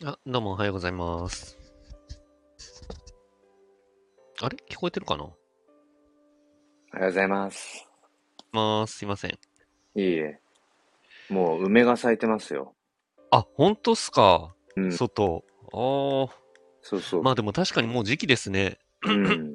あ、どうもおはようございます。あれ聞こえてるかな？ おはようございます。 すいません。 いいえ。もう梅が咲いてますよ。 あ、本当っすか？ うん。 外。ああ、 そうそう。 まあでも確かにもう時期ですね。 うん。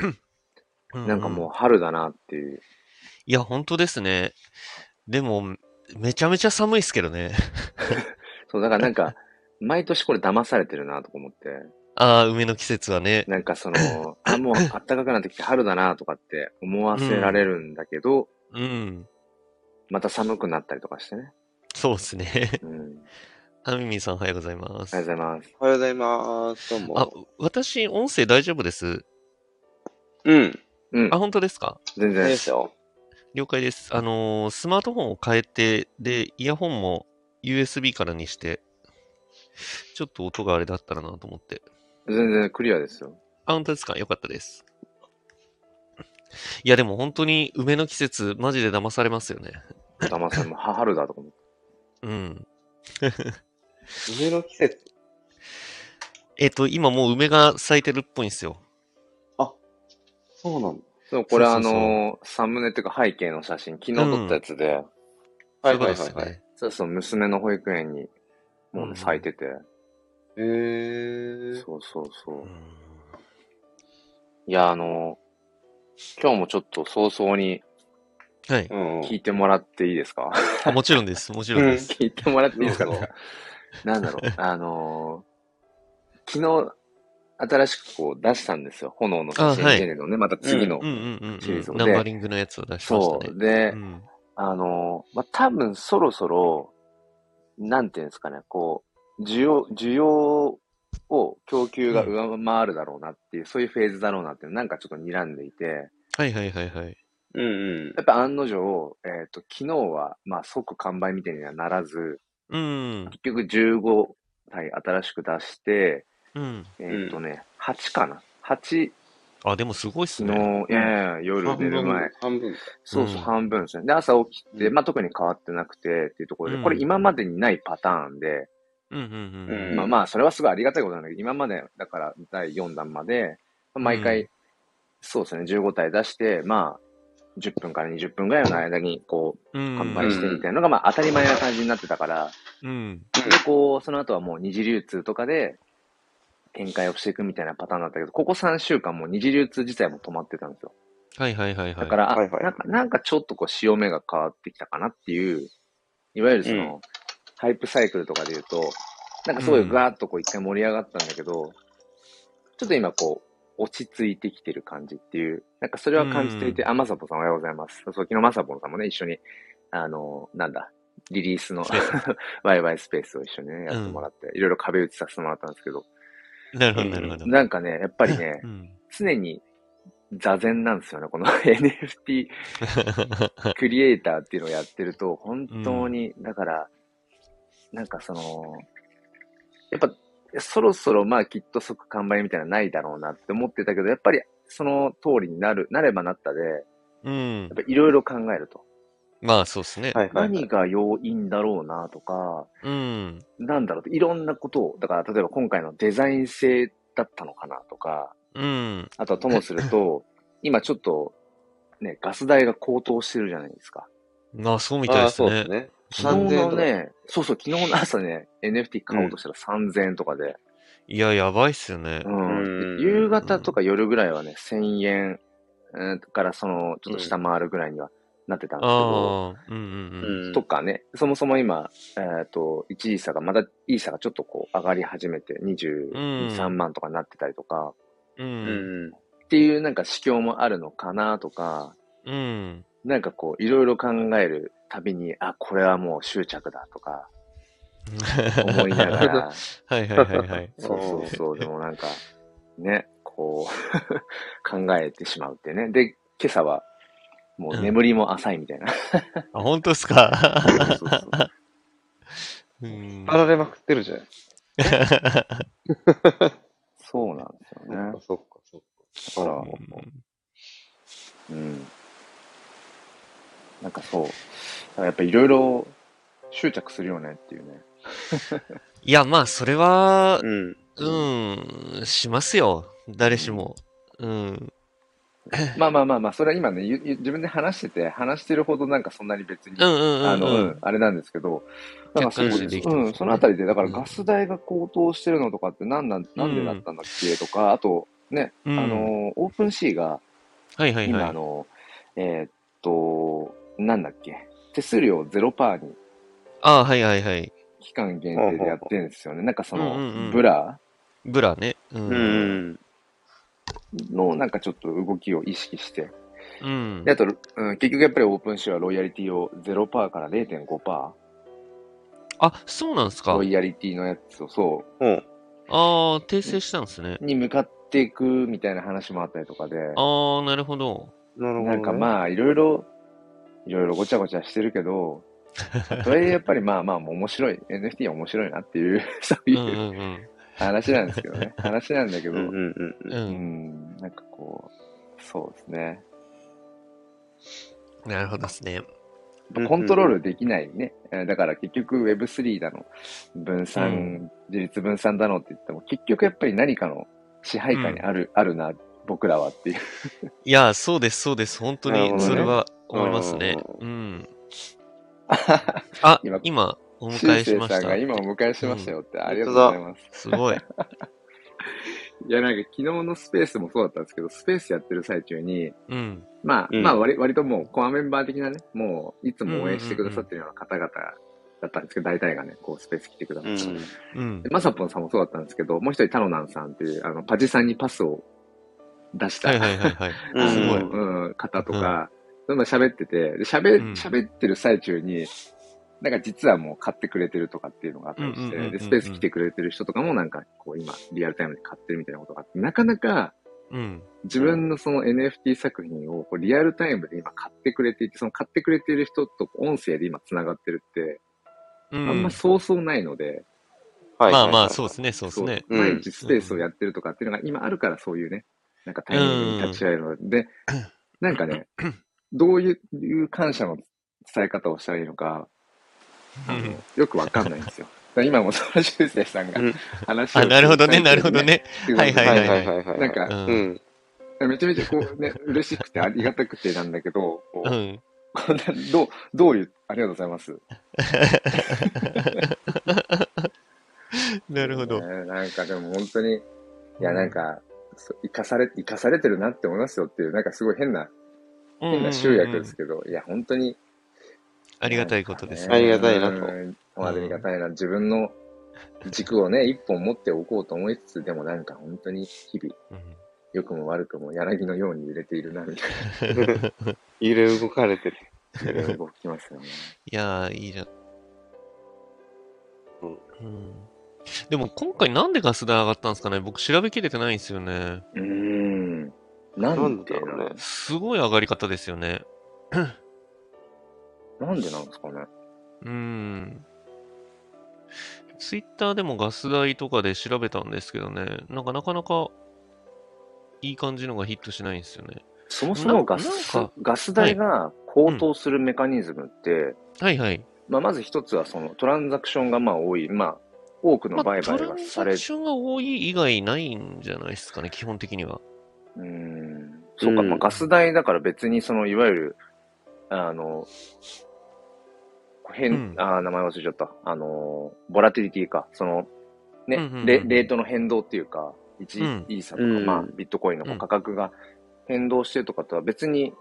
うんうなんかもうん。 春だなっていう。 いや、本当ですね。でも、めちゃめちゃ寒いっすけどね。 そう、だからなんか、毎年これ騙されてるなとか思って。 ああ、梅の季節はね。 なんかもう暖かくなってきて春だなとかって思わせらうん。 れるんだけど、 うん。 また寒くなったりとかしてね。 そうっすね。 うん。 あみみさんおはようございまおはようごす。 ざいます。 おはようございます。どうあ、 も。 私、音声大丈夫です。 うん。 あ、 うん。 本当ですか？ 全然。 いいですよ。 了解です。スマートフォンを変えて、で、イヤホンも USB からにして、ちょっと音があれだったらなと思って。 全然クリアですよ。 あ、本当ですか？よかったです。いや、でも本当に梅の季節、マジで騙されますよね。 騙されも春だとか思って。 うん。 梅の季節。 今もう梅が咲いてるっぽいんですよ。 あ、そうなんだ。 そう、こそうれそうそサムネっていうか背景の写真、昨日う。う撮ったやん。 つで、 そういうこはいはいはいはい。 とですよね。 そうそう、娘の保育園にもうね、咲いうんてて。 えー。 そうそううん。うそう。 ん。 いや、今日もちょっと早々にはい。 うんうん。 聞いてもらっていいですか？ あ、もちろんです。もちろうん。 んです。 聞いてもらっていいですかっていうか、 どうぞ。 なんだろう。昨日新しくこう出したんですよ。炎の写あ、はい。 真ジェネのね、またうん。 次のうんうんうんシリーズを。 うん。ナンバで、 リングのやつを出しましたね。 そう。で、 うん。 多分そろそろ、なんていうんですかね、こう、需要を供給がうん。 上回るだろうなっていう、そういうフェーズだろうなっていうのなんかちょっと睨んでいて、 はいはいはいはい。 うんうん。 やっぱ案の定、昨日は、まあ、即完売みたいにはならず、 うん。 結局15体新しく出して、 うん。 うん。 8かな？ 8、 あ、でもすごいっす昨ね。 日、いやいやいや夜寝る前。 半分か。 そうそう、 うん。 半分ですね。で、朝起きて、 うん。 まあ、特に変わってなくてっていうところで、これうん。 今までにないパターンで、 うんうんうまあん。 まあ、それはすごいありがたいことなんだけど、今まで、だから第4弾まで、 うんうん。うん。 毎回、そうですね、15体出して、まあ、10分から20分ぐらいの間に、こうう、販う売してん。 みん。 たいなのが、まあ、当たり前な感じになってたから、 うん。 で、こう、その後はもう二次流通とかで展開をしていくみたいなパターンだったけど、ここ3週間もう二次流通自体も止まってたんですよ。 はいはいはいはい。 だから、 はいはいはい。 なんかちょっとこう、潮目が変わってきたかなっていう、いわゆるうん。 ハイプサイクルとかで言うと、なんかすごいうん。 ガーッとこう一回盛り上がったんだけど、ちょっと今こう、落ち着いてきてる感じっていう、なんかそれうは感じていて、 ん。 あ、まさぽさんおはようございます。そう、昨日まさぽさんもね、一緒に、なんだ、リリースのワイワイスペースを一緒にね、やうん。 ってもらって、いろいろ壁打ちさせてもらったんですけど、 なるほどなるほうんど。 なんかね、やっぱりね、 うん。 常に座禅なんですよね、この NFT クリエイターっていうのをやってると、本うん。 当に、だから、なんかやっぱ、そろそろまあきっと即完売みたいなのないだろうなって思ってたけど、やっぱりその通りになればなったで、やうん。 っぱいろいろ考えると。 まあそうっすね。 はいはいはい。 何が要因だろうなとか、 うん。 なんだろうと、いろんなことを、だから例えば今回のデザイン性だったのかなとか、 うん。 あとはともすると、今ちょっとね、ガス代が高騰してるじゃないですか。 まあそうみたいああ、 ですね。 そうですね。 昨日 3000円とかでしょ。 のね、そうそう、昨日の朝ね、NFT うん。 買おうとしたら3000円とかで、 いや、やばいっすよね。 ううん。で夕ん。 方とうん。 か夜ぐらいはね、1000円、からちょっと下うん。 回るぐらいにはなってたんですけど、 ああ、うんうんうん。 とかね、そもそも今、1イーサが、まだイーサがちょっとこう上がり始めてうん。 22、3 うん。 万とかになってたりとか、 ううん。 ん。 っていうなんか指標もあるのかなとか、 うん。 なんかこう、いろいろ考えるたびに、あ、これはもう執着だとか、思いながら、 はいはいはいはい。 そうそううん。 そう、でもなんか、ね、こう考えてしまうってね。で、今朝はもううん。 眠りも浅いみたいな。 あ、本当っすか？ そうそうそう。 うん。 引っ張られまくってるじゃないですそうなんですよか。 ね。 そっかそっかだかそっか。ほうら、 ほうほうん。なんかそう。だからやっぱいろいろ執着するよねっていうね。 いや、まあ、それは、 うん。 しますよ。誰しも。うん。 まあまあまあまあ、それは今ね、自分で話してるほどなんかそんなに別に、 うんうんうんうん。 あれなんですけど、だから客観視できてますそもんね。 のあたりで、だからうん。 ガス代が高騰してるのとかってなんでだっうん。 たんだっけとか、あと、ね、 うん。 オープンシーが、今はいはいはい。 えーっなんだっけ、手数料0%にああ、はいはいはい。 期間限定でやっほうほうほてるんですよね。なんかそうんうんの、 うん。 ブラブラね。うう。うん。 ん。 のなんかちょっと動きを意識して、で、 うん。 あと、結局やっぱりオープンシーはロイヤリティを0%から0.5%、 あ、そうなんすか。 ロイヤリティのやつをほう。 ああ、訂正したんですね。 に向かっていくみたいな話もあったりとかで、 ああ、なるほど。 なるなんほどね。 かまあ、いろいろごちゃごちゃしてるけど、まあ、とはいえやっぱりまあまあ面白い、NFT は面白いなっていう、そううんういうん話なんですけどね。話なんだけど、 うんうんうんうん。うん。 なんかこう、そうですね。 なるほどですね。 うん。 コントロールできないね。だから結局 Web3 だの、 うん。 自立分散だのって言っても、結局やっぱり何かの支配下にうん。 あるな、僕らはっていう。 いや、そうです、そうです。本当なるに、 ほどね。 それはう思いますね。 ん。 うん。あ、 今、 今、おしゅう迎えしませいさんがしたって。 今お迎えしうん。 ましたよって、ありがとうござい本当だ。 ます。 すごい。 いや、なんか昨日のスペースもそうだったんですけど、スペースやってる最中に、 うん。 まあうん。 割ともうコアメンバー的なね、もういつうんうんうも応援してくださっんてるような方々だったんですけど、大体がね、こうスペース来てくださって。 うん。 うん。うん。 で、まさぽんさんもそうだったんですけど、もう一人タノナンさんっていう、パジさんにパスを出した、 はいはいはいはい。 うすごい。 ん。 方とうん。 か、どんどん喋ってて、でうん。 喋ってる最中に、なんか実はもう買ってくれてるとかっていうのがあっうんうんたりして、で、スうんうんペース来てくれてる人とかもなんかこう今リアルタイムで買ってるみたいなことがあって、なかなかうん。うん。 自分のその NFT 作品をこうリアルタイムで今買ってくれていて、その買ってくれている人と音声で今繋がってるって、あんまうん。 そうそうないので、 はいまあまあ、 はいはいはそうですね、そうですそう、 ね。 い。うん。 毎日スペースをやってるとかっていうのが今あるからそういうね、なんかタうイミングに立ちん。 会えるので、なんかね、どういう感謝の伝え方をしたらいいのか、 うん。 よくわかんないんですよ。だから今もその修正さんがうん。 話あ、 をしてるなるほどね、な最中にね、 るほどね。 来てくはいださってて、 はいはいはい。 はいはいはいはい。 なんか、 うん。 うん。 めちゃめちゃこうね、嬉しくてありがたくてなんだけど、 うん。 こんな、どういう、ありがとうございます。 なるほど。 ね、なんかでも本当に、いやなんうん。 か、生かされてるなって思いますよっていう、なんかすごいうんうん変な集うんうん。 約ですけど、いや本当に、 ありがたいこなんかね、 とですね。 ありがたいなと。 ありがうん。 たいな、自分の軸をね、一本持っておこうと思いつつ、でもなんか本当に日々、 うん。 良くも悪くも柳のように揺れているな、みたい揺れ動かれてる。 な。揺れ動きますよね。 いやー、いいじゃん。 うん。 うん。でも今回なんでガス代上がったんですかね？僕調べきれてないんですよね。 ななんんででだろうね。 すごい上がり方ですよね。 なんでなんですかね。 うん。ツイッターでもガス代とかで調べたんですけどね。なんかなかなかいい感じのがヒットしないんですよね。 そもそもなんか、 ガスはい。 代が高うん。 騰するメカニズムって、 はいはい。 まず一つはそのトランザクションがまあ多い、多くのまあ、ト売買ランザクがされ、 ションが多い以外ないんじゃないですかね、基本的には。 そうか、 うん。 ガス代だから別にそのいわゆる、あの、 うん。 名前忘れちゃった。ボラティリティか。その、 うん、うね、 ん、 レートの変動っていうか、 うん。うん。 イーサうとか、 ん。 ビットコインのうん。 価格が変動してとかとは別に、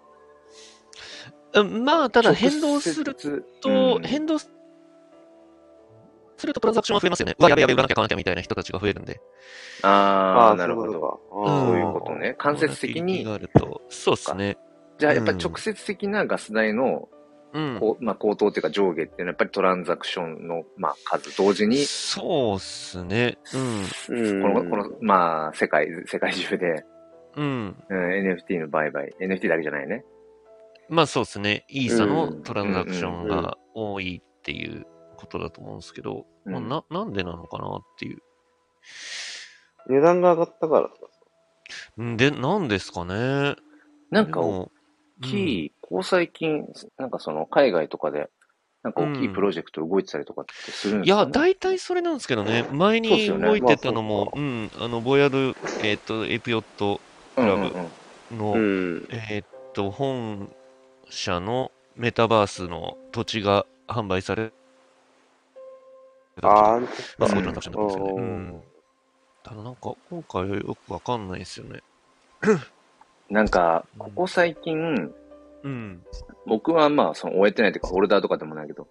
まあ、ただ直変動する接、 と、変動するとトランザクションは増えますよね。うわ、やべやべ、売らなきゃ買わなきゃみたいな人たちが増えるんで。 ああ、 なそういるほど。 うことか。 そういううん。 ことね。間ボラ接的に、 ティリティがあると、そうっすか。 ね。 じゃあ、やっぱり直うん。 接的なガス代の、 うん。 高騰っていうか上下っていうのは、やっぱりトランザクションの、数、同時に、 そうっすね。うん。 うん。 世界中で、 うん。 NFT の売買、NFT だけじゃないね。 まあそうですね。イーうサのん。 トランザクションうん。 が多いっていうことだと思うんですけど、まあ、 うん。 なんでなのかなっていう。 値段が上がったからさ。 で、なんですかね。 なんか大でも、うん。 きい、ここ最近、なんかその海外とかでなんか大きいプロジェクト動いてたりとかってするんいや、 ですかね。 大体それなんですけどね。前そうっすよねに動いてたのも、 まあそうかボヤド、エピオットクラブうの、 ん。 本社のメタバースの土地が販売された時ああ、 とか、 あの時か。 そういうトランザクションだったんですよね。 おただなんか、今回はよくわかんないですよね。 なんか、ここ最近、 うん。 僕はまあ、その終えてないというか、ホルダーとかでもないけど、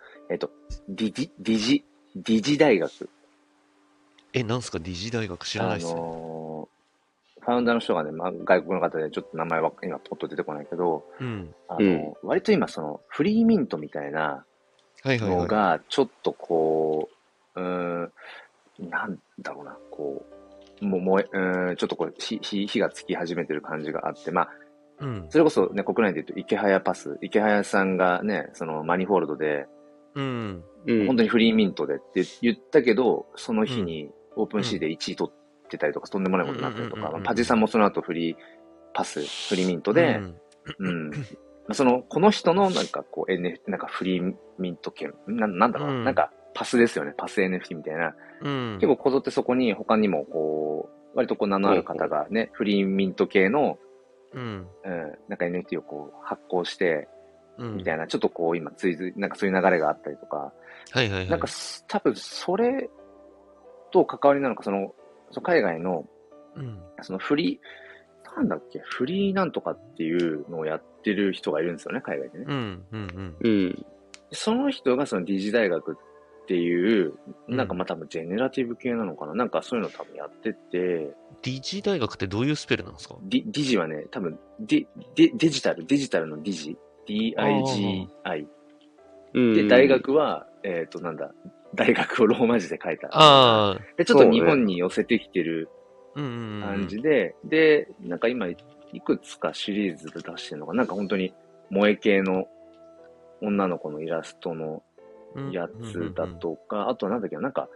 ディジ大学。 なんすか、理事大学知らないですね。 ファウンダーの人がね、まあ、外国の方でちょっと名前は今ポッと出てこないけど、 うん。 割と今そのフリーミントみたいなのはいはいはい。 がちょっとこう、なんだろうな、こう、ちょっとこう、火がつき始めてる感じがあって、まあ、 うん。 それこそね、国内で言うと池早パス、池早さんがね、そのマニフォールドで、 うん。 うん。 本当にフリーミントでって言ったけど、その日うん。 にオープンシーで1位取ってたりとか、とんでもないことになったりとか、 うんうんうんうんうんパジさんもその後フリーパス、フリーミントで、 うん。 この人のなんかこう NFT、なんかフリーミント券、なんだろうな、 うんなんかパスですよね、パス NFT みたいな。 うん結構こぞってそこに他にもこう、割とこう名のある方がね、フリーミント系の、 うんなんか NFT をこう発行して、 うんみたいな、ちょっとこう今なんかそういう流れがあったりとか、 はいはいはい。 なんか多分それと関わりなのか、その海外の、 うんそのなんだっけ、フリーなんとかっていうのをやってる人がいるんですよね、海外でね。 うんうんうん。 その人がその理事大学っていう、 うんなんかまあ多分ジェネラティブ系なのかな、なんかそういうの多分やってて、 理事大学ってどういうスペルなんですか？ ディジはね、多分デジタルのディジ、DIGI。 うん。 で、大学は、なんだ、大学をローマ字で書いた。 ああ、 で、ちょっと日本に寄せてきてるうんうん感じで、で、なんか今、いくつかシリーズで出してるのが、なんか本当に萌え系の女の子のイラストのうん。 やつだとか、あとはなんだっけな、なんか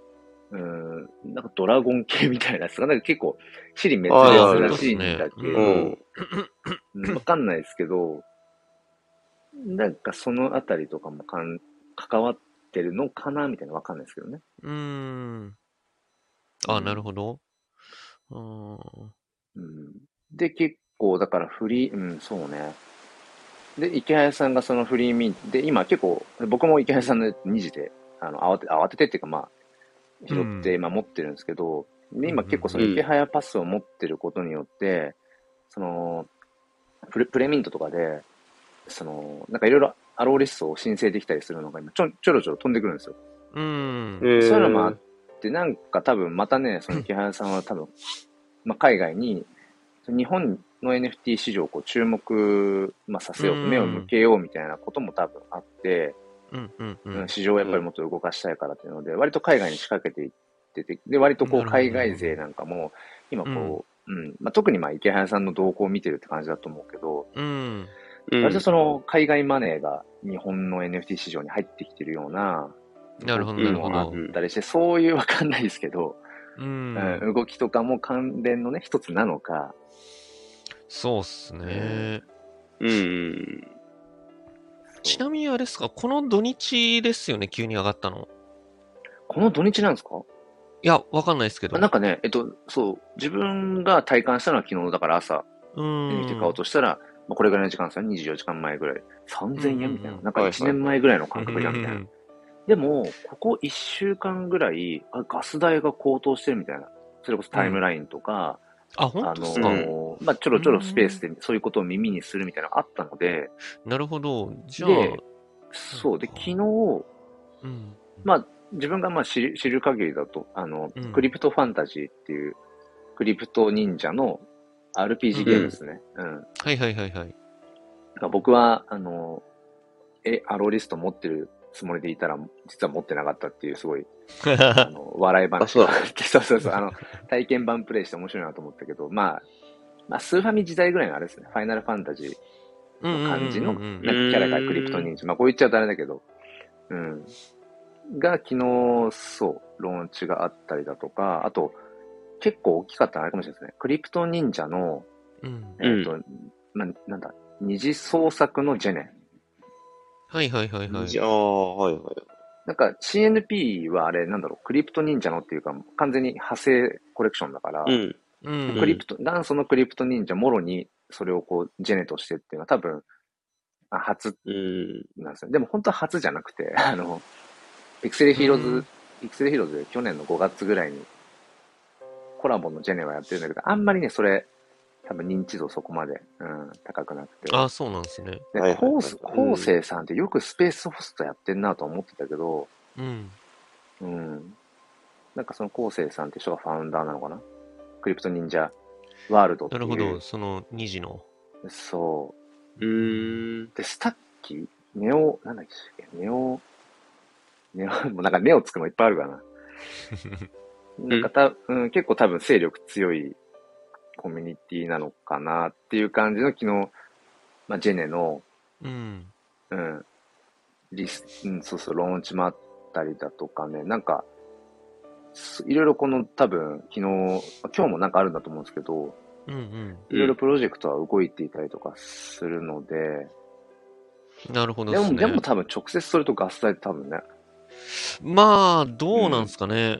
ドラゴン系みたいなやつが、なんか結構、尻滅裂らしいんだけうど、 ん。 わかんないですけど、なんかそのあたりとかも関わってるのかなみたいなわかんないですけどね。 うーん。あ、なるうんほど。うーん。 うん、で、結構、だからそうね。で、池谷さんがそのフリーミントで、今結構、僕も池谷さんの2時で、慌ててっていうか、まあ、拾って、今持ってるんですけど、で、今結構その池早パスを持ってることによって、その、プレミントとかで、なんかいろいろアローリストを申請できたりするのが今ちょろちょろ飛んでくるんですよ。 うーん。 そういうのもあって、なんか多分またね、その池原さんは多分、まあ、海外に、日本の NFT 市場をこう注目、まあ、させようと、目を向けようみたいなことも多分あって、 うんうんうん。 市場をやっぱりもっと動かしたいからっていうので、割と海外に仕掛けていってて、で、割とこう海外勢なんかも、今こう、まあ、特にまあ池原さんの動向を見てるって感じだと思うけど、 うん。 割とその海外マネーが日本の NFT 市場に入ってきてるようななるほど、 動きもあったりして、そういうわかんないですけど、動きとかも関連のね、一つなのか。 そうっすね。ちなみにあれですか、この土日ですよね、急に上がったの。 この土日なんですか？ いや、わかんないですけど。 なんかね、そう、自分が体感したのは昨日だから朝、NFT 買おうとしたら、まあ、これぐらいの時間ですよ、24時間前ぐらい。3000円みたいな。なんか1年前ぐらいの感覚じゃんみたいな。でも、ここ1週間ぐらい、ガス代が高騰してるみたいな。それこそタイムラインとか、 本当ですか？ まあ、ちょろちょろスペースでそういうことを耳にするみたいなのがあったので、 なるほど。じゃあ、 で、そう。で、昨日、まあ、自分がまあ知る限りだと、クリプトファンタジーっていう、クリプト忍者の RPG ゲームですね。 はいはいはいはい。 僕は、アローリスト持ってるつもりでいたら、実は持ってなかったっていう、すごい、笑い話があって、そうそうそう、体験版プレイして面白いなと思ったけど、まあ、スーファミ時代ぐらいのあれですね、ファイナルファンタジーの感じの、なんかキャラがクリプト忍者。まあ、こう言っちゃうとあれだけど、が昨日、そう、ローンチがあったりだとか、あと、結構大きかったのあれかもしれないですね。クリプト忍者の、なんだ、二次創作のジェネ。 はいはいはいはい。 ああ、はいはい。 なんか CNP はあれ、なんだろう、クリプト忍者のっていうか、完全に派生コレクションだから、 うん。 うん。 クリプト、元祖のクリプト忍者もろにそれをこう、ジェネとしてっていうのは多分、初うん。 なんですよ。でも本当は初じゃなくて、ピクセルヒーローズ、ピクセルヒーローズで去年の5月ぐらいにコラボのジェネはやってるんだけど、あんまりね、それ、多分認知度そこまで、高くなくて。 あ、そうなんですね。 で、 はいはいはいコーセイさんってよくスペースホストやってんなと思ってたけど、 うん。 うん。なんかそのコーセイさんって人がファウンダーなのかな、クリプト忍者ワールドっていう。 なるほど。その2時の。 そうーん。 う。で、スタッキネオ、なんだっけ、ネオ、もうなんかネオつくのいっぱいあるからな。なんか結構多分勢力強いコミュニティなのかなっていう感じの昨日、まあ、ジェネの、 うん。 うん、そうそう、ローンチもあったりだとかね、なんか、いろいろこの多分昨日、今日もなんかあるんだと思うんですけど、 うんいろいろプロジェクトは動いていたりとかするので、 うん。なるほどでも、でですね。 も多分直接それとガス代って多分ね、 まあ、どうなんすかね。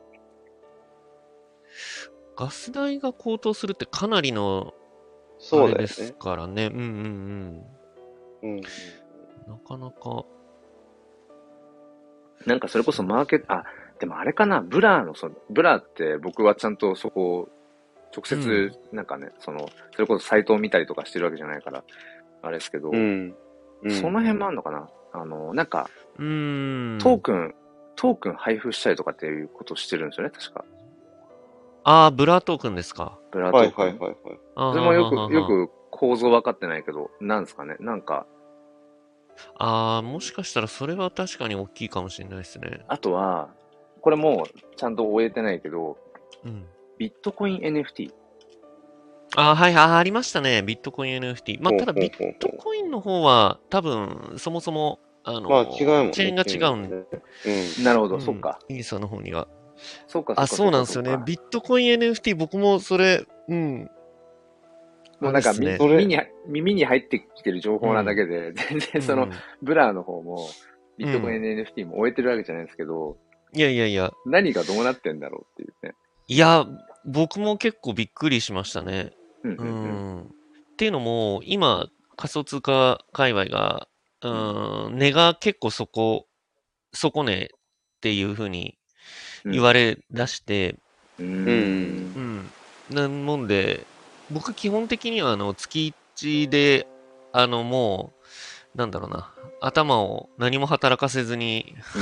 ガス代が高騰するってかなりの、あそうだよれですね。 からね。うんうんうん。 うん。なかなか。 なんかそれこそマーケット、でもあれかな、ブラって僕はちゃんとそこ、直接、なんかね、それこそサイトを見たりとかしてるわけじゃないから、あれですけど、 うん。 その辺もあんのかな、なんか、 うーん。 トークン配布したりとかっていうことをしてるんですよね、確か。 ああ、ブラトークンですか。 ブラはいトークン。 はいはいはい。 あーそれもはははよく構造分かってないけど、なんですかね。なんか、 ああ、もしかしたらそれは確かに大きいかもしれないですね。 あとは、これもちゃんと終えてないけど、 うん。 ビットコイン NFT。 ああ、はい、ありましたね。ビットコイン NFT。まあ、 ほうただビッほうほうほう。 トコインの方は多分、そもそも、 まあ違うもんね。 チェーンが違うん。 うん。 なるほど、そっうん。 か。 イーサの方には。 そっか、そあ、 っか、そそうっか、 なんですよね。 そっか。 ビットコイン NFT、僕もそれ、うん。あもうなんかれっすね。 それ、 耳に入ってきてる情報なだけで、全然その、 うん。 ブラーの方も、ビットコインうん。 NFT も終えてるわけじゃないですけど、 いやいやいや。 何がどうなってんだろうっていうね。 いや、僕も結構びっくりしましたね。 うん、 ううん、 ん。っていうのも、今、仮想通貨界隈が、値が結構底値っていう風にうん。 言われ出して、 ううん。 ん。 うん。なもんで、僕基本的には月1で、もう、なんだろうな、頭を何も働かせずに、 うん。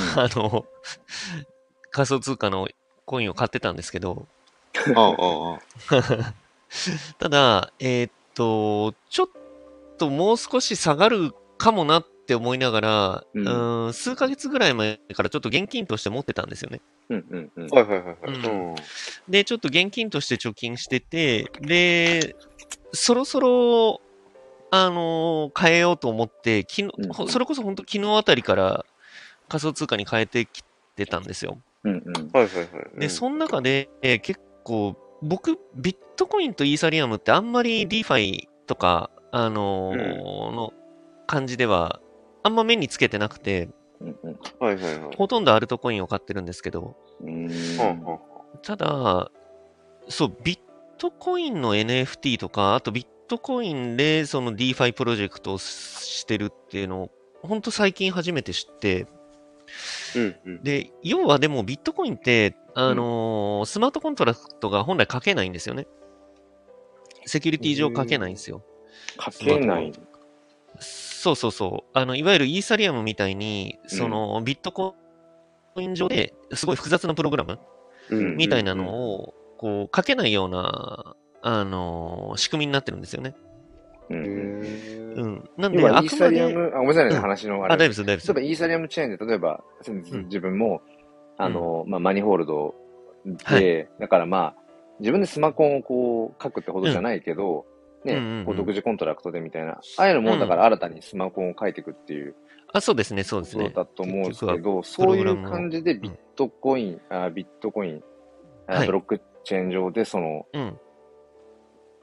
仮想通貨のコインを買ってたんですけど、 ああ、ああ。 ただ、ちょっともう少し下がるかもなって思いながら、数ヶ月ぐらい前からちょっと現金として持ってたんですよね。 うん、うん、うん。 はいはいはいはい。 うんで、ちょっと現金として貯金してて、で、そろそろ、変えようと思って、それこそ本当昨日あたりから仮想通貨に変えてきてたんですよ。 うん、うん。 はいはいはい。 で、その中で、結構、僕、ビットコインとイーサリアムってあんまり DeFi とか、の感じでは、あんま目につけてなくて、 うん、うん。 はいはいはい。 ほとんどアルトコインを買ってるんですけど、 はただ、そう、ビットコインの NFT とか、あとビットコインでその DeFi プロジェクトをしてるっていうのを、ほんと最近初めて知って、 うんうん。 で、要はでもビットコインって、スマートコントラクトが本来書けないんですよね。セキュリティ上書けないんですよ。 書けない。 そうそうそう。いわゆるイーサリアムみたいに、ビットコイン上ですごい複雑なプログラムうんみたいなのを、こう、書けないような、仕組みになってるんですよね。 うん。 なんで、 要はイーあくまで、 サリアム、ごめんなさいね、話のあれ。 大丈夫です、大丈夫です。 例えばイーサリアムチェーンで、例えば、自分も、マニホールドで、だからまあ、自分でスマコンをこう書くってほどじゃないけど、ね、こう独自コントラクトでみたいな、ああいうのもだから新たにスマコンを書いていくっていう、 あ、そうですね、そうですね。 だと思うんですけど、そういう感じでビットコイン、ブロックチェーン上で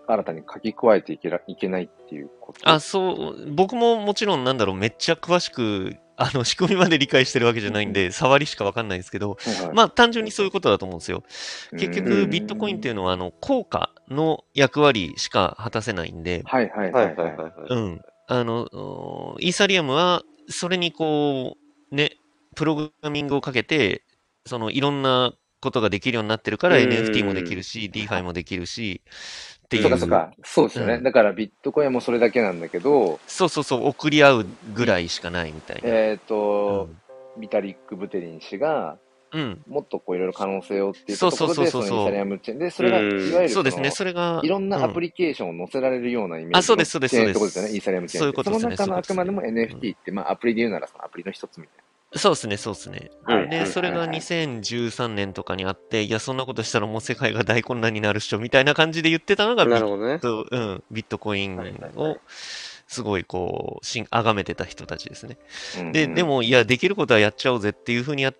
新たに書き加えていけないっていうこと。 そう、僕ももちろんめっちゃ詳しく、仕組みまで理解してるわけじゃないんで、触りしかわかんないんですけど、まあ単純にそういうことだと思うんですよ。結局、ビットコインっていうのは、効果の役割しか果たせないんで、 はいはいはいはい。 うん。イーサリアムは、それにこう、ね、プログラミングをかけて、いろんなことができるようになってるから、NFT もできるし、DeFi もできるし、っていう。 そうか。そうですよね。だからビットコインもそれだけなんだけど、 そう、送り合うぐらいしかないみたいな。 ビタリック・ブテリン氏が、もっとこういろいろ可能性をっていうところで、そのイーサリアムチェーンで、それが、いわゆるそうですね、それが、 いろんなアプリケーションを載せられるようなイメージのチェーンってことですよね、イーサリアムチェーンって。その中のあくまでも NFT って、まあアプリで言うならそのアプリの一つみたいな。 そうですね。で、それが2013年とかにあって、いや、そんなことしたらもう世界が大混乱になるっしょ、みたいな感じで言ってたのがビットコインを、すごいこう、崇めてた人たちですね。でも、いや、できることはやっちゃおうぜっていうふうにやって、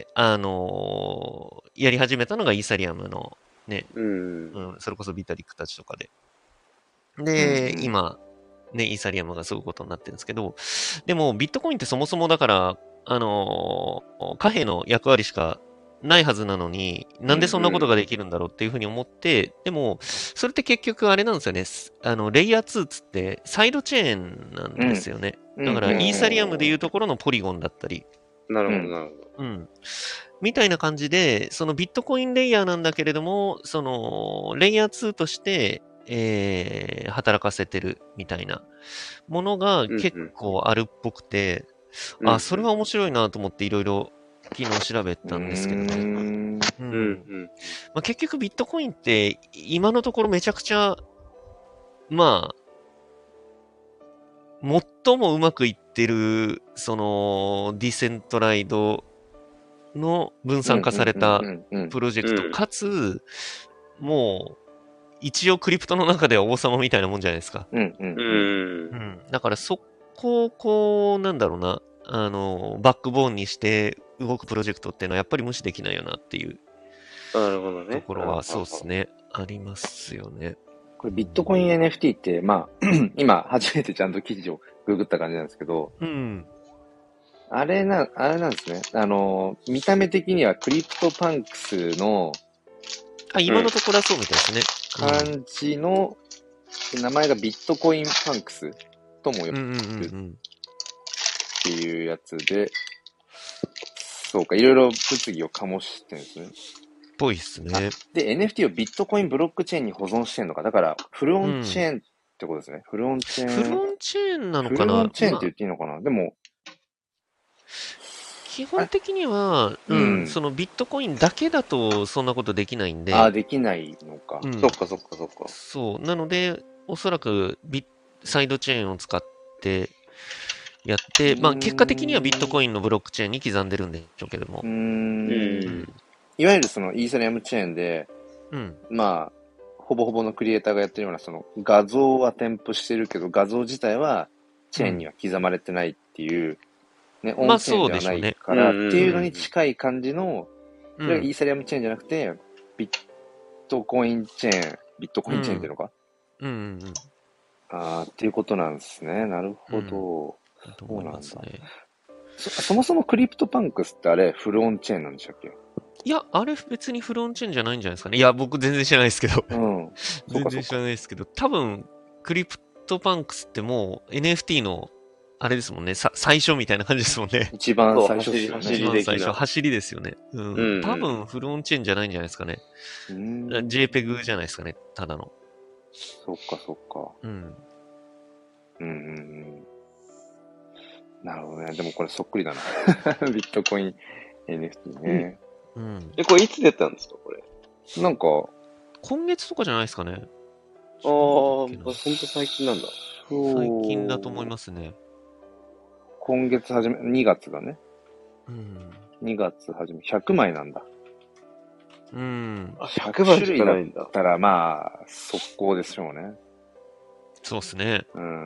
やり始めたのがイーサリアムのね、それこそビタリックたちとかで。で、今、ね、イーサリアムがすごいことになってるんですけど、でも、ビットコインってそもそもだから、貨幣の役割しかないはずなのに、なんでそんなことができるんだろうっていうふうに思って、でも、それって結局あれなんですよね。レイヤー2つってサイドチェーンなんですよね。だから、イーサリアムでいうところのポリゴンだったり。 なるほど。 みたいな感じで、そのビットコインレイヤーなんだけれども、レイヤー2として、働かせてるみたいなものが結構あるっぽくて、それは面白いなと思っていろいろ昨日調べたんですけどね。結局ビットコインって今のところめちゃくちゃ、まあ、最もうまくいってる、ディセントライドの分散化されたプロジェクト、かつ、もう、一応クリプトの中では王様みたいなもんじゃないですか。だからそこをこう、なんだろうな、バックボーンにして動くプロジェクトっていうのはやっぱり無視できないよなっていうところはそうですね、ありますよね。 これビットコイン NFT って、まあ、今初めてちゃんと記事をググった感じなんですけど、あれなんですね。見た目的にはクリプトパンクスの、 今のところはそうみたいですね。 漢字の名前がビットコインパンクスとも呼ばれるっていうやつで、そうか、いろいろ物議を醸してるんですね。 ぽいっすね。 で、NFT をビットコインブロックチェーンに保存してんのか。だから、フルオンチェーンってことですね。フルオンチェーン。 フルオンチェーンなのかな。 フルオンチェーンって言っていいのかな。でも、 基本的には、そのビットコインだけだとそんなことできないんで。 できないのか。 そっか。 そう。なので、おそらくサイドチェーンを使ってやって、まあ結果的にはビットコインのブロックチェーンに刻んでるんでしょうけども。 いわゆるそのイーサリアムチェーンで、まあ、ほぼほぼのクリエイターがやってるようなその画像は添付してるけど、画像自体はチェーンには刻まれてないっていう、ね、オンチェーンではないからっていうのに近い感じの、それがイーサリアムチェーンじゃなくて、ビットコインチェーン、ビットコインチェーンっていうのか、っていうことなんですね。なるほど。そうなんだ。そもそもクリプトパンクスってあれ、フルオンチェーンなんでしたっけ？ いや、あれ別にフルオンチェーンじゃないんじゃないですかね。いや、僕全然知らないですけど。全然知らないですけど、多分、クリプトパンクスってもう NFT の、あれですもんね、最初みたいな感じですもんね。 一番最初ですよね。 一番最初、走りですよね。多分、フルオンチェーンじゃないんじゃないですかね。JPEG じゃないですかね、ただの。 そっか。なるほどね。でもこれそっくりだな。ビットコイン NFT ね。 これいつ出たんですか、これ。 なんか、 今月とかじゃないですかね。 ほんと最近なんだ。 最近だと思いますね。 今月2月だね。2月初め、100枚なんだ。 100枚しかないんだ。 だったらまあ、速攻でしょうね。 そうっすね。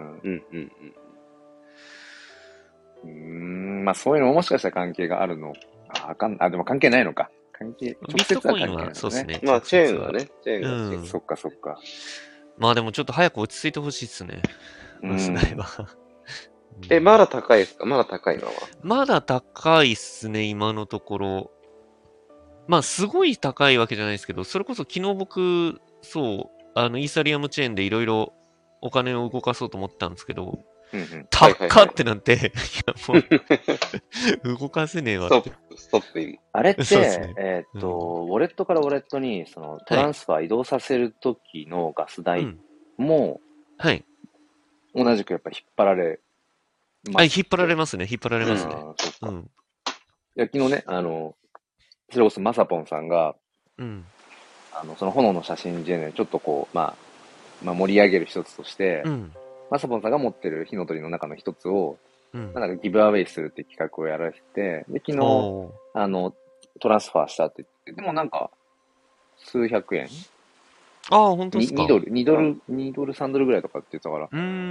まあそういうのももしかしたら関係があるの。でも関係ないのか。 ビットコインはそうですね。 まあチェーンはね。 そっか。 まあでもちょっと早く落ち着いてほしいっすね。ガス代は。 まだ高いですか？まだ高いのは。 まだ高いっすね、今のところ。まあ、すごい高いわけじゃないですけど、それこそ昨日僕、そう、イーサリアムチェーンでいろいろお金を動かそうと思ったんですけど、高っってなって、いやもう、動かせねえわって。 ストップ今。 あれって、 ねウォレットからウォレットに、その、トランスファー移動させるときのガス代も、 はい。 同じくやっぱ引っ張られます。引っ張られますね、引っ張られますね。 うん。いや、昨日ね、それこそまさぽんさんが、その炎の写真でね、ちょっとこう、まあ盛り上げる一つとして、まさぽんさんが持ってる火の鳥の中の一つを、なんかギブアウェイするって企画をやられてて、で、昨日、トランスファーしたって言って、でもなんか、数百円ああ、本当ですか。 2ドル、3ドルぐらいとかって言ってたから。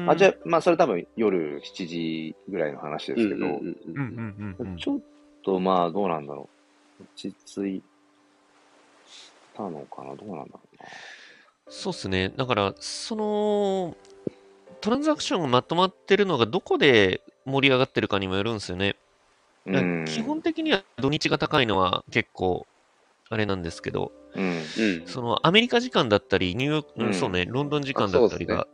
あ、じゃあ、まあそれ多分夜7時ぐらいの話ですけど、ちょっとまあどうなんだろう。落ち着いたのかな、どうなんだろうな。 そうっすね。だから、トランザクションがまとまってるのがどこで盛り上がってるかにもよるんですよね。基本的には土日が高いのは結構、あれなんですけど、そのアメリカ時間だったり、ニューヨーク、そうね、ロンドン時間だったりが、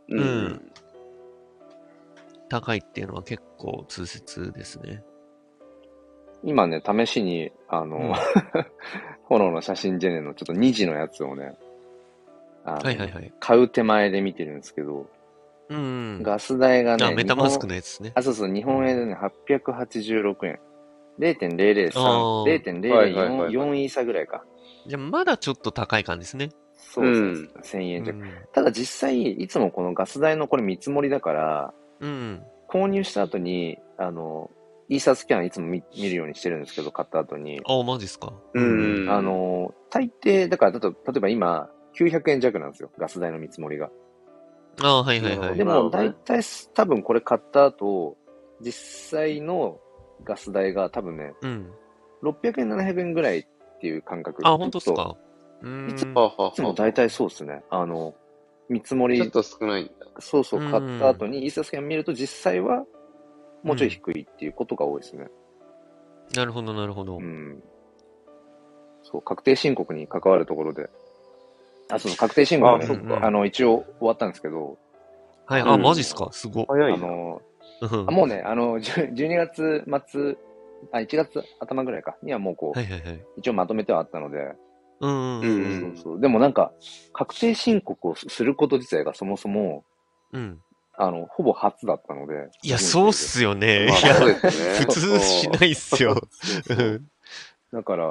高いっていうのは結構通説ですね。 今ね、試しに、炎の写真ジェネのちょっと2時のやつをね、買う手前で見てるんですけど、ガス代がね、 メタマスクのやつですね。 そうそう、日本円でね、886円。0.003、0.004イーサぐらいか。 じゃあ、まだちょっと高い感じですね。 そう1000円弱。ただ実際、いつもこのガス代のこれ見積もりだから、購入した後に、イーサスキャンいつも見るようにしてるんですけど、買った後に。 マジっすか。 大抵、だから、例えば今、900円弱なんですよ、ガス代の見積もりが。 はいはいはい。 でも、大体、多分これ買った後、実際のガス代が多分ね、600円、700円ぐらいっていう感覚。 本当ですか。 いつも大体そうですね。見積もり。 ちょっと少ないんだ。 そうそう、買った後にイーサスキャン見ると実際はもうちょい低いっていうことが多いですね。 なるほど、なるほど。 そう、確定申告に関わるところで。その確定申告ね、一応終わったんですけど。 はい、マジっすか。すごい。 早いな。 もうね、12月末、1月頭ぐらいかにはもうこう、一応まとめてはあったので、そう。でもなんか、確定申告をすること自体がそもそも、ほぼ初だったので。 いや、そうっすよね。いや、普通しないっすよ。 だから、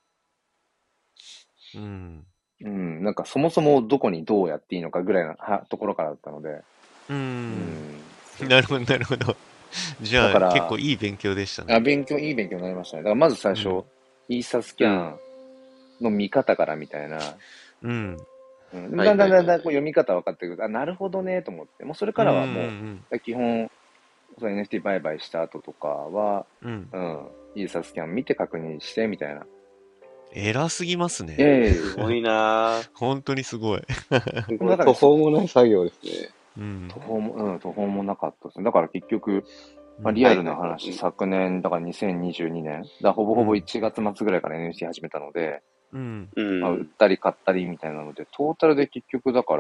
なんかそもそもどこにどうやっていいのかぐらいのところからだったので。 なるほど、なるほど。じゃあ、結構いい勉強でしたね。 いい勉強になりましたね。だからまず最初、イーサスキャンの見方からみたいな。だんだんこう読み方分かってくる。なるほどね、と思って。もうそれからはもう、基本、NFT 売買した後とかは、イーサスキャン見て確認して、みたいな。 偉すぎますね。 すごいな本当にすごい。 途方もない作業ですね。途方もなかったですね。だから結局、リアルな話、昨年、だから2022年、ほぼほぼ1月末ぐらいから NFT 始めたので、売ったり買ったりみたいなので、トータルで結局だから、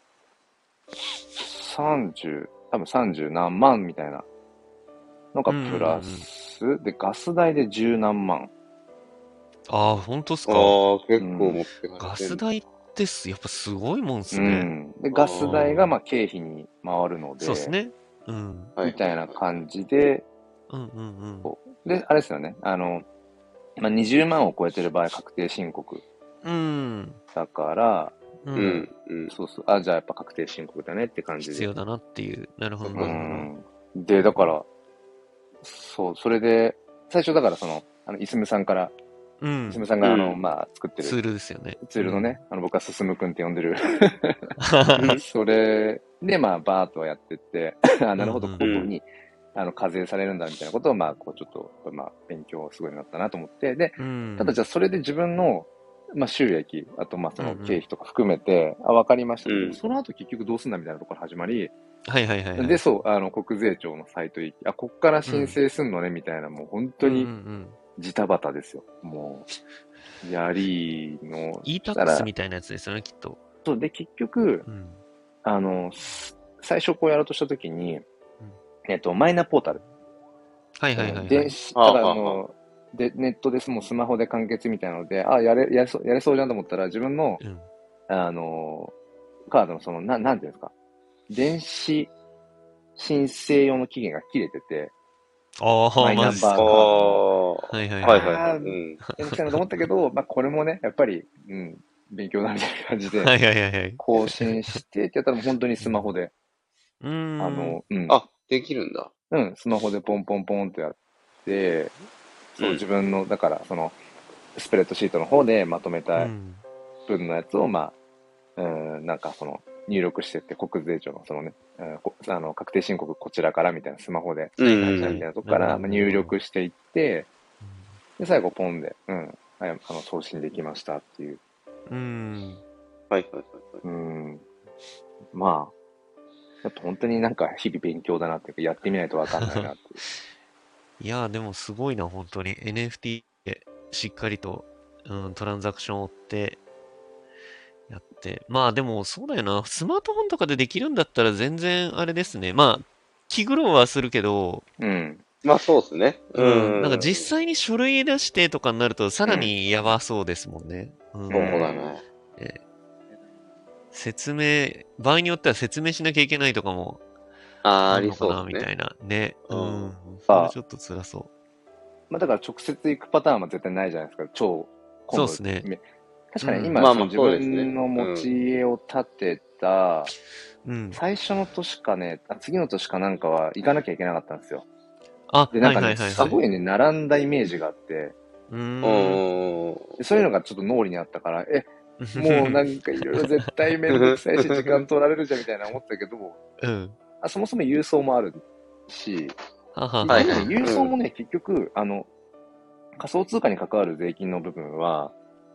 多分30何万みたいなのがプラス、で、ガス代で10何万。 本当っすか。 結構持ってガス代ってやっぱすごいもんっすね。 で、ガス代がまあ経費に回るので、 そうですね。 みたいな感じで、で、あれですよね、まあ、20万を超えてる場合確定申告。だから、そうそう。じゃあやっぱ確定申告だねって感じで。 必要だなっていう。なるほど。 で、だから、そう、それで、最初だからいすむさんから、いすむさんがまあ作ってる。 ツールですよね。 ツールのね、僕はすすむくんって呼んでる。それで、まあ、バーっとやってって、なるほど、ここに、課税されるんだみたいなことを、まあ、こう、ちょっと、まあ、勉強すごいなったなと思って、で、ただじゃあ、それで自分の、 収益、あとそのうんうん経費とか含めて、わかりました。 うんその後結局どうすんだみたいなところから始まり、 はいはいはいはい。 で、そう、国税庁のサイト行き、こっから申請すんのね、みたいな、もう本当にうんうんうん。 ジタバタですよ。もう、やりの、 e-tax みたいなやつですよね、きっと。 そうで、結局、 うん。 最初こうやろうとしたときに、マイナポータル。 はいはいはいはい。 電子、だはあからはあはで、ネットでもうスマホで完結みたいなので、やれそうじゃんと思ったら、自分の、 うん。 カードのなんていうんですか、電子申請用の期限が切れてて、 ああ、 マイナンバーカーマジっすか。 ドの。 はいはいはいはい。 はいはい。うん。 めんどくさいなと思ったけど、これもね、やっぱり、勉強だみたいな感じで、 はいはいはいはい。 更新してってやったらもう本当にスマホで、 うーん。 できるんだ。 スマホでポンポンポンってやって、そう、 うん自分の、だから、スプレッドシートの方でまとめうたん。 分のやつを、入力してって、国税庁の確定申告こちらからみたいなスマホで、 うんはいはいはい会社みたいなとこからなるほど入力していって、で、最後ポンで、送信できましたっていう。 うーん。 はいはいはいはい。 まあ、やっぱ本当に日々勉強だなっていうか、やってみないとわかんないなっていう。 いやー、でもすごいな、本当に。NFT でしっかりと、トランザクションを追ってやって。まあでもそうだよな。スマートフォンとかでできるんだったら全然あれですね。まあ、気苦労はするけど、 まあそうですね。 なんか実際に書類出してとかになるとさらにやばそうですもんね。 そうだね。 説明、場合によっては説明しなきゃいけないとかもありあるのかな、みそうですね。 たいな。ね。 うんそれちょっと辛そう。 だから直接行くパターンは絶対ないじゃないですか。 そうですね。 確かに今、自分の持ち家を建てた、最初の年かね、次の年かなんかは行かなきゃいけなかったんですよ。で、すごいね、並んだイメージがあって、そういうのがちょっと脳裏にあったから、もういろいろ絶対めんどくさいし、時間取られるじゃんみたいな思ったけど、そもそも郵送もあるし、郵送もね、結局、仮想通貨に関わる税金の部分は、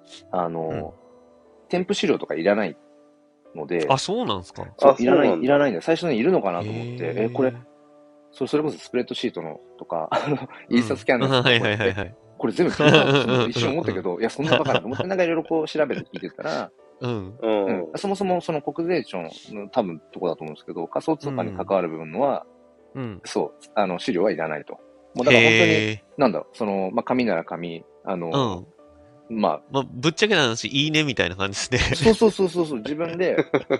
添付資料とかいらないので、 そうなんですか？ いらないんだよ。最初にいるのかなと思って、これ、それこそスプレッドシートのとか、インスタスキャンのやつとか、これ全部決めたの一瞬思ったけど、いや、そんなバカなと思って、いろいろこう調べて聞いてたら、そもそもその国税庁の多分とこだと思うんですけど、仮想通貨に関わる部分は、そう、資料はいらないと。もうだから本当に、紙なら紙、 ぶっちゃけな話、いいねみたいな感じですね。そう、自分で、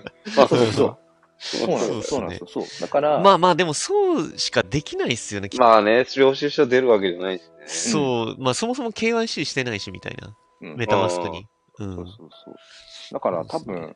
そうなんですよ。そう。だから。 まあでもそうしかできないっすよね。 まあね、領収書出るわけじゃないしね。 そう。そもそも KYC してないしみたいな。メタマスクに。 そう。だから多分、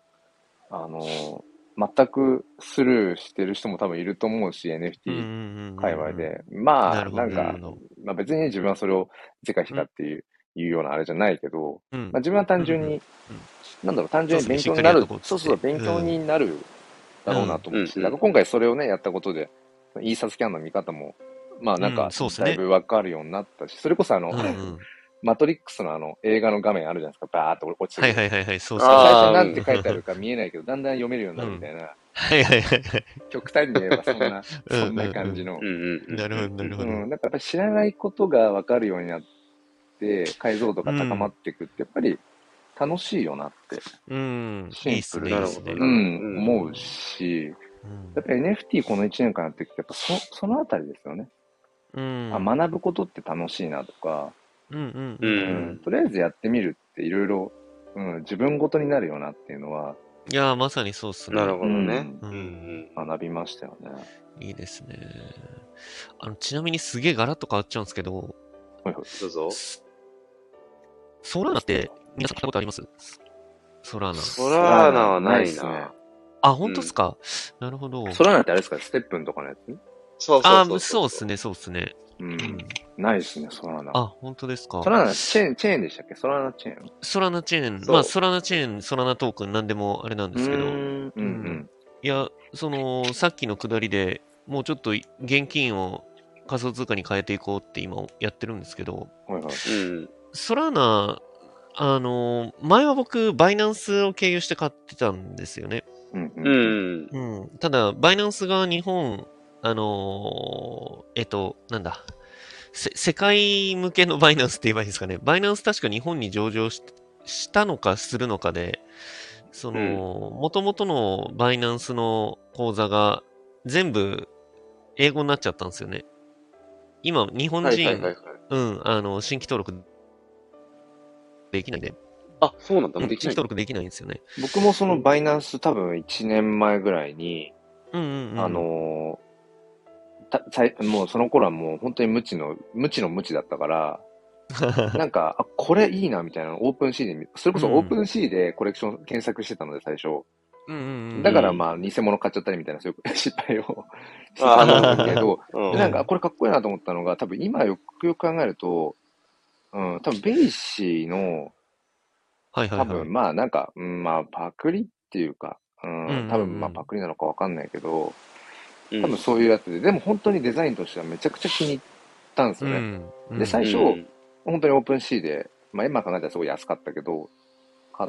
全くスルーしてる人も多分いると思うし、NFT 界隈で。別に自分はそれを是か非かっていうようなあれじゃないけど、自分は単純に、単純に勉強になる。勉強になるだろうなと思うし、今回それをね、やったことで、イーサスキャンの見方も、だいぶわかるようになったし、それこそマトリックスの映画の画面あるじゃないですか、バーっと落ちてる。 そう。 最初なんて書いてあるか見えないけど、だんだん読めるようになるみたいな。極端に言えばそんな感じの。 なるほど。 だからやっぱり知らないことがわかるようになって、解像度が高まっていくって、やっぱり楽しいよなって。シンプルに思うし、やっぱり NFT この1年間やってきて、やっぱそのあたりですよね。学ぶことって楽しいなとか、とりあえずやってみるっていろいろ自分ごとになるよなっていうのは。 いやー、まさにそうっすね。 なるほどね。 学びましたよね。 いいですね。ちなみにすげえガラッと変わっちゃうんですけど、 どうぞ。 ソラーナって皆さん聞いたことあります？ソラーナ。 ソラーナはないな。 本当っすか？なるほど。 ソラーナってあれですか？ステップンとかのやつ？ そうっすね。 ないですね、ソラーナ。 本当ですか？ ソラーナチェーンでしたっけ？ソラーナチェーン。 ソラーナチェーン。ソラーナチェーン、ソラーナトークン、なんでもあれなんですけど。いや、さっきのくだりでもうちょっと現金を仮想通貨に変えていこうって今やってるんですけど、ソラーナ、 前は僕、バイナンスを経由して買ってたんですよね。 うんう。 うんん。 うん。ただ、バイナンスが日本、なんだ。世界向けのバイナンスって言えばいいんですかね。バイナンス確か日本に上場したのかするのかで、元々のバイナンスの口座が全部英語になっちゃったんですよね。今、日本人、 はいはいはいはい。 うん、新規登録できないんで、 あ、そうなんだ。 うん、 もうできないんだ。 新規登録できないんですよね。 僕もそのバイナンス多分1年前ぐらいに、 うんうんうん。 あのもうその頃はもう本当に無知の無知だったから、なんか、あ、これいいなみたいなのをオープンシーでそれこそオープンシーでコレクション検索してたので最初。 うんうんうん。 だからまあ偽物買っちゃったりみたいなそういう失敗をしてああ、 たんなるほどね。 だけど、で、なんうん。 か、これかっこいいなと思ったのが、多分今よくよく考えると、多分ベイシーの、 はいはいはい。 多分まあなんか、まあパクリっていうか、 うんうんうん。 多分まあパクリなのかわかんないけど、多分うん。 そういうやつで、でも本当にデザインとしてはめちゃくちゃ気に入ったんですよね。 うん。 で、最う初、 ん。 本当にオープンシーで、まあ今考えたらすごい安かったけど、買って、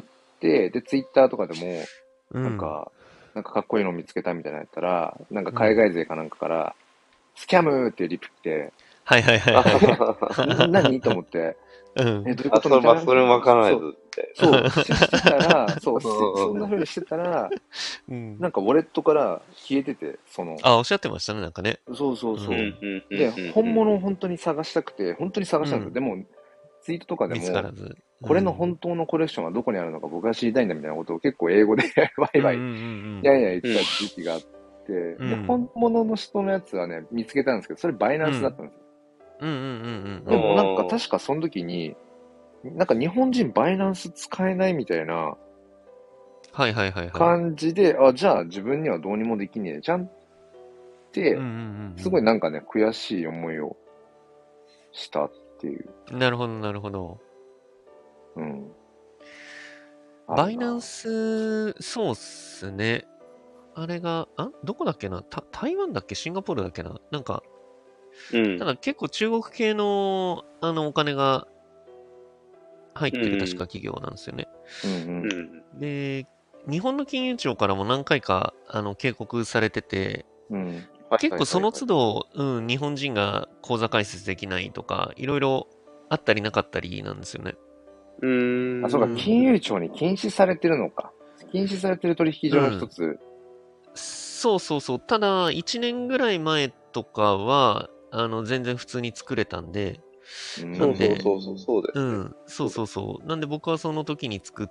で、ツイッターとかでも、 うん。 なんか、なんかかっこいいの見つけたみたいなのやったら、なんかうん。 海外勢かなんかから、スキャムっていうリプ来て、 はいはいはいあはい。 何と思って、 うん。 どういうこあ、 とみたいな。 それもわからないぞ、 そう、 みたいしてたら、そんなな。 風にしてたら、 うん。 なんかウォレットから消えてて、 あ、おっしゃってましたね、なんかね。 そうそううん。 そう。 うん、うん、うん、 で、 うん、 本うん。 物を本当に探したくて、本当に探したんですよ。 うん。 でも、ツイートとかで見つかも、 らず。うこれのん。 本当のコレクションはどこにあるのか僕は知りたいんだみたいなことを結構英語でワイワイ、 うんうんうんやいや言っうん。 てた時期があって、 うん。うで、 ん。 本物の人のやつはね、見つけたんですけど、それバイナンスだっうん。 たんですよ。 うんうんうんうんうん。 でもなんかおー。 確かその時に、なんか日本人バイナンス使えないみたいなはいはいはいはい。 感じで、あ、じゃあ自分にはどうにもできねえじゃんっうんうて、すごいんなんかね、悔しい思いをしたっていう。 うん。なるほどなるほど。 うん。あるな。 バイナンス、そうっすね。あれが、どこだっけな、台湾だっけシンガポールだっけな、なんか、 うん。 ただ結構中国系の、お金が入っうてる確かん。 企業なんですよね。 うんうん。 うん。 で、日本の金融庁からも何回か、警告されてて、 うん。 はい結構そのはいはいはい。 都度、日本人が口座開設できないとか、いろいろあったりなかったりなんですよね。 うーあ、そうか、金ん。 融庁に禁止されてるのか。禁止されてる取引所の一うん。 つ。 そうそうそう。ただ、1年ぐらい前とかは、全然普通に作れたんで、 うーそうなんで、 そうそうそう、 ん。 そうだよね。 そうそうだよ。 そうそう。なんで僕はその時に作って、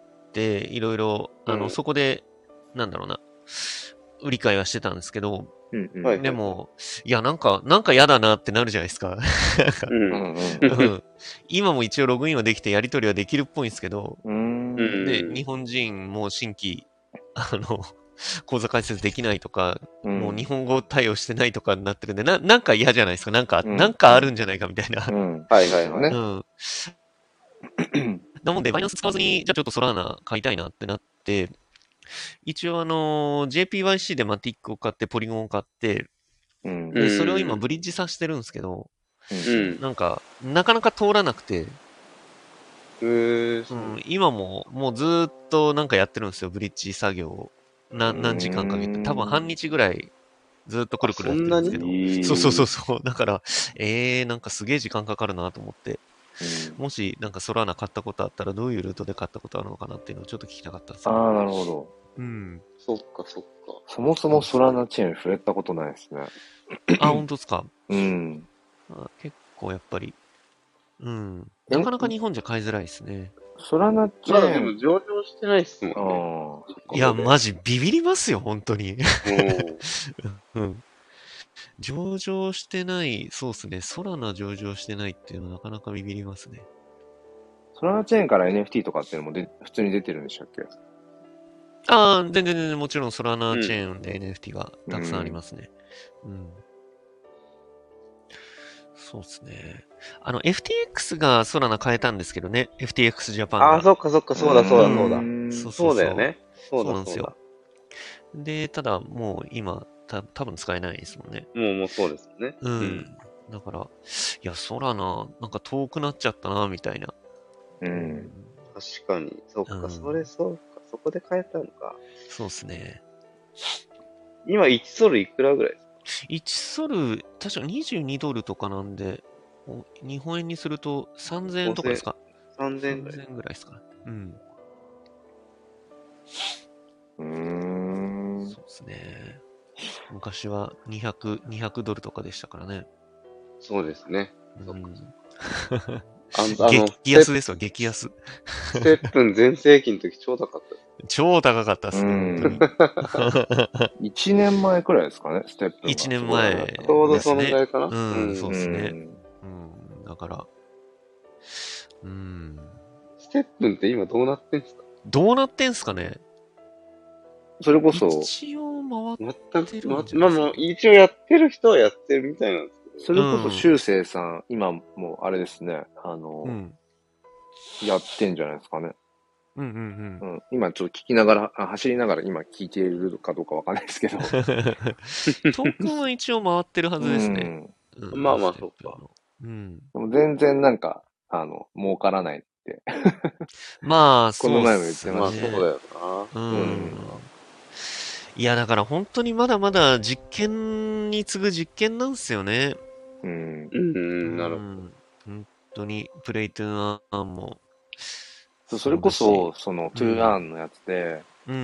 いろいろ、 うん。 そこで、なんだろうな、売り買いはしてたんですけど、 うんうん。 はいはいはい。 でも、いや、なんか嫌だなってなるじゃないですか。 うん。 うんうんうん。今も一応ログインはできてやり取りはできるっぽいんですけど、 うん。 ううーん。 で、 ん。 日本人も新規、あの、口座開設できないとか、もう日うん。 本語対応してないとかになってるんで、なんか嫌じゃないですか。 うん。 なんかあるうん。 んじゃないかみたいな。 うん。 はいですよね。 はいはい。 うん。なもんで、バイナンス使わずに、じゃあちょっとソラーナ買いたいなってなって、一応JPYC でマティックを買って、ポリゴンを買って、 うん。 うで、それを今ん。 ブリッジさせてるんですけど、 うんうん。 なんか、なかなか通らなくて、 そう。 今も、もうずーっとなんかやってるんですよ、ブリッジ作業を。 うー何時間かけて。多分半ん。 日ぐらいずーっとくあ、 るくるやってるんそんなにですけど。そうそういい。 そうそう。だから、なんかすげえ時間かかるなと思って。 うん。 もしなんかソラーナ買ったことあったらどういうルートで買ったことあるのかなっていうのをちょっと聞きたかったんですよね。 ああ、なるほど。 うん。 そっかそっか。 そもそもソラナチェーン触れたことないですね。 あ、本当ですか。 うん。 結構やっぱり、なえ、 かなか日本じゃ買いづらいですね。 ソラナチェまだでーン、 も上場してないっすもんあね。 あ、そっか。 いや、 ここで。 マジビビりますよ、本当に。 うん。 うん。上場してない、そうですね。ソラナ上場してないっていうのはなかなかビビりますね。 ソラナチェーンから NFT とかっていうのも普通に出てるんでしたっけ？ ああ、全然もちろんソラナチうん。 ェーンで NFT がたくさんありますね。うん。そうですね。FTX がソラナ変えたんですけどね。FTX ジャパンああ、 が。 そっかそっか、 うそうだそうだそうだ。 ーん。 そうそうそう。 そうだよね。そうそうなんですよ。 だそうだ。 で、ただもう今、多分使えないですもんね。 もうそうですね。 ううん。 ん。だから、いや、ソラナ、なんか遠くなっちゃったな、みたいな。 う。 うん確かに。そっか、 うんそうか。そこで変えたのか。 そうですね。 今1ソルいくらぐらいですか？ 1ソル、確か22ドルとかなんで、日本円にすると3000円とかですか？ 3000円ぐらい。 3000円ぐらいですか？うん。そうですね。昔は200ドルとかでしたからね。 そうですね。 うん。 あ激安ですわ、激安。 ステップン全盛期の時超高かったです。 超高かったですね、本当に。 1年前くらいですかね、ステップが。 1年前ちょうどそですね。 のぐらいかな。 そうですね。だから、 ステップンって今どうなってんすか？ どうなってんすかね？ それこそ、 一応回って全く、 るんじゃないですか。 一応やってる人はやってるみたいなんですけど。 それこそ、修正さん、今もうあれですね、やってんじゃないですかね。今ちょっと聞きながら、走りながら今聞いているかどうかわかんないですけど。 トークンは一応回ってるはずですね。 まあまあ、そうか。 でも全然なんか、儲からないって。 まあ、 この前も言ってましたね。まあ、そうだよな。 いや、だから本当にまだまだ実験に次ぐ実験なんですよね。 なるほど。 本当に、プレイトゥーアーンも。 それこそ、その、トゥーアーンのやつで、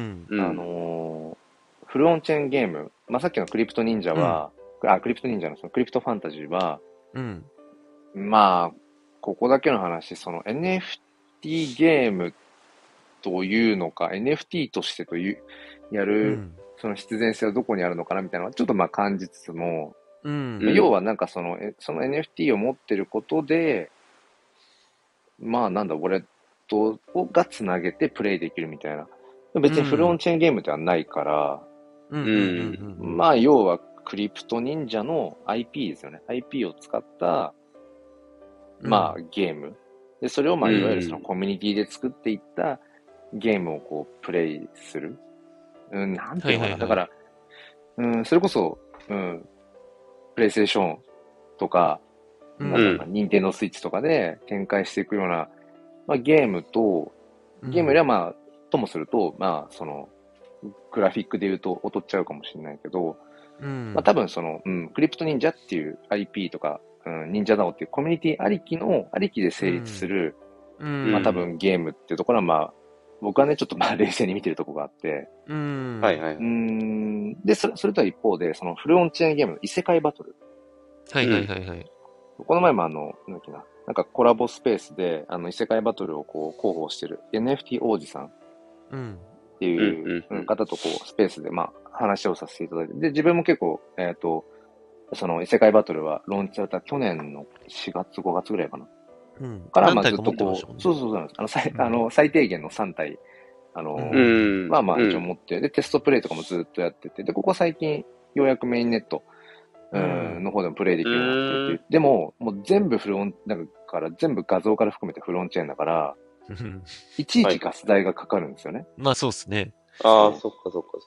フルオンチェーンゲーム、まあ、さっきのクリプト忍者は、クリプト忍者のそのクリプトファンタジーは、まあ、ここだけの話、その NFT ゲームというのか、NFT としてやる、その必然性はどこにあるのかなみたいなのはちょっとまあ感じつつも、要はなんかその NFT を持ってることで、まあなんだ、ウォレットがつなげてプレイできるみたいな。別にフルオンチェーンゲームではないから、まあ要はクリプト忍者の IP ですよね。IP を使った、まあゲーム。で、それをまあいわゆるそのコミュニティで作っていったゲームをこうプレイする。なんていうのかな。だから、それこそ、プレイステーションとか、任天堂スイッチとかで展開していくような、まあ、ゲームよりはまあ、ともすると、まあ、その、グラフィックで言うと劣っちゃうかもしれないけど、まあ多分その、クリプト忍者っていう IP とか、忍者ダオっていうコミュニティありきで成立する、まあ多分ゲームっていうところはまあ、僕はね、ちょっとまあ冷静に見てるところがあって、で、それとは一方で、そのフルオンチェーンゲームの異世界バトル。この前もなんだっけな、なんかコラボスペースで、異世界バトルをこう広報してる NFT 王子さんっていう方とこうスペースでまあ話をさせていただいて、で、自分も結構、その異世界バトルはローンチされた去年の4月、5月ぐらいかな。からまあずっとこう、そうなんです。最低限の3体、まあまあ一応持って、で、テストプレイとかもずっとやってて、で、ここ最近ようやくメインネット、の方でもプレイできるようになってて、でも、もう全部だから全部画像から含めてフロンチェーンだから、いちいちガス代がかかるんですよね。 まあそうですね。 ああ、そっか。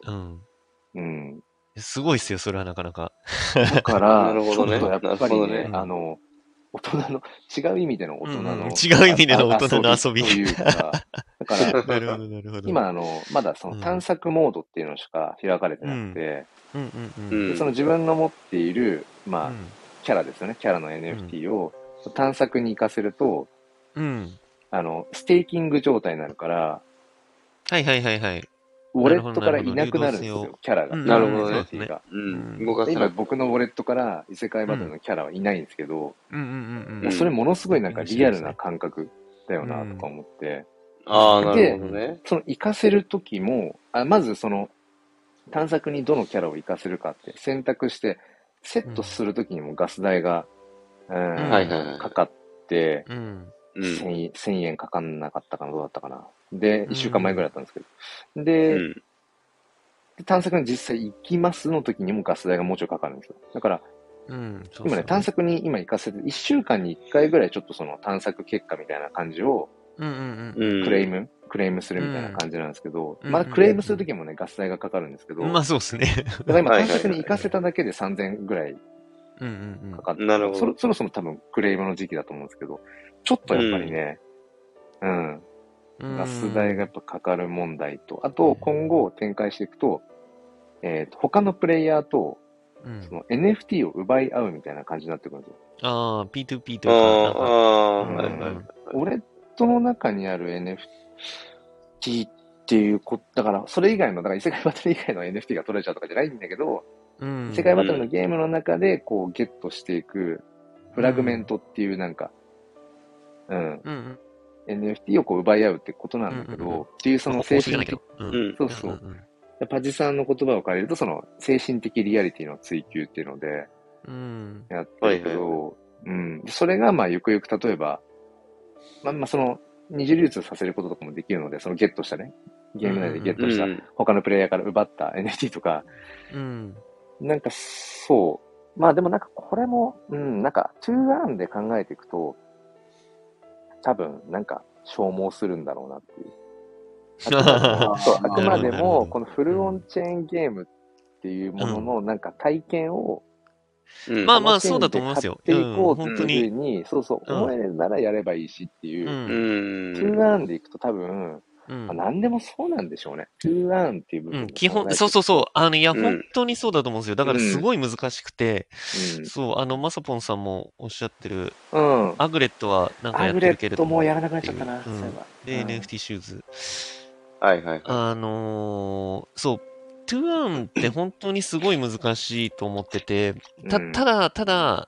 すごいっすよ、それはなかなか。 だから、ちょっとやっぱりね、大人の、違う意味での大人の、 違う意味での大人の遊びというか、だから、今まだその探索モードっていうのしか開かれてなくて、その自分の持っている、まあ、キャラですよね、キャラの NFT を探索に活かせると、ステーキング状態になるから、ウォレットからいなくなるんですよ、キャラが。 なるほどね。 今僕のウォレットから異世界バトルのキャラはいないんですけど、それものすごいなんかリアルな感覚だよなとか思って。 ああ、なるほどね。 その活かせるときも、まずその探索にどのキャラを活かせるかって選択して、セットするときにもガス代が、かかって、1000円かかんなかったかな、どうだったかな。で、1週間前ぐらいだったんですけど。で、探索に実際行きますの時にもガス代がもうちょいかかるんですよ。だから、今ね、探索に今行かせて、1週間に1回ぐらいちょっとその探索結果みたいな感じを、クレームするみたいな感じなんですけど、まだクレームするときもね、ガス代がかかるんですけど、 まあそうですね。 だから今探索に行かせただけで3000円ぐらいかかって、そろそろ多分クレームの時期だと思うんですけど、ちょっとやっぱりね、 ガス代がやっぱかかる問題と、あと今後展開していくと、他のプレイヤーと、その NFT を奪い合うみたいな感じになってくるんですよ。 ああ、P2P というか、 なんか、 ウォレットの中にある NFT っていうだから、それ以外の、だから異世界バトル以外の NFT が取れちゃうとかじゃないんだけど、異世界バトルのゲームの中で、こう、ゲットしていく、フラグメントっていうなんか、NFT をこう奪い合うってことなんだけど、っていうその精神的、そうそう。パジさんの言葉を借りると、その精神的リアリティの追求っていうので、やってるけど、それがまあゆくゆく例えば、まあその二次流通させることとかもできるので、そのゲットしたね、ゲーム内でゲットした他のプレイヤーから奪った NFT とか、なんかそう、まあでもなんかこれも、なんか2アンで考えていくと、多分なんか消耗するんだろうなっていう。あくまでも、このフルオンチェーンゲームっていうもののなんか体験を、 まあまあ、そうだと思いますよ。 買っていこうっていうふうに、そうそう、思えるならやればいいしっていう、2アンでいくと多分、何でもそうなんでしょうね。2アンっていう部分。 基本、そうそうそう。いや、本当にそうだと思うんですよ。だからすごい難しくて、そう、マサポンさんもおっしゃってる、アグレットはなんかやってるけれども。アグレットもやらなくなっちゃったな、 で、NFT シューズ。 はいはい。 そう、トゥーアンって本当にすごい難しいと思ってて、ただ、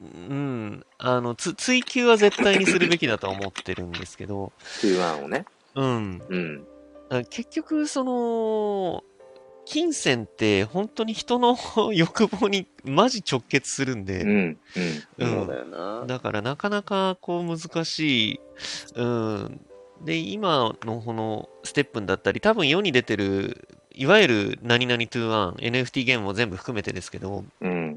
追求は絶対にするべきだと思ってるんですけど、 トゥーアンをね。 結局、金銭って本当に人の欲望にマジ直結するんで、 そうだよな。 だからなかなかこう難しい、で、今のこのステップンだったり、多分世に出てる、いわゆる何々トゥーワン、NFT ゲームも全部含めてですけど、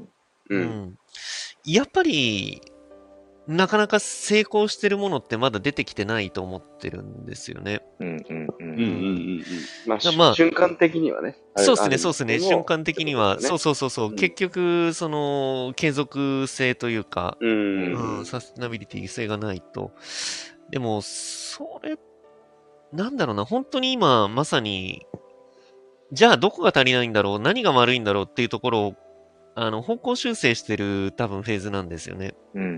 やっぱり、なかなか成功してるものってまだ出てきてないと思ってるんですよね。 まあ、瞬間的にはね。 そうですね。瞬間的には。そう。結局、継続性というか、サステナビリティ性がないと。でも、それ、なんだろうな、本当に今、まさに、じゃあどこが足りないんだろう、何が悪いんだろうっていうところを、方向修正してる多分フェーズなんですよね。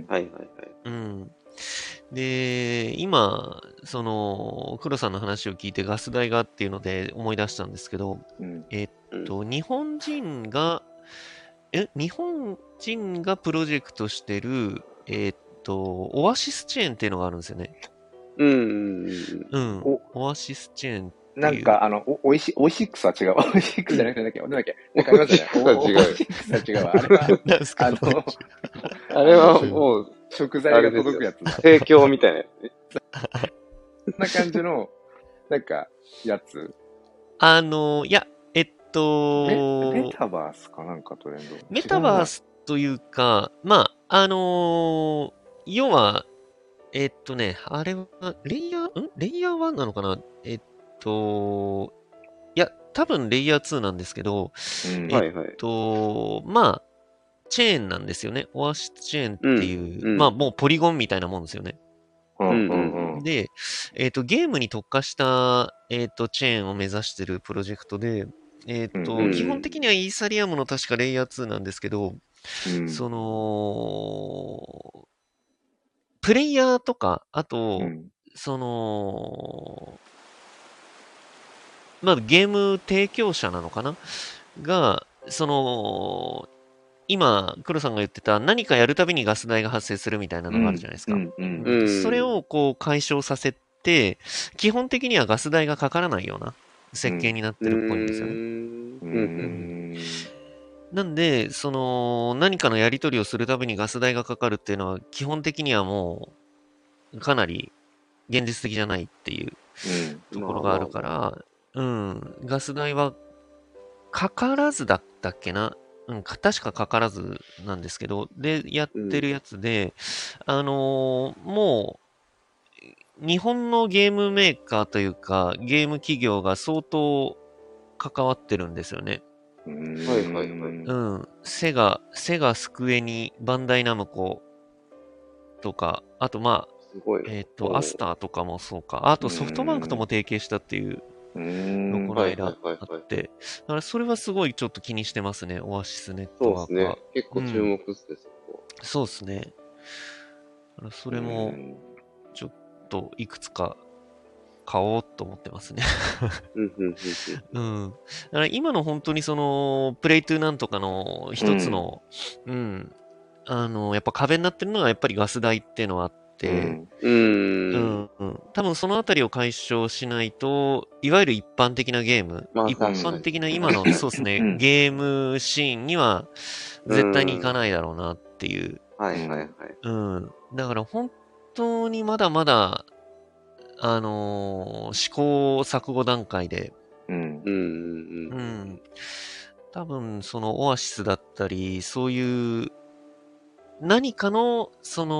で、今、黒さんの話を聞いてガス代がっていうので思い出したんですけど、日本人がプロジェクトしてる、オアシスチェーンっていうのがあるんですよね。オアシスチェーン。 なんか、オイシックスは違う。オイシックスじゃなくて、なんだっけなんかありますよね。オイシックスは違う。あれは、 何ですかあれはもう、 食材が届くやつだ。 提供みたいなやつね。 そんな感じの、なんか、やつ。 いや、 メタバースかなんかトレンド。 メタバースというか、まあ、要は、あれは、レイヤー1なのかないや、多分レイヤー2なんですけど、まあ、チェーンなんですよね。オアシスチェーンっていう、まあもうポリゴンみたいなもんですよね。で、ゲームに特化した、チェーンを目指してるプロジェクトで、基本的にはイーサリアムの確かレイヤー2なんですけど、プレイヤーとか、あと、まあ、ゲーム提供者なのかなが、今、黒さんが言ってた何かやるたびにガス代が発生するみたいなのがあるじゃないですか。それをこう解消させて、基本的にはガス代がかからないような設計になってるっぽいんですよね。なんで、何かのやり取りをするたびにガス代がかかるっていうのは、基本的にはもう、かなり現実的じゃないっていうところがあるから、ガス代はかからずだったっけな。確かかからずなんですけど、で、やってるやつで、もう、日本のゲームメーカーというか、ゲーム企業が相当関わってるんですよね。セガ、スクエニ、バンダイナムコとか、あとまあ、 すごいな。 アスターとかもそうか。あとソフトバンクとも提携したっていうのこの間あって。だからそれはすごいちょっと気にしてますね。オアシスネットワークは。 そうですね。結構注目ですね、そこ。 そうですね。だからそれも、ちょっといくつか買おうと思ってますね。うん。だから今の本当にその、プレイトゥーなんとかの一つの、やっぱ壁になってるのはやっぱりガス代っていうのはあって、多分そのあたりを解消しないと、いわゆる一般的なゲーム、一般的な今の、そうですね、ゲームシーンには絶対にいかないだろうなっていう。だから本当にまだまだ、試行錯誤段階で、多分そのオアシスだったり、そういう何かの、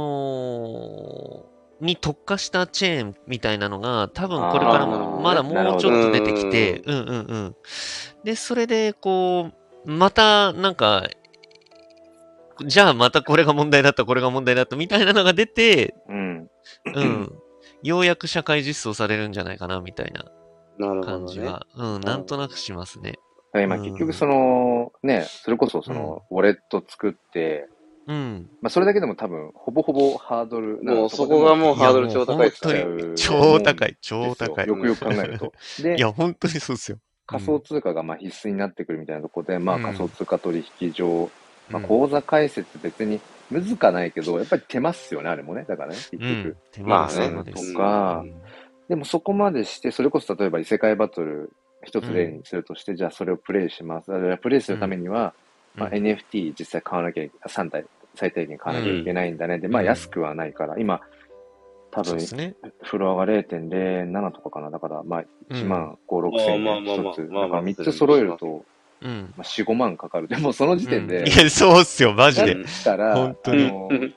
に特化したチェーンみたいなのが、多分これからまだもうちょっと出てきて、で、それで、こう、また、なんか、じゃあまたこれが問題だった、これが問題だった、みたいなのが出て、ようやく社会実装されるんじゃないかな、みたいな感じは、なんとなくしますね。 今結局その、ね、それこそその、ウォレット作って、それだけでも多分、ほぼほぼハードルもうそこがもうハードル超高いですね。超高い、超高い。 よくよく考えると。 で、いや、本当にそうですよ。 仮想通貨がまあ必須になってくるみたいなところで、仮想通貨取引所、口座開設別に難かないけど、やっぱり手間っすよね、あれもね。だからね、結局。 手間とか、でもそこまでして、それこそ例えば異世界バトル一つ例にするとして、じゃあそれをプレイします。プレイするためには、NFT 実際買わなきゃ、3体最低限買わなきゃいけないんだね。で、安くはないから、今、多分、フロアが 0.07 とかかな。だから、1万5、6千円一つ。だから3つ揃えると、4、5万かかる。でもその時点で、 いや、そうっすよ、マジで。 だったら、 本当に。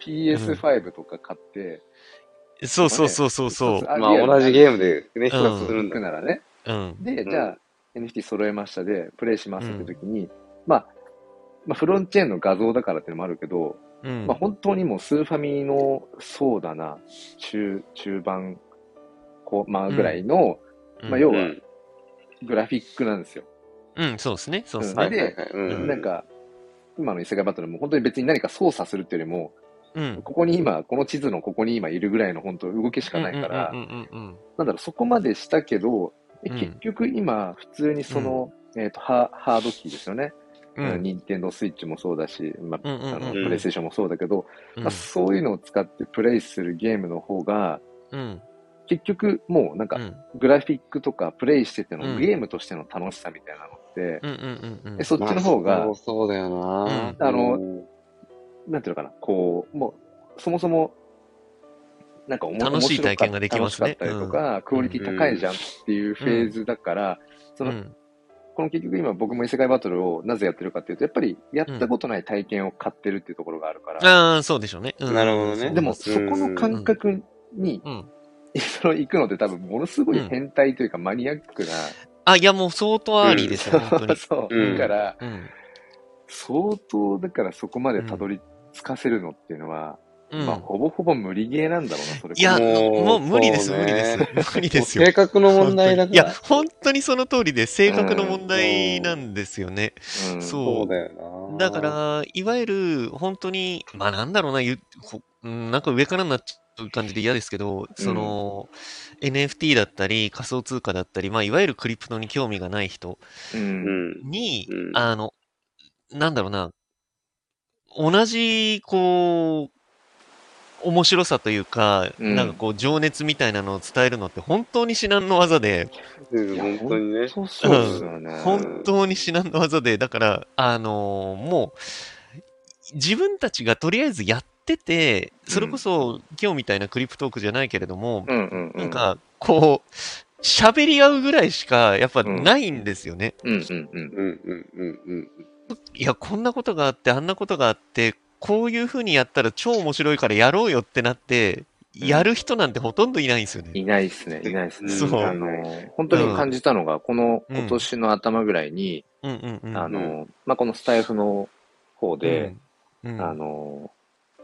PS5 とか買って、 そう。 同じゲームでね、一つするんだならね。で、じゃあ、NFT 揃えましたで、プレイしますって時に、フロンチェーンの画像だからっていうのもあるけど、本当にもうスーファミの、そうだな、中盤、ぐらいの、要は、グラフィックなんですよ。 そうですね、そうですね。で、なんか、今の異世界バトルも本当に別に何か操作するっていうよりも、ここに今、この地図のここに今いるぐらいの本当動きしかないから、なんだろう、そこまでしたけど、結局今、普通にその、ハードキーですよね。ニンテンドースイッチもそうだし、プレイステーションもそうだけど、そういうのを使ってプレイするゲームの方が、結局もうなんか、グラフィックとかプレイしててのゲームとしての楽しさみたいなのって、そっちの方が、 そうだよな。 なんていうのかな、こう、もう、そもそも、なんか楽しい体験ができますね。 楽しかったりとか、クオリティ高いじゃんっていうフェーズだから、この結局今僕も異世界バトルをなぜやってるかっていうと、やっぱりやったことない体験を買ってるっていうところがあるから。 そうでしょうね。 なるほどね。 でもそこの感覚に、行くのって多分ものすごい変態というかマニアックな。 いやもう相当ありですよ、本当に。 そう。だから、相当だからそこまでたどり着かせるのっていうのは、ほぼほぼ無理ゲーなんだろうな、それ。 いや、もう無理です、無理です。無理ですよ。 性格の問題だから。 いや、本当にその通りで、性格の問題なんですよね。 そうだよな。 だから、いわゆる、本当に、なんだろうな、なんか上からになっちゃう感じで嫌ですけど、NFT だったり、仮想通貨だったり、いわゆるクリプトに興味がない人に、なんだろうな、同じ、こう、面白さというか、なんかこう、情熱みたいなのを伝えるのって本当に至難の技で、 本当にね。 そうですよね。 本当に至難の技で、だから、もう、自分たちがとりあえずやってて、それこそ今日みたいなクリプトークじゃないけれども、なんか、こう、喋り合うぐらいしか、やっぱないんですよね。いや、こんなことがあって、あんなことがあって、こういう風にやったら超面白いからやろうよってなって、やる人なんてほとんどいないんですよね。 いないですね、いないですね。 そう。 本当に感じたのが、今年の頭ぐらいに、このスタイフの方で、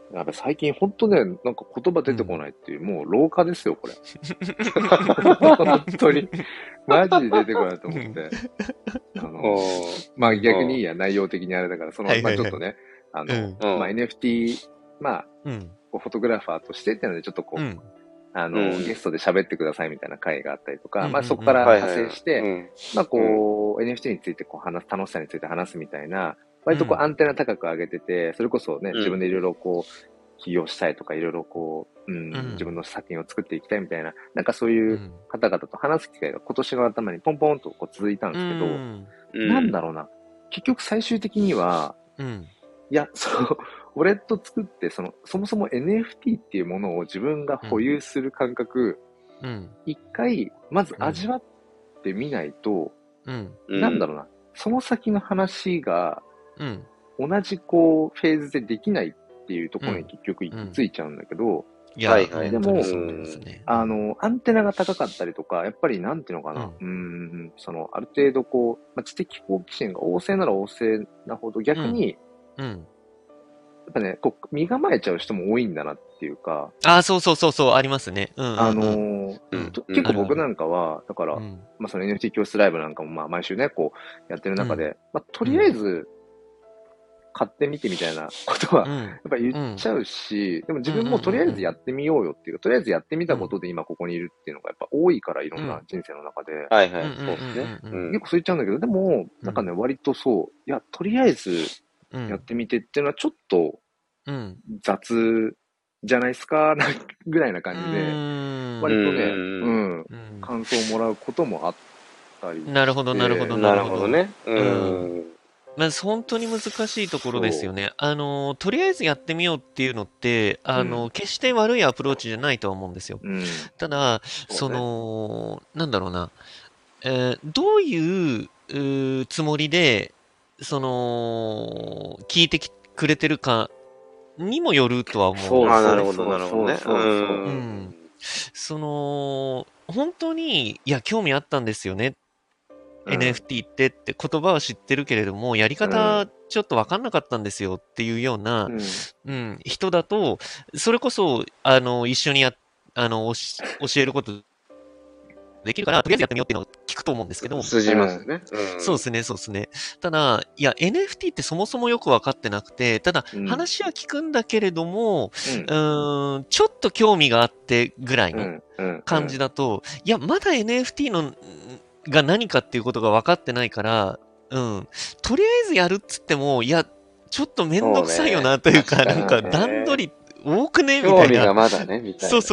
やっぱ最近ほんとね、なんか言葉出てこないっていう、もう老化ですよ、これ。本当に。マジで出てこないと思って。まあ逆にいいや、内容的にあれだから、まあちょっとね、まあ NFT、まあ、フォトグラファーとしてっていうので、ちょっとこう、ゲストで喋ってくださいみたいな会があったりとか、まあそこから派生して、まあこう、NFT についてこう楽しさについて話すみたいな、割とこうアンテナ高く上げてて、それこそね、自分でいろいろこう、起業したいとか、いろいろこう、自分の作品を作っていきたいみたいな、なんかそういう方々と話す機会が今年の頭にポンポンとこう続いたんですけど、なんだろうな、結局最終的には、いや、ウォレット作って、そもそも NFT っていうものを自分が保有する感覚、一回、まず味わってみないと、なんだろうな、その先の話が、同じこう、フェーズでできないっていうところに結局行き着いちゃうんだけど、でも、アンテナが高かったりとか、やっぱりなんていうのかな、ある程度こう、まあ、知的好奇心が旺盛なら旺盛なほど逆に、やっぱね、こう、身構えちゃう人も多いんだなっていうか。 そう、ありますね。 結構僕なんかは、だから、まあその NFT 教室ライブなんかもまあ毎週ね、こう、やってる中で、まあとりあえず、買ってみてみたいなことは、やっぱ言っちゃうし、でも自分もとりあえずやってみようよっていう、とりあえずやってみたことで今ここにいるっていうのがやっぱ多いから、いろんな人生の中で。 はいはい、そうですね。 結構そう言っちゃうんだけど、でも、なんかね、割とそう、いや、とりあえずやってみてっていうのはちょっと雑じゃないですか、ぐらいな感じで、割とね、感想をもらうこともあったりして。 なるほどね。まず本当に難しいところですよね。とりあえずやってみようっていうのって、決して悪いアプローチじゃないとは思うんですよ。ただ、なんだろうな、どういうつもりで、聞いてくれてるかにもよるとは思うんですよ。 なるほどね。本当に、いや、興味あったんですよね。NFT って言葉は知ってるけれども、やり方ちょっとわかんなかったんですよっていうような、人だと、それこそ、一緒に教えることできるから、とりあえずやってみようっていうのを聞くと思うんですけど。 通じますね。 そうですね。ただ、いや、NFT ってそもそもよくわかってなくて、ただ、話は聞くんだけれども、ちょっと興味があってぐらいの感じだと、いや、まだ NFT が何かっていうことが分かってないから、とりあえずやるっつっても、いや、ちょっとめんどくさいよなというか、なんか段取り多くねみたいな。 興味がまだね、みたいな。 そう。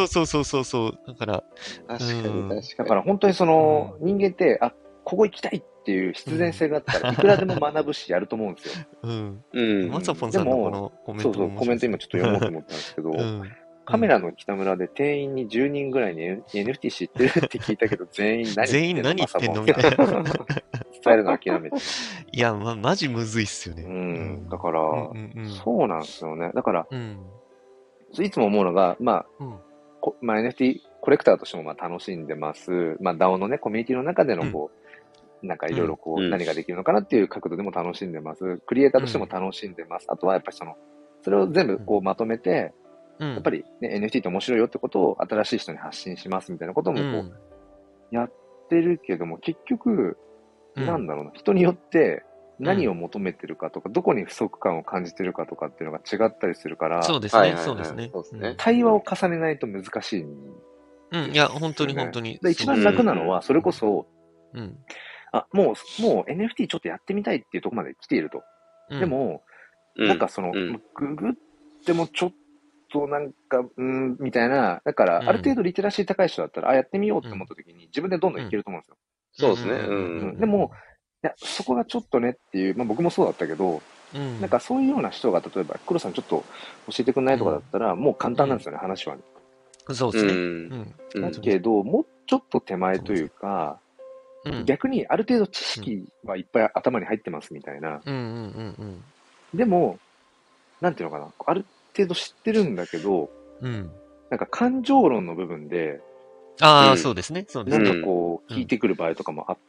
だから。 確かに。 だから本当に人間って、ここ行きたいっていう必然性があったらいくらでも学ぶしやると思うんですよ。 マサポンさんのこのコメントもコメント今ちょっと読もうと思ったんですけど、カメラの北村で店員に10人ぐらいに NFT 知ってるって聞いたけど、全員何言ってんのみたいな。伝えるの諦めて。 いや、マジむずいっすよね。 だから、そうなんですよね。だから、いつも思うのが、まあ、NFT コレクターとしても楽しんでます。まあ、DAO のね、コミュニティの中でのなんかいろいろ何ができるのかなっていう角度でも楽しんでます。クリエイターとしても楽しんでます。あとはやっぱりそれを全部まとめて、やっぱりね、NFT って面白いよってことを新しい人に発信しますみたいなこともやってるけども、結局、なんだろうな、人によって何を求めてるかとか、どこに不足感を感じてるかとかっていうのが違ったりするから、 そうですね。 対話を重ねないと難しい。 いや、本当に。 一番楽なのは、それこそ、もう NFT ちょっとやってみたいっていうところまで来ていると。でも、なんかググってもちょっとなんか、みたいな、だから、ある程度リテラシー高い人だったら、やってみようって思った時に、自分でどんどんいけると思うんですよ。 そうですね。 でも、いや、そこがちょっとねっていう、まあ僕もそうだったけど、なんかそういうような人が、例えば、黒さんちょっと教えてくんないとかだったら、もう簡単なんですよね、話は。 そうですね。 だけど、もうちょっと手前というか、逆にある程度知識はいっぱい頭に入ってますみたいな。でも、なんていうのかな、ある程度知ってるんだけど、なんか感情論の部分で、 そうですね。 なんかこう、聞いてくる場合とかもあって、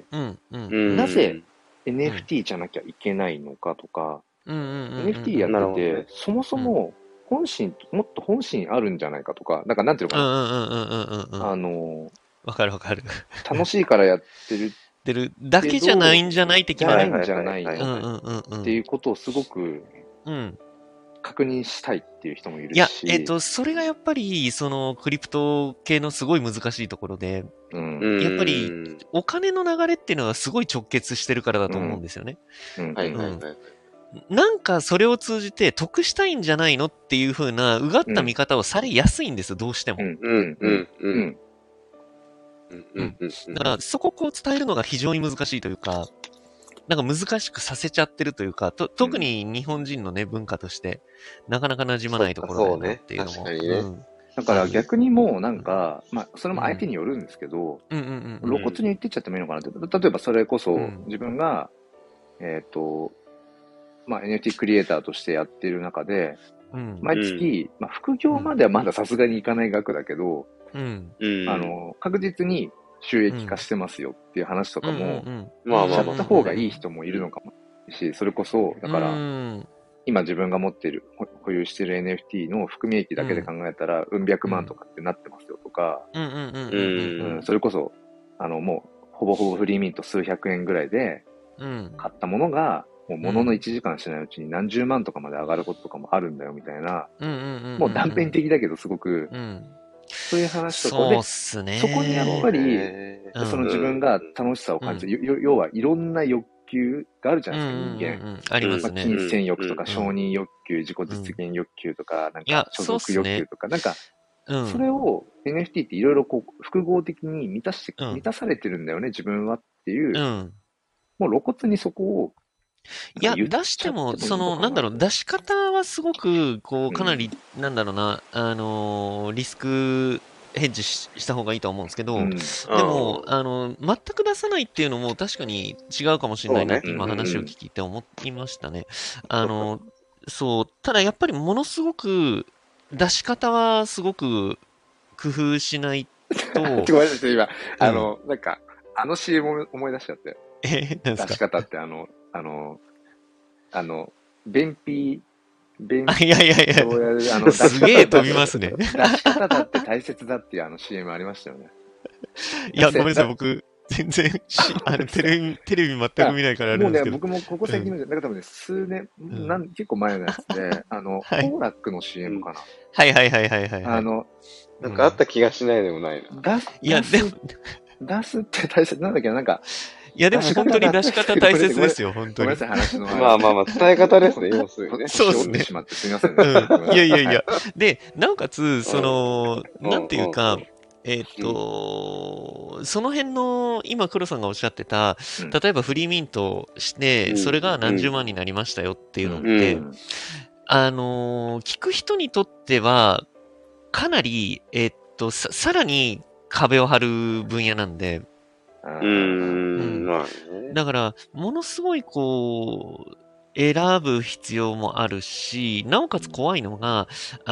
なぜ NFT じゃなきゃいけないのかとか、NFT やってて、そもそも本心、もっと本心あるんじゃないかとか、なんていうのかな。 わかるわかる。 楽しいからやってるだけじゃないんじゃない的なね。 じゃないんじゃないのっていうことをすごく確認したいっていう人もいるし。 いや、それがやっぱり、そのクリプト系のすごい難しいところで、やっぱりお金の流れっていうのはすごい直結してるからだと思うんですよね。なんかそれを通じて得したいんじゃないのっていう風なうがった見方をされやすいんですよ、どうしても。だからそこをこう伝えるのが非常に難しいというか、なんか難しくさせちゃってるというか、特に日本人のね、文化として、なかなか馴染まないところだよねっていうのも。 だから逆にもうなんか、まあ、それも相手によるんですけど、露骨に言ってっちゃってもいいのかなって。例えばそれこそ、自分が、まあ、NFT クリエイターとしてやってる中で、毎月、まあ、副業まではまださすがにいかない額だけど、確実に収益化してますよっていう話とかも、しちゃった方がいい人もいるのかもし、それこそ、だから、今自分が持ってる、保有してる NFT の含み益だけで考えたら、うん百万とかってなってますよとか、それこそ、もう、ほぼほぼフリーミント数百円ぐらいで、買ったものが、もうものの1時間しないうちに何十万とかまで上がることとかもあるんだよみたいな、もう断片的だけどすごく、そういう話とかで、そこにやっぱり、その自分が楽しさを感じる、要はいろんな欲求があるじゃないですか、人間。 ありますね。 金銭欲とか承認欲求、自己実現欲求とか、なんか所属欲求とか、なんか、それを NFT っていろいろこう複合的に満たされてるんだよね、自分はっていう、もう露骨にそこを、 いや、出しても、なんだろう、出し方はすごく、こう、かなり、なんだろうな、リスクヘッジした方がいいとは思うんですけど、でも、全く出さないっていうのも確かに違うかもしれないなって今話を聞いて思いましたね。そう、ただやっぱりものすごく、出し方はすごく工夫しないと。 ごめんなさい、今、なんか、CM 思い出しちゃって。 何ですか？ 出し方って便秘、 いやいやいや、すげえ飛びますね。 出し方だって大切だっていうCM ありましたよね。 いや、ごめんなさい、僕、全然、テレビ全く見ないからあれですけど。 もうね、僕もここ最近の、なんか多分ね、数年、結構前のやつで、コーラックの CM かな。 はい。 なんかあった気がしないでもないな。 いや、でも、 出すって大切なんだけど、なんか、 いや、でも本当に出し方大切ですよ、本当に。 ごめんなさい、話の。 まあ、伝え方ですね、要するにね。 そうですね。 すみませんね。 いや。で、なおかつ、なんていうか、その辺の、今黒さんがおっしゃってた、例えばフリーミントして、それが何十万になりましたよっていうのって、聞く人にとっては、かなり、さらに壁を張る分野なんで、だから、ものすごいこう、選ぶ必要もあるし、なおかつ怖いのが、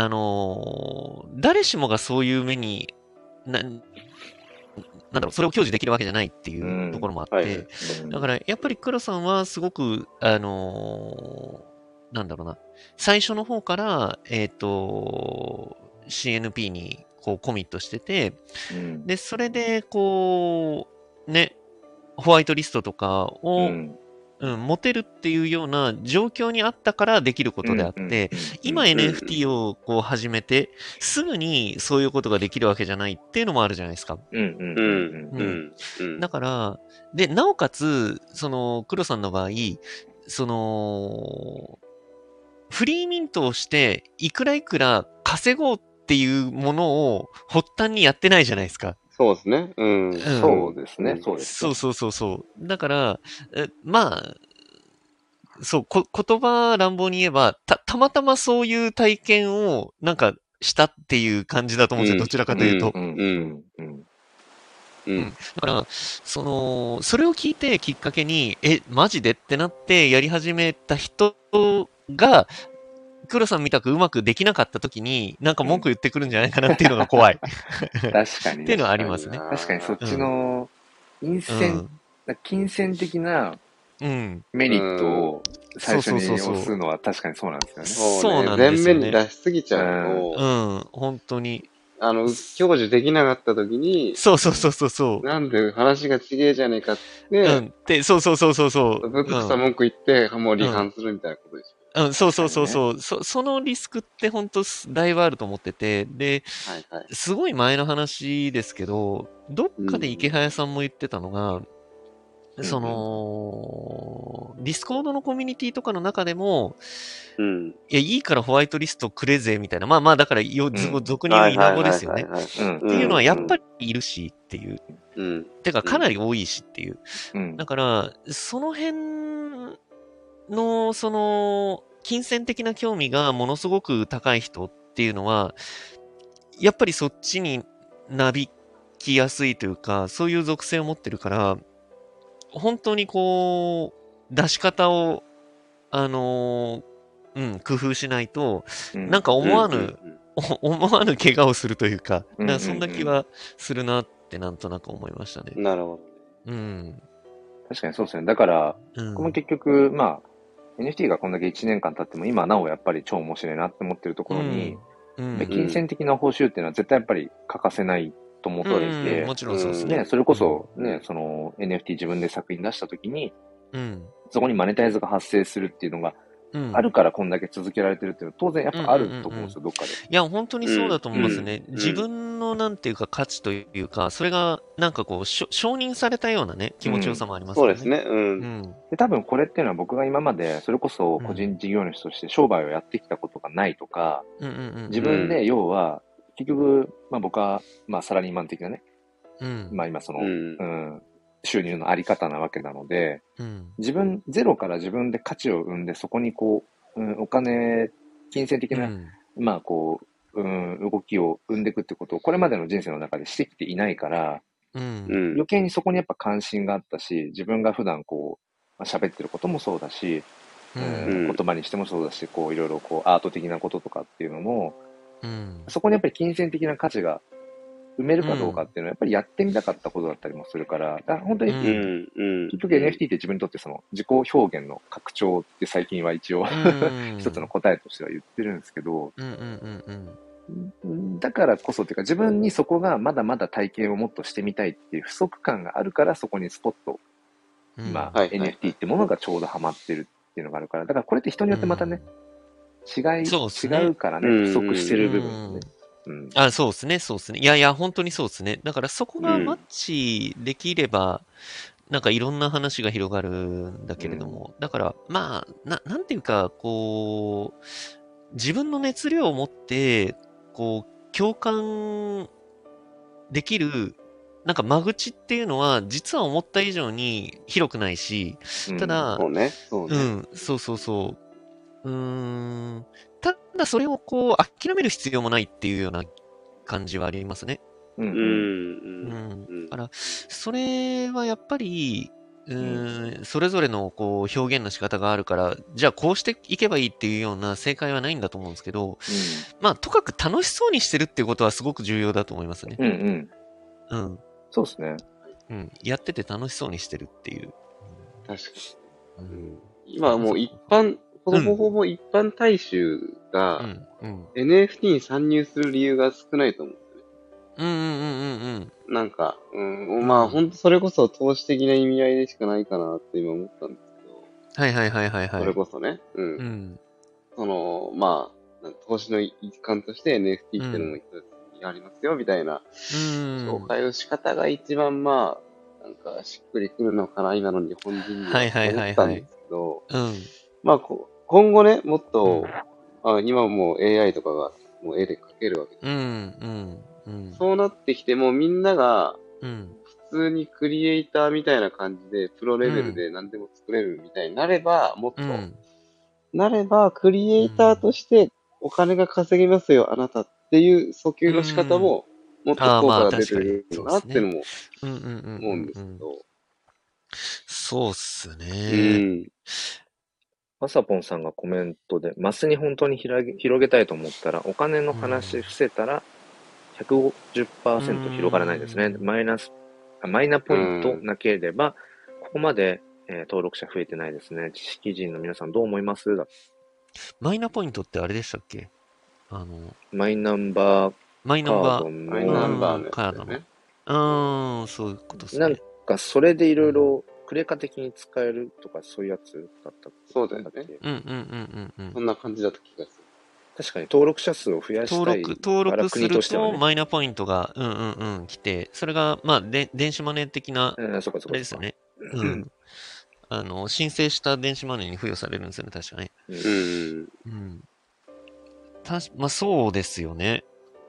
誰しもがそういう目に、なんだろう、それを享受できるわけじゃないっていうところもあって、だからやっぱり黒さんはすごく、なんだろうな、最初の方から、CNP にこうコミットしてて、で、それでこう、ね、ホワイトリストとかを、持てるっていうような状況にあったからできることであって、今 NFT をこう始めて、すぐにそういうことができるわけじゃないっていうのもあるじゃないですか。だから、で、なおかつ、黒さんの場合、フリーミントをして、いくら稼ごうっていうものを発端にやってないじゃないですか。 そうですね。 そうですね。 そう。だから、まあ、そう、言葉乱暴に言えば、たまたまそういう体験を、なんか、したっていう感じだと思うんですよ。どちらかというと。だから、それを聞いてきっかけに、マジでってなってやり始めた人が、黒さんみたくうまくできなかった時に、なんか文句言ってくるんじゃないかなっていうのが怖い。 確かに。 っていうのはありますね。 確かにそっちの、金銭的なメリットを最初にそうそうそうそう押すのは確かにそうなんですよね。 そうなんですよね。 前面に出しすぎちゃうと、 本当に。 享受できなかった時に、 そうそうそうそうそう。 なんで話がちげえじゃねえかって、 で、そうそうそうそうそう。 ぶつくさ文句言って、もう離反するみたいなことですよ。 そうそうそうそう。そのリスクって本当だいぶあると思ってて、で、すごい前の話ですけど、どっかで池早さんも言ってたのが、その、ディスコードのコミュニティとかの中でも、いや、いいからホワイトリストくれぜ、みたいな。まあまあ、だから俗に言うイナゴですよね。っていうのはやっぱりいるしっていう。てか、かなり多いしっていう。だから、その辺の、その、金銭的な興味がものすごく高い人っていうのは、やっぱりそっちになびきやすいというか、そういう属性を持ってるから、本当にこう、出し方を、工夫しないと、なんか思わぬ怪我をするというか、そんな気はするなってなんとなく思いましたね。 なるほど。確かにそうですね。だから、この結局、まあ、NFT がこんだけ1年間経っても、今なおやっぱり超面白いなって思ってるところに、金銭的な報酬っていうのは絶対やっぱり欠かせないと思っていて、 もちろんそうですね。 それこそね、その NFT 自分で作品出したときに、そこにマネタイズが発生するっていうのがあるからこんだけ続けられてるっていうのは当然やっぱあると思うんですよ、どっかで。 いや、本当にそうだと思いますね。自分のなんていうか価値というか、それがなんかこう、承認されたようなね、気持ちよさもありますよね。 そうですね。 で、多分これっていうのは僕が今までそれこそ個人事業主として商売をやってきたことがないとか、自分で要は、結局、まあ僕は、まあサラリーマン的なね、まあ今その、収入のあり方なわけなので、ゼロから自分で価値を生んで、そこにこう、お金、金銭的な、まあこう、動きを生んでいくってことを、これまでの人生の中でしてきていないから、余計にそこにやっぱ関心があったし、自分が普段こう、喋ってることもそうだし、言葉にしてもそうだし、こういろいろこうアート的なこととかっていうのも、そこにやっぱり金銭的な価値が埋めるかどうかっていうのはやっぱりやってみたかったことだったりもするから、本当に、結局 NFT って自分にとってその自己表現の拡張って最近は一応一つの答えとしては言ってるんですけど、だからこそっていうか自分にそこがまだまだ体験をもっとしてみたいっていう不足感があるからそこにスポット、まあ NFT ってものがちょうどハマってるっていうのがあるから、だからこれって人によってまたね、違うからね、不足してる部分ね。 そうですね、そうですね。いやいや、本当にそうですね。だからそこがマッチできれば、なんかいろんな話が広がるんだけれども、だから、まあ、なんていうか、こう、自分の熱量を持って、こう、共感できる、なんか間口っていうのは、実は思った以上に広くないし、ただ、そうそうそう。ただそれをこう、諦める必要もないっていうような感じはありますね。だから、それはやっぱり、それぞれのこう表現の仕方があるから、じゃあこうしていけばいいっていうような正解はないんだと思うんですけど、まあ、とかく楽しそうにしてるっていうことはすごく重要だと思いますね。 そうですね。 やってて楽しそうにしてるっていう。 確かに。今もうほぼほぼ一般大衆が NFT に参入する理由が少ないと思うんですよね。なんか、まあ本当それこそ投資的な意味合いでしかないかなって今思ったんですけど。それこそね。その、まあ、投資の一環として NFT っていうのも一つありますよみたいな紹介の仕方が一番まあ、なんかしっくりくるのかな、今の日本人には思ったんですけど、まあ今後ね、もっと、今もう AI とかがもう絵で描けるわけです。そうなってきてもみんなが普通にクリエイターみたいな感じでプロレベルで何でも作れるみたいになれば、もっと、なればクリエイターとしてお金が稼げますよ、あなたっていう訴求の仕方ももっと効果が出てるなっていうのも思うんですけど。 そうっすね。 まさぽんさんがコメントで、マスに本当に広げたいと思ったら、お金の話伏せたら 150% 広がらないですね。マイナポイントなければ、ここまで登録者増えてないですね。知識人の皆さんどう思いますだ。 マイナポイントってあれでしたっけ？ マイナンバーマイナンバー、 マイナンバーのカードやつだよね。 の。そういうことですなんね。 か、それでいろいろ、クレカ的に使えるとか、そういうやつだったっけ？ そうだよね。そんな感じだった気がする。 確かに登録者数を増やしたい登録すると、 ね、 マイナポイントが、来て、それが、まあ、電子マネー的な、あれですよね。申請した電子マネーに付与されるんですよね、確かね。まあ、そうですよね。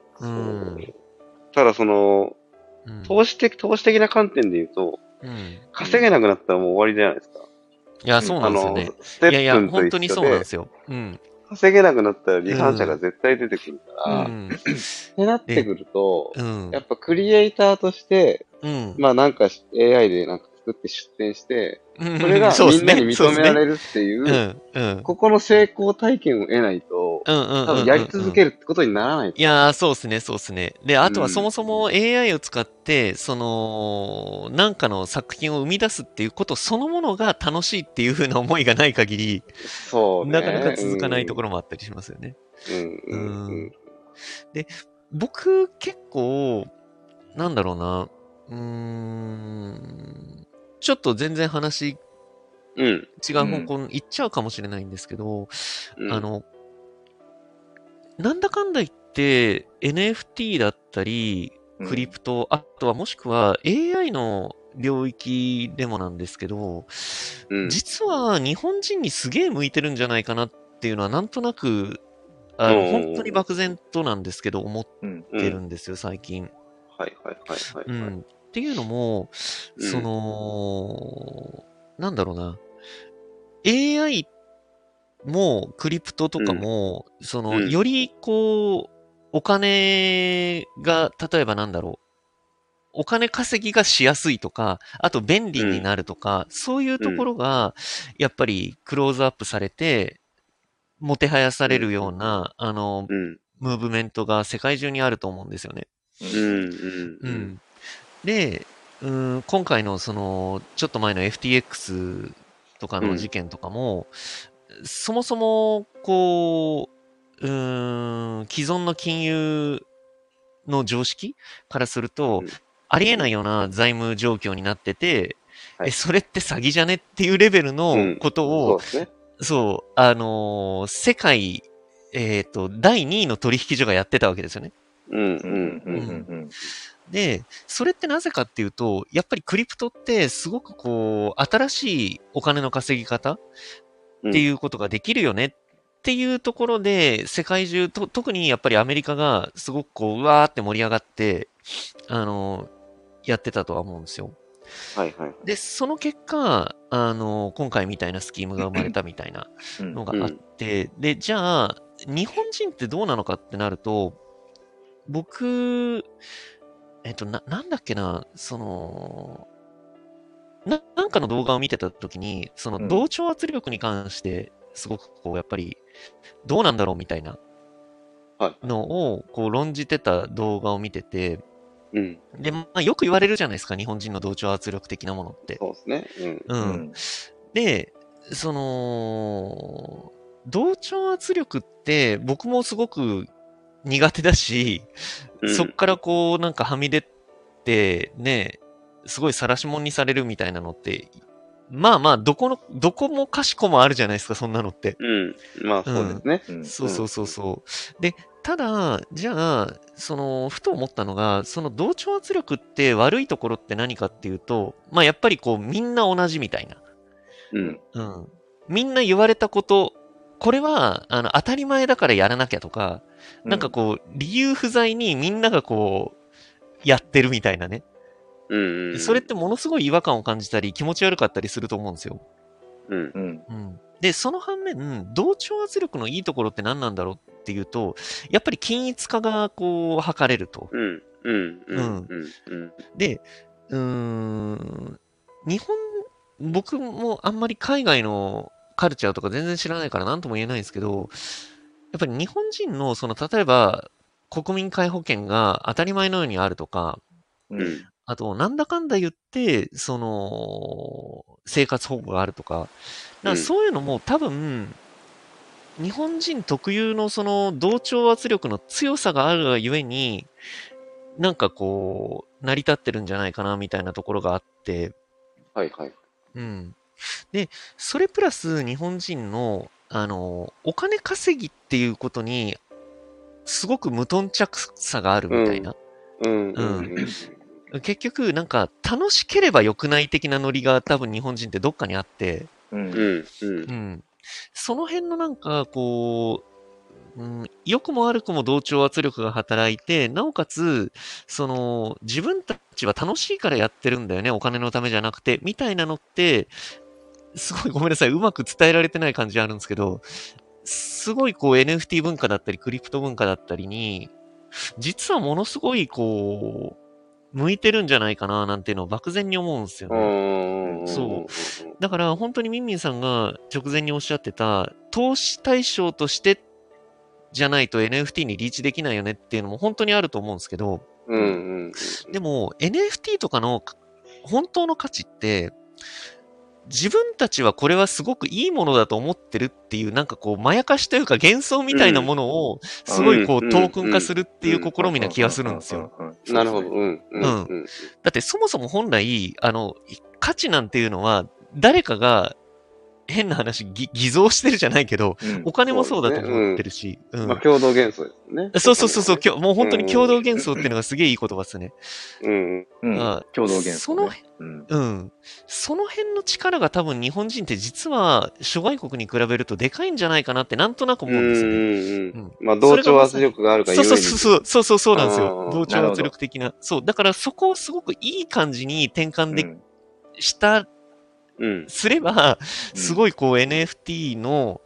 ただ、投資的な観点で言うと、稼げなくなったらもう終わりじゃないですか。 いや、そうなんですよね。 ステップいやいや、本当にそうなんですよ。 稼げなくなったら離反者が絶対出てくるから、ってなってくると、やっぱクリエイターとして、まあなんか AI でなんか作って出展して、それがみんなに認められるっていう、ここの成功体験を得ないと、多分やり続けるってことにならない。 いやー、そうですね。で、あとはそもそも AI を使って、なんかの作品を生み出すっていうことそのものが楽しいっていう風な思いがない限り、なかなか続かないところもあったりしますよね。で、僕結構、なんだろうな、ちょっと全然話、違う方向に行っちゃうかもしれないんですけど、なんだかんだ言って NFT だったり、クリプト、あとはもしくは AI の領域でもなんですけど、実は日本人にすげえ向いてるんじゃないかなっていうのはなんとなく、本当に漠然となんですけど思ってるんですよ、最近。っていうのも、なんだろうな。AI もクリプトとかも、よりこう、お金が、例えばなんだろう。お金稼ぎがしやすいとか、あと便利になるとか、そういうところが、やっぱりクローズアップされて、もてはやされるような、ムーブメントが世界中にあると思うんですよね。で、今回のちょっと前の FTX とかの事件とかも、そもそも、こう、既存の金融の常識からすると、ありえないような財務状況になってて、それって詐欺じゃねっていうレベルのことを、世界、第2位の取引所がやってたわけですよね。で、それってなぜかっていうと、やっぱりクリプトってすごくこう、新しいお金の稼ぎ方っていうことができるよねっていうところで、世界中、特にやっぱりアメリカがすごくこう、うわーって盛り上がって、やってたとは思うんですよ。で、その結果、今回みたいなスキームが生まれたみたいなのがあって、で、じゃあ、日本人ってどうなのかってなると、僕、なんだっけな、なんかの動画を見てたときに、同調圧力に関して、すごくこう、やっぱり、どうなんだろうみたいなのを、こう、論じてた動画を見てて、で、まあ、よく言われるじゃないですか、日本人の同調圧力的なものって。 そうですね。で、同調圧力って、僕もすごく苦手だし、そっからこう、なんかはみ出て、ね、すごい晒し者にされるみたいなのって、まあまあ、どこもかしこもあるじゃないですか、そんなのって。 まあそうですね。 そう。で、ただ、じゃあ、ふと思ったのが、その同調圧力って悪いところって何かっていうと、まあやっぱりこう、みんな同じみたいな。みんな言われたこと、これは、当たり前だからやらなきゃとか、なんかこう、理由不在にみんながこう、やってるみたいなね。それってものすごい違和感を感じたり、気持ち悪かったりすると思うんですよ。で、その反面、同調圧力のいいところって何なんだろうっていうと、やっぱり均一化がこう、図れると。で、僕もあんまり海外のカルチャーとか全然知らないから何とも言えないんですけど、やっぱり日本人の例えば国民皆保険が当たり前のようにあるとか、 あと、なんだかんだ言って、生活保護があるとか、そういうのも多分、日本人特有のその同調圧力の強さがあるがゆえに、なんかこう、成り立ってるんじゃないかな、みたいなところがあって、 はいはい。 うん。で、それプラス日本人の、お金稼ぎっていうことに、すごく無頓着さがあるみたいな。結局、なんか、楽しければ良くない的なノリが多分日本人ってどっかにあって、その辺のなんか、こう、良くも悪くも同調圧力が働いて、なおかつ、自分たちは楽しいからやってるんだよね、お金のためじゃなくて、みたいなのって、すごいごめんなさい、うまく伝えられてない感じあるんですけど、すごいこう NFT 文化だったり、クリプト文化だったりに、実はものすごいこう、向いてるんじゃないかな、なんていうのを漠然に思うんですよね。そう。だから本当にミンミンさんが直前におっしゃってた、投資対象としてじゃないと NFT にリーチできないよねっていうのも本当にあると思うんですけど、でも NFT とかの本当の価値って、自分たちはこれはすごくいいものだと思ってるっていう、なんかこう、まやかしというか幻想みたいなものを、すごいこう、トークン化するっていう試みな気がするんですよ。 なるほど。 だってそもそも本来、価値なんていうのは、誰かが、変な話、偽造してるじゃないけど、お金もそうだと思ってるし。 まあ、共同幻想ですね。 そう、もう本当に共同幻想っていうのがすげえいい言葉ですね。 共同幻想、 その辺の力が多分日本人って実は諸外国に比べるとでかいんじゃないかなってなんとなく思うんですよね。 まあ、同調圧力があるからそうなんですよ。同調圧力的な。そう。だからそこをすごくいい感じに転換すれば、すごいこう NFT の、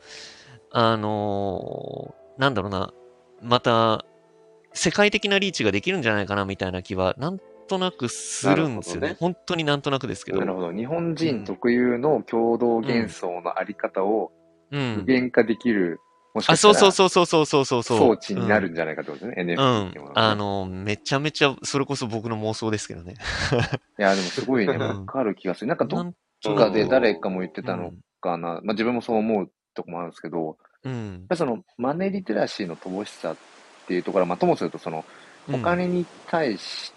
なんだろうな、また、世界的なリーチができるんじゃないかなみたいな気は、なんとなくするんですよね。本当になんとなくですけど。 なるほど。日本人特有の共同幻想のあり方を具現化できる、もしかしたら装置になるんじゃないかってことですね、NFT っていうものは、 めちゃめちゃ、それこそ僕の妄想ですけどね。 いや、でもすごいね、わかる気がする。なんかどっかで誰かも言ってたのかな。まあ自分もそう思うとこもあるんですけど、やっぱりそのマネーリテラシーの乏しさっていうところは、まあともするとその、お金に対して、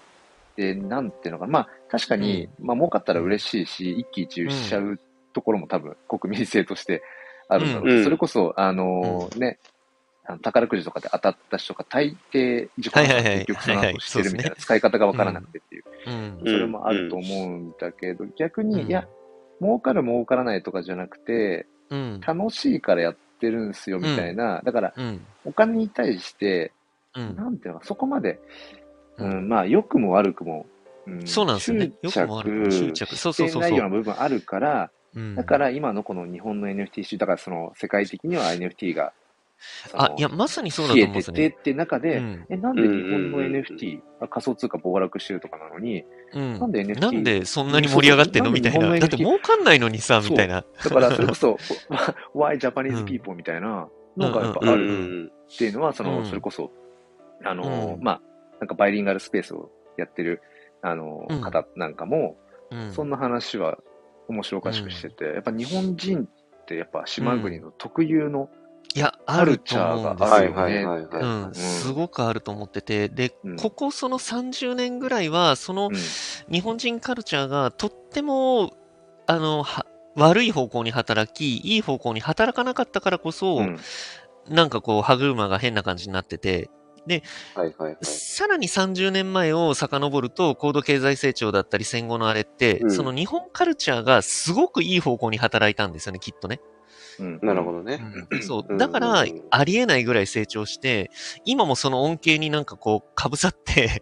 なんていうのかな。まあ確かに、まあ儲かったら嬉しいし、一喜一憂しちゃうところも多分国民性としてあるんだろうし、それこそ、ね、宝くじとかで当たった人が大抵自己破産結局その後してるみたいな、使い方がわからなくてっていう、それもあると思うんだけど、逆に、いや、儲かる儲からないとかじゃなくて、楽しいからやってるんすよみたいな、だから、お金に対して、なんていうのか、そこまで、まあ、良くも悪くも、 そうなんですよね。 執着してないような部分あるから、だから今のこの日本の NFT 市場、だからその世界的には NFT が、 いや、まさにそうだと思うんですよね。 冷えててって中で、なんで日本の NFT、仮想通貨暴落してるとかなのに、なんで NFT、 なんでそんなに盛り上がってんのみたいな。だって儲かんないのにさ、みたいな。 だからそれこそ、Why Japanese people みたいなのがやっぱあるっていうのは、それこそ、まあ、なんかバイリンガルスペースをやってる、方なんかも、そんな話は面白おかしくしてて、やっぱ日本人ってやっぱ島国の特有の、 いや、あると思うんですよね。すごくあると思ってて、で、ここその30年ぐらいは、その日本人カルチャーがとっても、悪い方向に働き、いい方向に働かなかったからこそ、なんかこう、歯車が変な感じになってて、で、さらに30年前を遡ると、高度経済成長だったり戦後のあれって、その日本カルチャーがすごくいい方向に働いたんですよね、きっとね。 なるほどね。 そう。だから、ありえないぐらい成長して、今もその恩恵になんかこう、かぶさって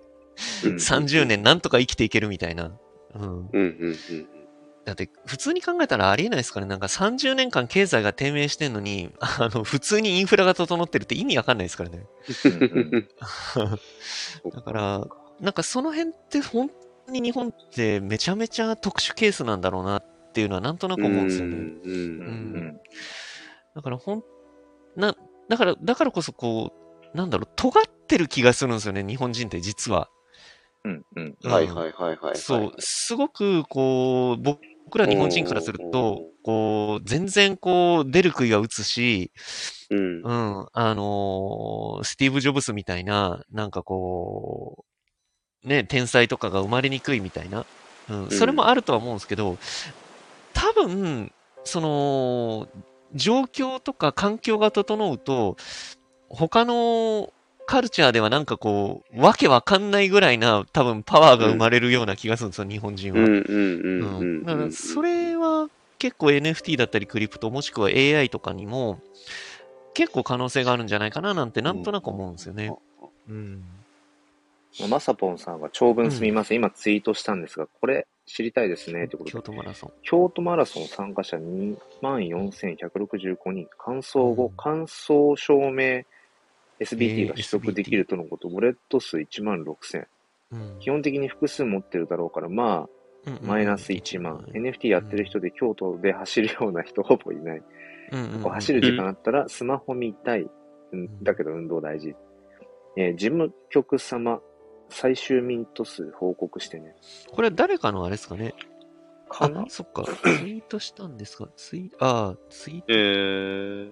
30年なんとか生きていけるみたいな。だって、普通に考えたらありえないですからね。なんか30年間経済が低迷してんのに、普通にインフラが整ってるって意味わかんないですからね。だから、なんかその辺って本当に日本ってめちゃめちゃ特殊ケースなんだろうなっていうのはなんとなく思うんですよね。だからだからこそこう、なんだろう、尖ってる気がするんですよね、日本人って実は。 うんうん。 はいはいはいはい。 そう、すごく、こう、僕ら日本人からすると、こう、全然こう、出る杭は打つし、 うん。 スティーブ・ジョブスみたいな、なんかこう、ね、天才とかが生まれにくいみたいな、それもあるとは思うんですけど、多分、その、状況とか環境が整うと、他のカルチャーではなんかこう、わけわかんないぐらいな多分パワーが生まれるような気がするんですよ、日本人は。だからそれは結構 NFT だったりクリプトもしくは AI とかにも結構可能性があるんじゃないかななんてなんとなく思うんですよね。 まさぽんさんが長文すみません。今ツイートしたんですが、これ知りたいですね。ということで。 京都マラソン。 京都マラソン参加者24,165人。完走後、完走証明 SBT が取得できるとのこと。ウォレット数16,000。基本的に複数持ってるだろうから、まあ、マイナス1万。NFT やってる人で京都で走るような人ほぼいない。走る時間あったらスマホ見たい。だけど運動大事。事務局様、最終ミント数報告してね。 これは誰かのあれですかね。 かな？ そっか。ツイートしたんですか。ツイート。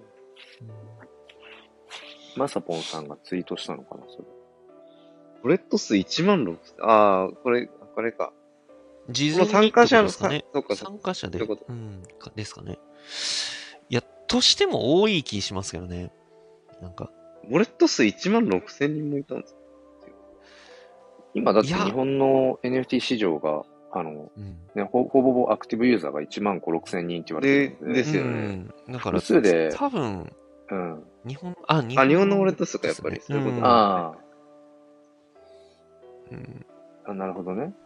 まさぽんさんがツイートしたのかな、それ。 ウォレット数16,000。ああ、これか。 事前に参加者のですかね。 そうか参加者で。 そういうことですかね。いや、としても多い気しますけどね。なんか。 ウォレット数16,000人もいたんですか？ 今だって日本の NFT 市場が、ほぼアクティブユーザーが15,000、6,000人って言われてるんで。 ですよね。 だから、 複数で、 多分、日本のウォレット数か、やっぱり。そういうこと。 なるほどね。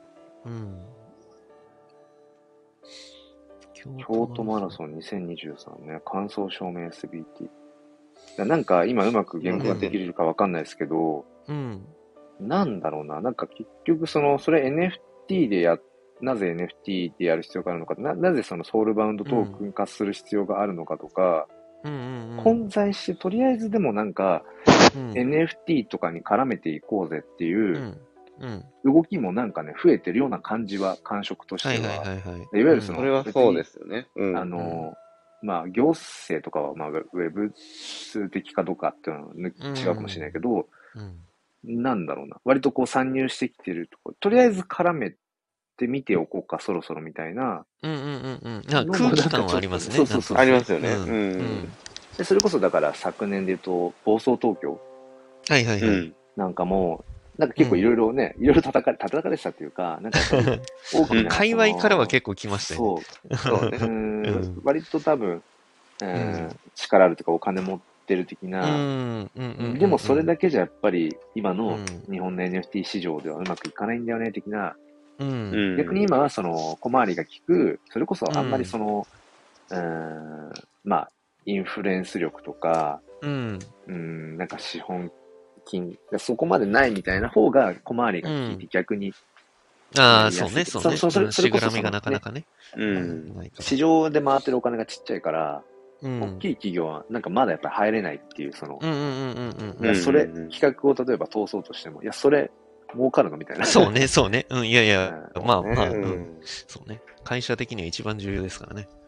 京都マラソン2023ね、完走証明 SBT。なんか今うまく言語ができるかわかんないですけど、なんだろうな、なんか結局それ NFT でなぜ NFT でやる必要があるのか、なぜそのソウルバウンドトークン化する必要があるのかとか、混在してとりあえずでもなんか、NFT とかに絡めていこうぜっていう動きもなんかね、増えてるような感じは、感触としては。いわゆるそれはそうですよね。 まあ、行政とかは、まあ、ウェブ数的かどうかっていうのは違うかもしれないけど、なんだろうな。割とこう参入してきてるところ、とりあえず絡めてみておこうか、そろそろみたいな。 空気感はありますね。 そう。ありますよね。 で、それこそだから昨年で言うと、暴走東京。なんかもう、なんか結構いろいろね、いろいろ叩かれてたっていうか、なんか多くの界隈からは結構来ましたよね。 そうね。割と多分、力あるとかお金持ってる的な。でもそれだけじゃやっぱり今の日本の NFT 市場ではうまくいかないんだよね、的な。逆に今はその小回りが利く、それこそあんまりその、まあ、インフルエンス力とか、なんか資本金がそこまでないみたいな方が小回りが効いて逆に。 そうね。それこそがなかなかね。 市場で回ってるお金がちっちゃいから、大きい企業はなんかまだやっぱり入れないっていう、それ、企画を例えば通そうとしても、いや、それ、儲かるのみたいな。 そうね。いやいや、まあ、そうね。会社的には一番重要ですからね。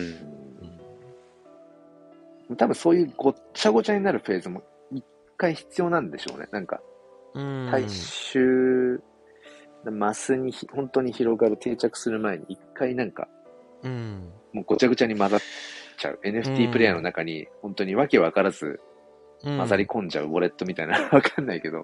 多分そういうごっちゃごちゃになるフェーズも一回必要なんでしょうね。なんか、大衆、マスに本当に広がる定着する前に一回なんか、もうごちゃごちゃに混ざっちゃう。NFT プレイヤーの中に本当にわけわからず混ざり込んじゃうウォレットみたいな、わかんないけど。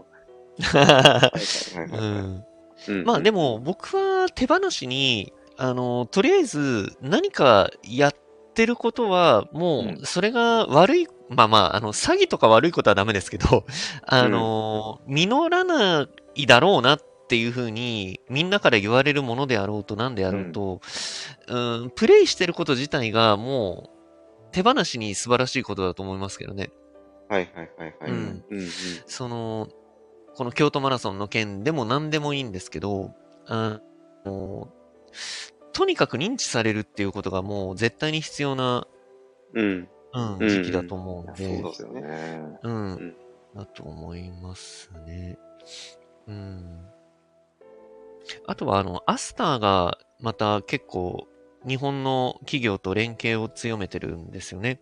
まあでも僕は手放しに、とりあえず何かやってることはもうそれが悪い、詐欺とか悪いことはダメですけど、実らないだろうなっていうふうにみんなから言われるものであろうと何であろうと、プレイしてること自体がもう手放しに素晴らしいことだと思いますけどね。この京都マラソンの件でも何でもいいんですけど、とにかく認知されるっていうことがもう絶対に必要な、時期だと思うので、 そうですよね。 だと思いますね。 あとは、アスターがまた結構、日本の企業と連携を強めてるんですよね。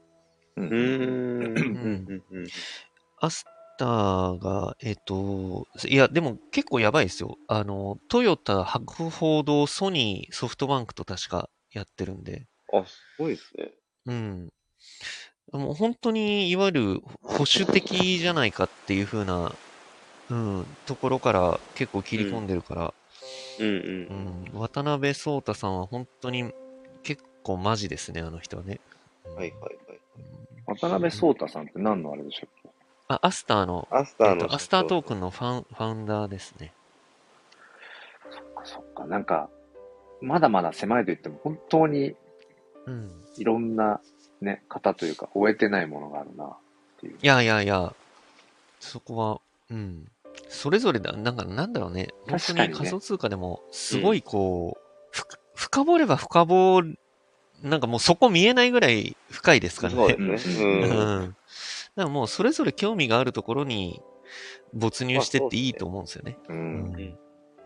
アスターが、いや、でも結構やばいですよ。トヨタ、博報堂、ソニー、ソフトバンクと確かやってるんで。 あ、すごいですね。 うん。もう本当に、いわゆる保守的じゃないかっていう風な、ところから結構切り込んでるから、渡辺壮太さんは本当に結構マジですね、あの人はね。 はいはいはい。 渡辺壮太さんって何のあれでしたっけ？ アスターの、 アスターの、 アスタートークンのファウンダーですね。 そっかそっか。なんか、まだまだ狭いと言っても本当にいろんなね、方というか、終えてないものがあるなっていう。 いやいやいや、そこは、それぞれだ、なんだろうね。本当に仮想通貨でも、すごいこう、深掘れば深掘る、なんかもうそこ見えないぐらい深いですからね。 そうですね。 だからもうそれぞれ興味があるところに没入してっていいと思うんですよね。本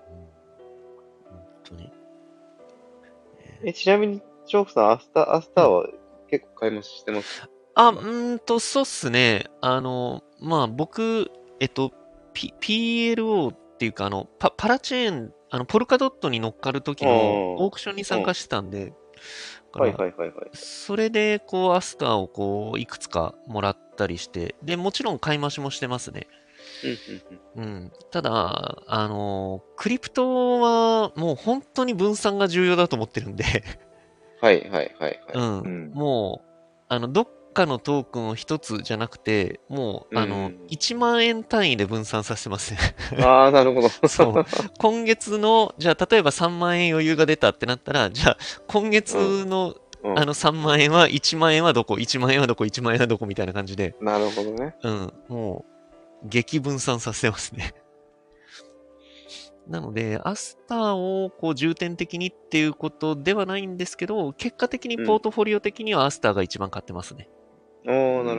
当に。 ちなみに、チョークさん、アスターは結構買い増ししてます？ そうっすね。まあ僕、PLO っていうか、パラチェーン、ポルカドットに乗っかる時のオークションに参加してたんで、 はいはいはいはい。 それで、こう、アスターをこう、いくつかもらったりして、で、もちろん買い増しもしてますね。ただ、クリプトはもう本当に分散が重要だと思ってるんではいはいはいはい。 もう、どっかのトークンを一つじゃなくて、もう、1万円単位で分散させてますねああ、なるほど。 そう。今月の、じゃあ、例えば3万円余裕が出たってなったら、じゃあ、今月の、3万円は、1万円はどこ ?1 万円はどこ ?1 万円はどこみたいな感じで。 なるほどね。 もう、激分散させてますねなので、アスターをこう重点的にっていうことではないんですけど、結果的にポートフォリオ的にはアスターが一番買ってますね。 なるほど。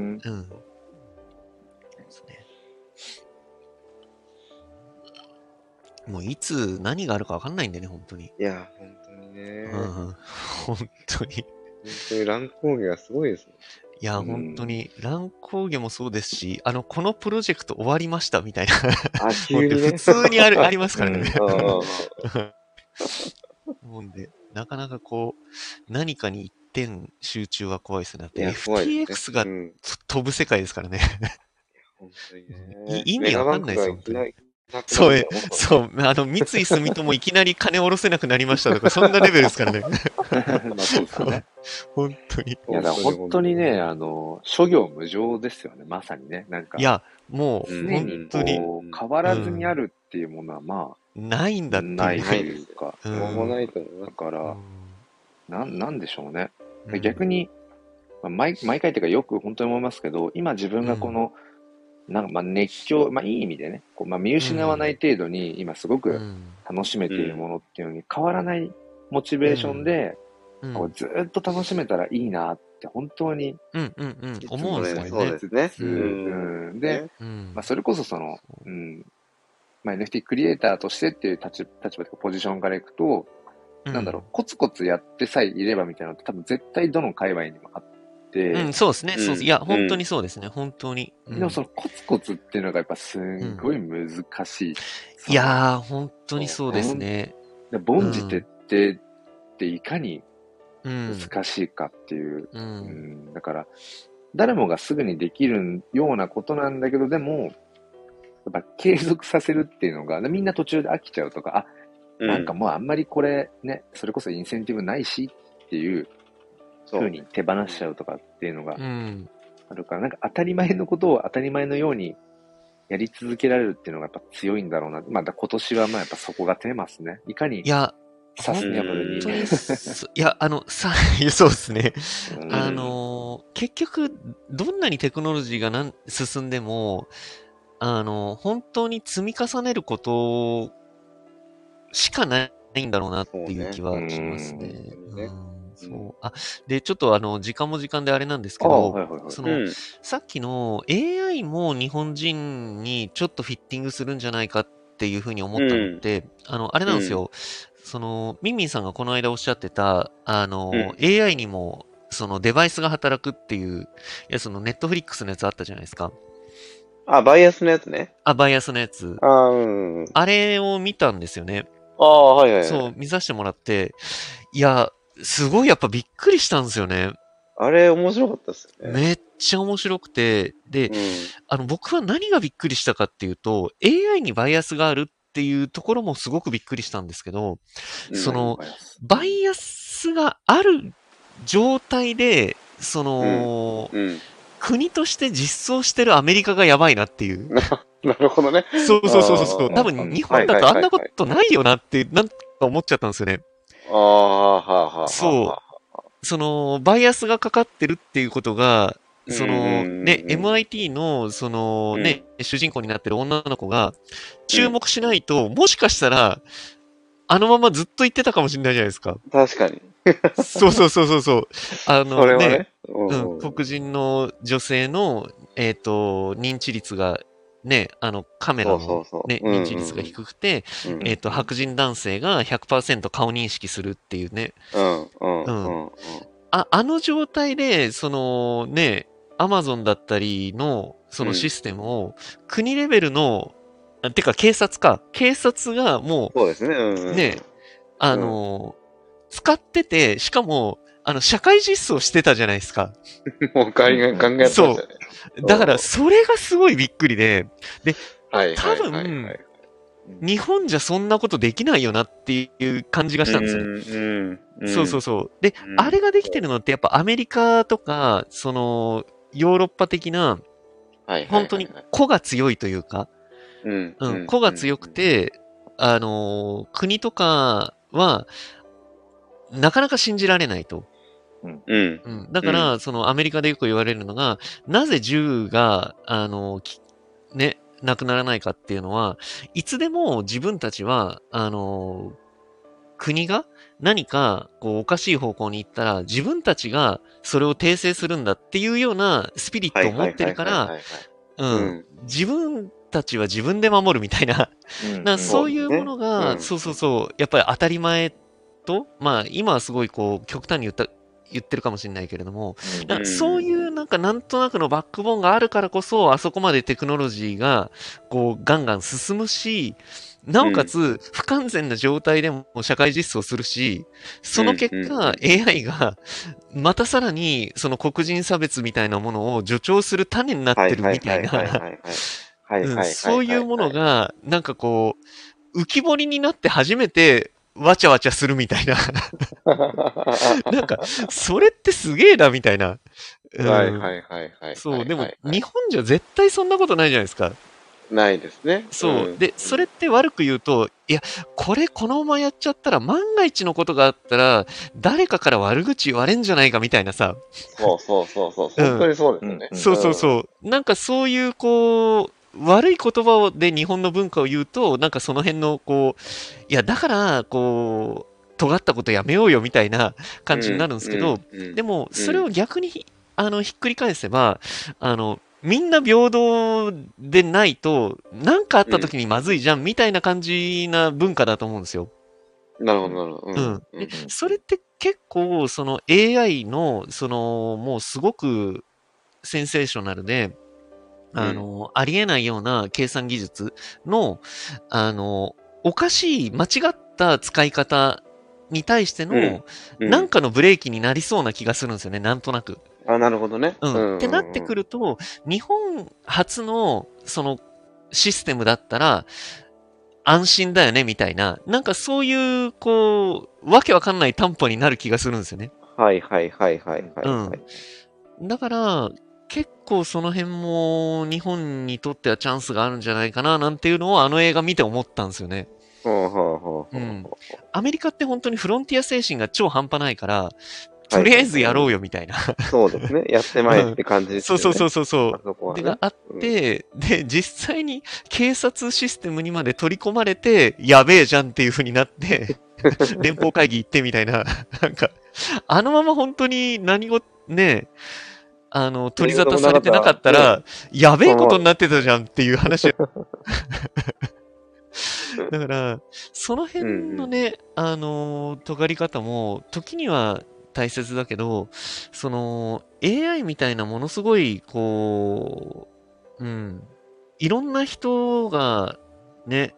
ですね。もういつ何があるか分かんないんでね、本当に。 いや、本当にね。 本当に。 本当に乱高下がすごいですね。 いや、本当に、乱高下もそうですし、このプロジェクト終わりましたみたいな急にね。 普通にありますからね。もんで、なかなかこう、何かに一点集中は怖いですね。FTX が飛ぶ世界ですからね。 本当にね。 意味わかんないですよ。 そう、 三井住友いきなり金下ろせなくなりましたとか、そんなレベルですからね。本当に。 いや、だから本当にね、諸行無常ですよね、まさにね。なんか。 いや、もう、本当に。 変わらずにあるっていうものは、まあ、 ないんだっていう。 ないというか。 もうないと思う。 だから、なんでしょうね。逆に、毎回っていうかよく本当に思いますけど、今自分がこの、なんかまあ熱狂、まあいい意味でね、こうまあ見失わない程度に今すごく楽しめているものっていうのに変わらないモチベーションで、ずっと楽しめたらいいなって本当に思うんですよね。 そうですね。 で、まあそれこそその、まあ NFT クリエイターとしてっていう立場とかポジションからいくと、なんだろう、コツコツやってさえいればみたいなのって多分絶対どの界隈にもあって、 そうですね。いや、本当にそうですね。本当に。 でもそのコツコツっていうのがやっぱすんごい難しい。 いやー、本当にそうですね。 凡事徹底っていかに難しいかっていう。だから、誰もがすぐにできるようなことなんだけど、でも、やっぱ継続させるっていうのが、みんな途中で飽きちゃうとか、なんかもうあんまりこれね、それこそインセンティブないしっていう風に手放しちゃうとかっていうのがあるから、なんか当たり前のことを当たり前のようにやり続けられるっていうのがやっぱ強いんだろうな。まあ今年はまあやっぱそこがテーマですね。いかにサステナブルに。 いや、そうですね。結局、どんなにテクノロジーが進んでも、本当に積み重ねることしかないんだろうなっていう気はしますね。で、ちょっと時間も時間であれなんですけど、さっきの AI も日本人にちょっとフィッティングするんじゃないかっっていうふうに思ったのって、あれなんですよ。ミンミンさんがこの間おっしゃってた、AI にも、デバイスが働くっていう、いや、ネットフリックスのやつあったじゃないですか。 バイアスのやつね。 バイアスのやつ。あれを見たんですよね。 はいはいはい。 そう、見させてもらって、いや、すごいやっぱびっくりしたんですよね。 あれ面白かったっすよね。 めっちゃ面白くて、で、僕は何がびっくりしたかっていうと、AI にバイアスがあるっていうところもすごくびっくりしたんですけど、バイアスがある状態で、国として実装してるアメリカがやばいなっていう。 なるほどね。 そう。多分日本だとあんなことないよなって、なんか思っちゃったんですよね。そう。バイアスがかかってるっていうことが、MIT の、主人公になってる女の子が、注目しないと、もしかしたら、あのままずっと言ってたかもしれないじゃないですか。 確かに。 そう。黒人の女性の、認知率が、カメラの、認知率が低くて、白人男性が 100% 顔認識するっていうね。あの状態で、アマゾンだったりの、システムを、国レベルの、てか警察がもう、 そうですね。 使ってて、しかも、社会実装してたじゃないですか。 もう考えましたね。 そう。だから、それがすごいびっくりで、多分、日本じゃそんなことできないよなっていう感じがしたんですよ。そう。で、あれができてるのってやっぱアメリカとか、ヨーロッパ的な、本当に個が強いというか、個が強くて、国とかは、なかなか信じられないと。だから、アメリカでよく言われるのが、なぜ銃が、なくならないかっていうのは、いつでも自分たちは、国が何かおかしい方向に行ったら、自分たちがそれを訂正するんだっていうようなスピリットを持ってるから、自分たちは自分で守るみたいな、そういうものが、やっぱり当たり前と、今はすごい極端に言ってるかもしれないけれども、そういうなんとなくのバックボーンがあるからこそ、あそこまでテクノロジーがガンガン進むし、なおかつ不完全な状態でも社会実装するし、その結果 AI がまたさらにその黒人差別みたいなものを助長する種になってるみたいな、そういうものが浮き彫りになって初めてわちゃわちゃするみたいな。それってすげえな、みたいな。そう、でも、日本じゃ絶対そんなことないじゃないですか。 ないですね。 そう。で、それって悪く言うと、いや、このままやっちゃったら、万が一のことがあったら、誰かから悪口言われんじゃないかみたいなさ。 そう。本当にそうですよね。 そう。そういう、悪い言葉で日本の文化を言うと、その辺の、いや、だから、尖ったことやめようよみたいな感じになるんですけど、でも、それを逆に、ひっくり返せば、みんな平等でないと、なんかあった時にまずいじゃん、みたいな感じな文化だと思うんですよ。 なるほど。 で、それって結構、AI の、もうすごくセンセーショナルで、ありえないような計算技術の、おかしい、間違った使い方に対しての、なんかのブレーキになりそうな気がするんですよね、なんとなく。 なるほどね。 ってなってくると、日本初の、システムだったら、安心だよね、みたいな。そういう、わけわかんない担保になる気がするんですよね。 はい。 だから、結構その辺も日本にとってはチャンスがあるんじゃないかな、なんていうのをあの映画見て思ったんですよね。アメリカって本当にフロンティア精神が超半端ないから、とりあえずやろうよみたいな。 そうですね。やってまえって感じですね。 そう。があって、で、実際に警察システムにまで取り込まれて、やべえじゃんっていう風になって、連邦会議行ってみたいな、あのまま本当に取り沙汰されてなかったら、やべえことになってたじゃんっていう話。 だから、その辺のね、尖り方も、時には大切だけど、その、AI みたいなものすごい、こう、いろんな人が、ね、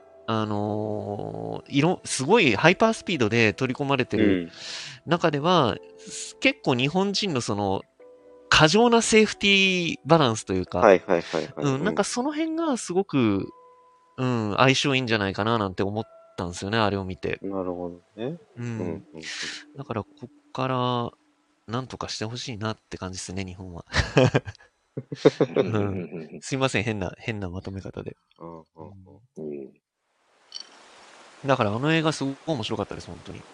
すごいハイパースピードで取り込まれてる中では、結構日本人のその、過剰なセーフティーバランスというか、なんかその辺がすごく、相性いいんじゃないかななんて思ったんですよね、あれを見て。 なるほどね。 だから、こっから、なんとかしてほしいなって感じですね、日本は。すいません、変なまとめ方で。だから、あの映画すごく面白かったです、本当に。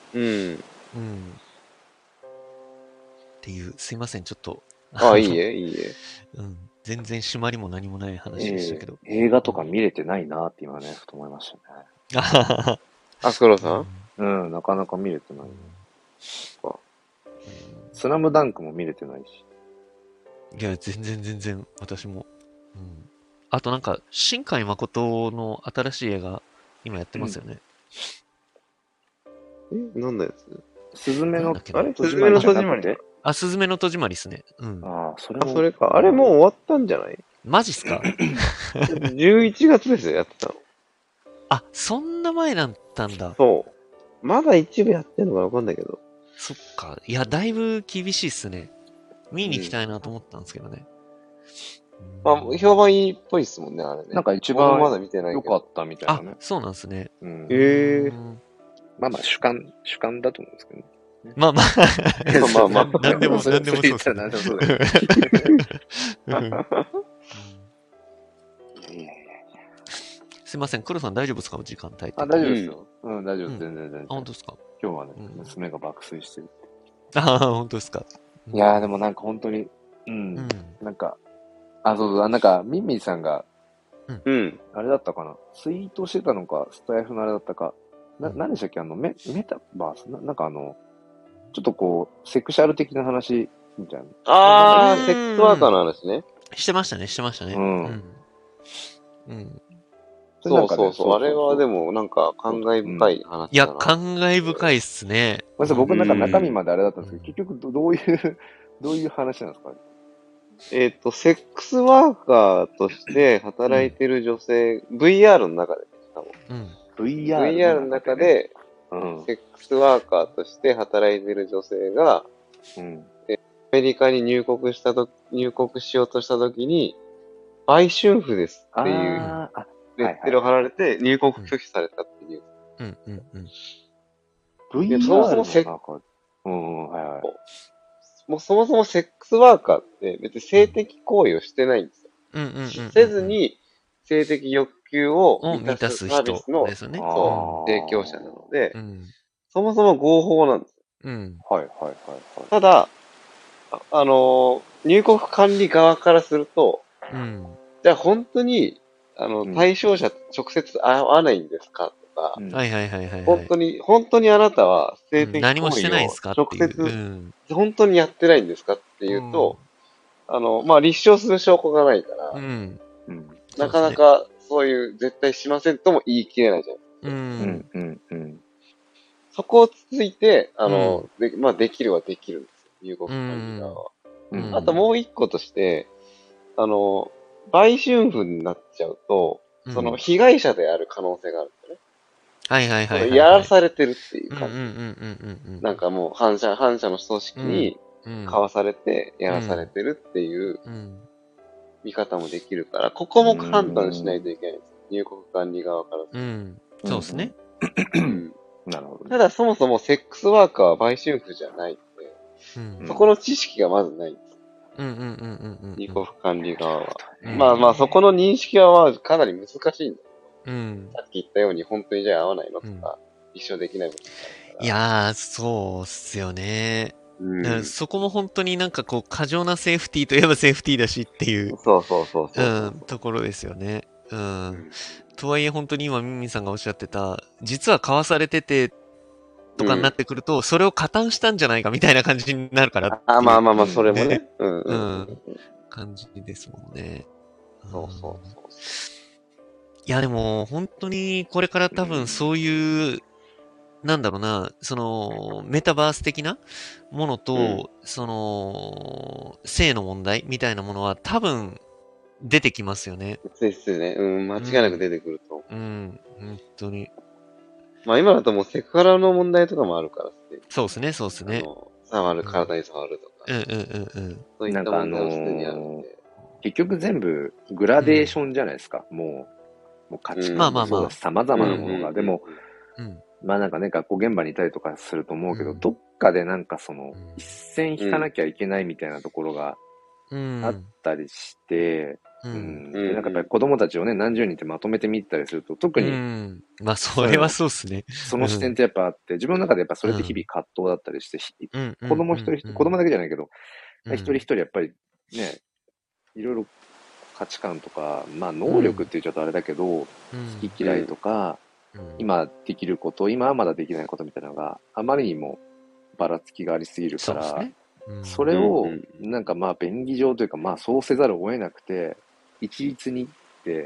っていう、すいません、ちょっと。 いいえ。 全然締まりも何もない話でしたけど。 映画とか見れてないなって今ね、ふと思いましたね。黒さんなかなか見れてない。スラムダンクも見れてないし。 いや、全然、私も。あとなんか、新海誠の新しい映画、今やってますよね。 なんだやつすずめの戸締まりですずめの戸締まりっすね。 それか。あれもう終わったんじゃない？ マジっすか？ 11 月ですよ、やってたの。 そんな前だったんだ。 そう。まだ一部やってんのかわかんないけど。 そっか。いや、だいぶ厳しいっすね。見に行きたいなと思ったんですけどね。 評判いいっぽいっすもんね、あれね。 なんか一番まだ見てない良かったみたいなね。 そうなんですね。 まあ主観だと思うんですけどね。 まあ。なんでもそうですね。 すいません、黒さん大丈夫ですか？時間帯って。 大丈夫ですよ。大丈夫。全然。 本当ですか？ 今日はね、娘が爆睡してる。 本当ですか？ いやーでもなんか本当に、なんか、なんか、ミンミンさんが、あれだったかな、ツイートしてたのか、スタイフのあれだったか、何でしたっけ、メタバースなんかちょっとこう、セクシャル的な話みたいな。セックスワーカーの話ね。 してましたね。 そう。あれはでもなんか感慨深い話だな。 いや、感慨深いっすね。 僕なんか中身まであれだったんですけど、結局どういう話なんですか？ セックスワーカーとして働いてる女性、VR の中で、多分。VR の中で、セックスワーカーとして働いてる女性が、アメリカに入国しようとしたときに、売春婦ですっていうレッテルを貼られて入国拒否されたっていう。そもそもそもそもセックスワーカーって別に性的行為をしてないんですよ。せずに性的欲求を満たすサービスの提供者なので、そもそも合法なんですよ。ただ、入国管理側からすると、じゃあ本当に、対象者と直接会わないんですかとか、本当にあなたは性的行為を直接、本当にやってないんですかっていうと、立証する証拠がないから、なかなかそういう絶対しませんとも言い切れないじゃないですか。そこをついて、できるはできるんですよ、入国管理側は。あともう一個として、売春婦になっちゃうと、その被害者である可能性があるんですよね。やらされてるっていう感じ。なんかもう反社の組織に買わされてやらされてるっていう見方もできるから、ここも判断しないといけないんです。入国管理側からすると。 そうですね。 なるほど。 ただそもそもセックスワーカーは売春婦じゃないので、そこの知識がまずないんです。入国管理側は。そこの認識はかなり難しいんだけど、さっき言ったように本当にじゃあ合わないのとか、一生できないこといやー、そうっすよね。そこも本当になんかこう、過剰なセーフティーといえばセーフティーだしっていう。ところですよね。とはいえ本当に今ミンミンさんがおっしゃってた、実は買わされてて、とかになってくると、それを加担したんじゃないかみたいな感じになるからっていう。 それもね。 感じですもんね。 いや、でも、本当に、これから多分そういう、なんだろうな、その、メタバース的なものと、その、性の問題みたいなものは多分出てきますよね。 ですね。間違いなく出てくると。 本当に。 まあ今だともうセクハラの問題とかもあるからそうですね、そうですね。 体に触るとか。そういった問題はすでにあるんで。 結局全部グラデーションじゃないですか。もう価値観もそうだし、様々なものが。でも、まあなんかね、学校現場にいたりとかすると思うけど、どっかでなんかその、一線引かなきゃいけないみたいなところがあったりして、でなんかやっぱり子供たちをね、何十人ってまとめてみたりすると、特に、 まあそれはそうですね。 その視点ってやっぱあって、自分の中でやっぱそれって日々葛藤だったりして、子供一人一人、子供だけじゃないけど、一人一人やっぱりね、いろいろ価値観とか、まあ能力って言っちゃうとあれだけど、好き嫌いとか、今できること、今はまだできないことみたいなのがあまりにもばらつきがありすぎるから、それをなんかまあ便宜上というかまあそうせざるを得なくて、一律にって、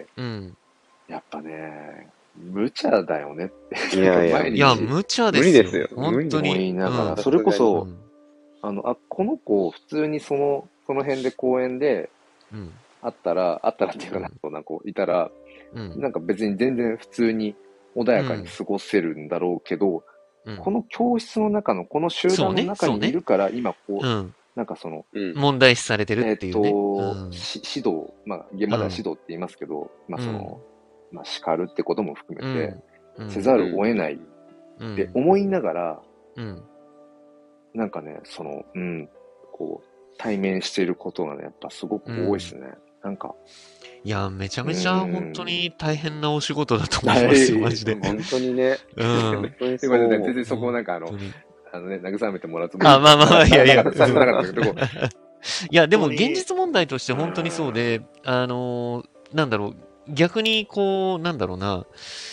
やっぱね、無茶だよねって。 いやいや、無茶ですよ。 無理ですよ。 本当に。 思いながら、それこそ、この子普通にその辺で公園で、あったらっていうかな、そんな子いたら、なんか別に全然普通に穏やかに過ごせるんだろうけど、この教室の中のこの集団の中にいるから、今こう、なんかその、 問題視されてるっていうね。 指導、まあ、現場では指導って言いますけど、まあその、まあ叱るってことも含めて、せざるを得ないって思いながら、なんかね、その、こう、対面していることがね、やっぱすごく多いですね。なんか。 いや、めちゃめちゃ本当に大変なお仕事だと思いますよ、マジで。 本当にね。 本当にそう。全然そこをなんか慰めてもらうつもり。 まあまあ、いやいや。 いや、でも現実問題として本当にそうで、なんだろう、逆にこう、なんだろうな、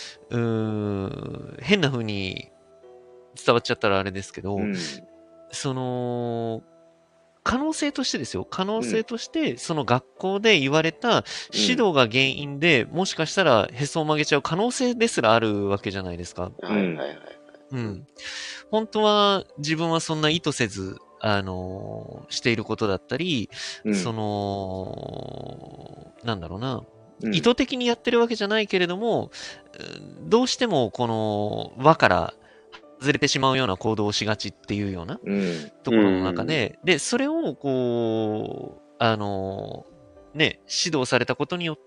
変な風に伝わっちゃったらあれですけど、その、可能性としてですよ。可能性として、その学校で言われた指導が原因で、もしかしたらへそを曲げちゃう可能性ですらあるわけじゃないですか。本当は自分はそんな意図せず、していることだったり、その、なんだろうな、意図的にやってるわけじゃないけれども、どうしてもこの輪から外れてしまうような行動をしがちっていうようなところの中で、で、それをこう、ね、指導されたことによって、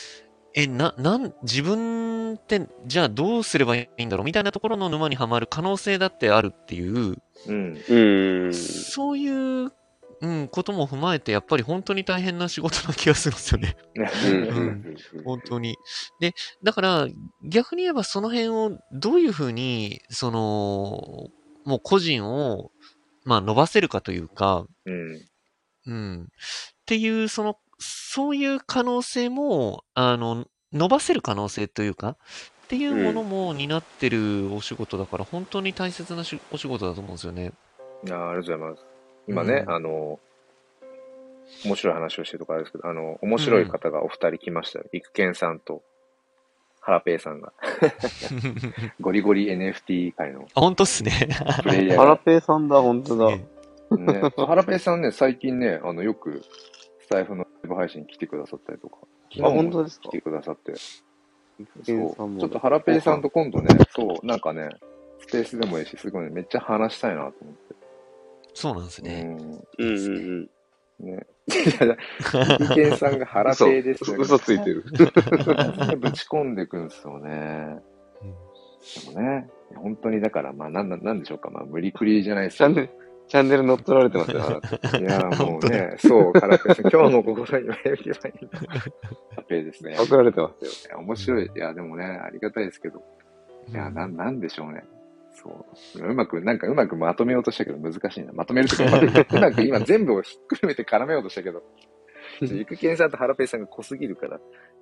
自分って、じゃあどうすればいいんだろうみたいなところの沼にはまる可能性だってあるっていう、そういう、ことも踏まえて、やっぱり本当に大変な仕事な気がするんですよね。本当に。で、だから、逆に言えばその辺をどういうふうに、その、もう個人を、まあ伸ばせるかというか、っていう、そういう可能性も、伸ばせる可能性というか、っていうものも担ってるお仕事だから、本当に大切なお仕事だと思うんですよね。 いや、ありがとうございます。今ね、面白い話をしてるとかあれですけど、面白い方がお二人来ましたよ。育賢さんと、ハラペイさんが。ゴリゴリ NFT 界の。 本当っすね。 プレイヤー。 ハラペイさんだ、本当だ。 ね、ハラペイさんね、最近ね、よく、スタイフのライブ配信来てくださったりとか。 本当ですか？ 来てくださって。そう。ちょっとハラペイさんと今度ね、そう、なんかね、スペースでもいいし、すごいね、めっちゃ話したいなと思って。 そうなんですね。 ね。イケンさんが腹ペイですよ。 嘘ついてる。 ぶち込んでいくんですよね。でもね、本当にだから、まあ、なんでしょうか、まあ、無理くりじゃないですか。 チャンネル乗っ取られてますよ、 いや、もうね、そう、腹ペイさん、今日の心には行けばいい。腹ペイですね。 送られてますよ。 面白い。いや、でもね、ありがたいですけど。いや、なんでしょうね。そう。うまくまとめようとしたけど難しいな。まとめるときうまく今全部をひっくるめて絡めようとしたけど、ゆくけんさんとハラペイさんが濃すぎるから、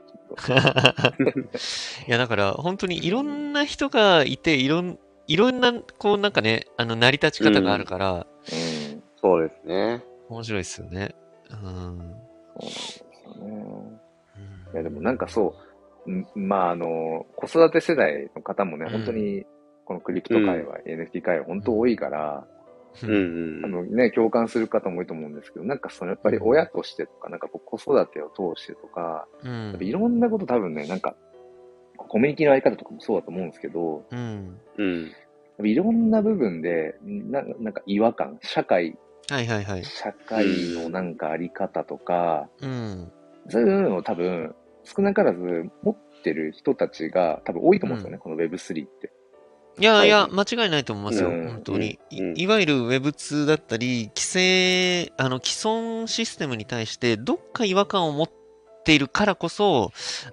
いや、だから、本当にいろんな人がいて、いろんな、こう、なんかね、成り立ち方があるから、 そうですね。 面白いですよね。 そうなんですよね。いや、でもなんかそう、 まあ、子育て世代の方もね、本当に、このクリプト界隈、NFT 界隈、本当多いから、多分ね、共感する方も多いと思うんですけど、なんかやっぱり親としてとか、なんかこう子育てを通してとか、やっぱいろんなこと多分ね、なんか、コミュニティの在り方とかもそうだと思うんですけど、いろんな部分で、なんか違和感、社会のなんかあり方とか、そういうのを多分、少なからず持ってる人たちが多分多いと思うんですよね、この Web3 って。 いやいや、間違いないと思いますよ、本当に。いわゆる Web2 だったり、既存システムに対してどっか違和感を持っているからこそ、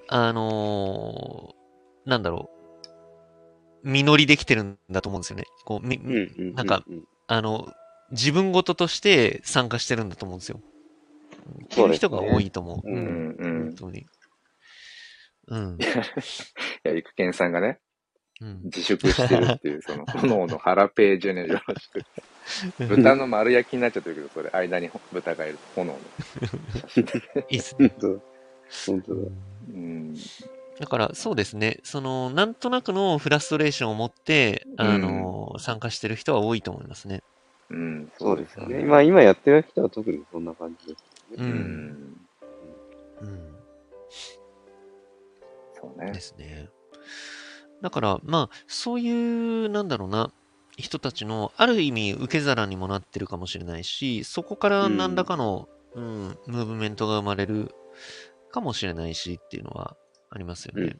なんだろう、実りできてるんだと思うんですよね。こう、なんか、自分事として参加してるんだと思うんですよ。そういう人が多いと思う。本当に。 いや、育賢さんがね、自粛してるっていう、その、炎の腹ページをね、よろしく。豚の丸焼きになっちゃってるけど、それ、間に豚がいる炎の写真で。 いいっすね。 本当だ。 だから、そうですね。なんとなくのフラストレーションを持って、参加してる人は多いと思いますね。 そうですよね。まあ、今やってる人は特にそんな感じですよね。 そうね。 ですね。だから、まあ、そういう、なんだろうな、人たちの、ある意味、受け皿にもなってるかもしれないし、そこから何らかの、ムーブメントが生まれるかもしれないしっていうのはありますよね。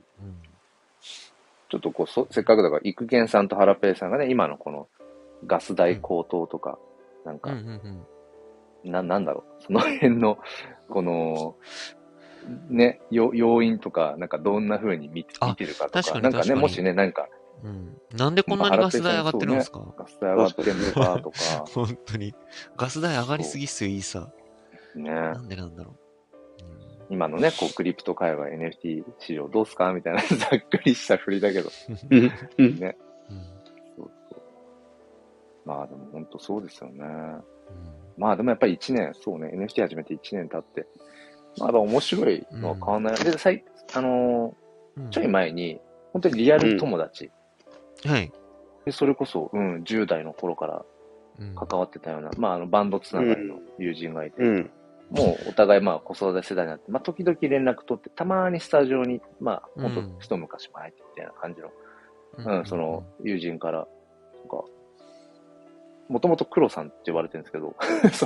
ちょっとこう、せっかくだから、育賢さんとハラペイさんがね、今のこのガス代高騰とか、なんか、なんだろう、その辺の、この、ね、要因とか、なんかどんな風に見てるかとか、なんかね、もしね、なんか、 なんでこんなにガス代上がってるんですか？ ガス代上がってんのかとか。 本当に。ガス代上がりすぎっすよ、いいさ。 ね。 なんでなんだろう。 今のね、こう、クリプト界隈 NFT 市場どうすかみたいな、ざっくりした振りだけど。ね。そうそう。まあでも本当そうですよね。まあでもやっぱり1年、そうね、NFT 始めて1年経って、まあ面白いのは変わんない。で、ちょい前に、本当にリアル友達。 はい。 で、それこそ、10代の頃から関わってたような、まあバンドつながりの友人がいて、もうお互いまあ子育て世代になって、まあ時々連絡取って、たまにスタジオに、まあ本当一昔前みたいな感じの、その友人から、とか、もともと黒さんって呼ばれてるんですけど、そう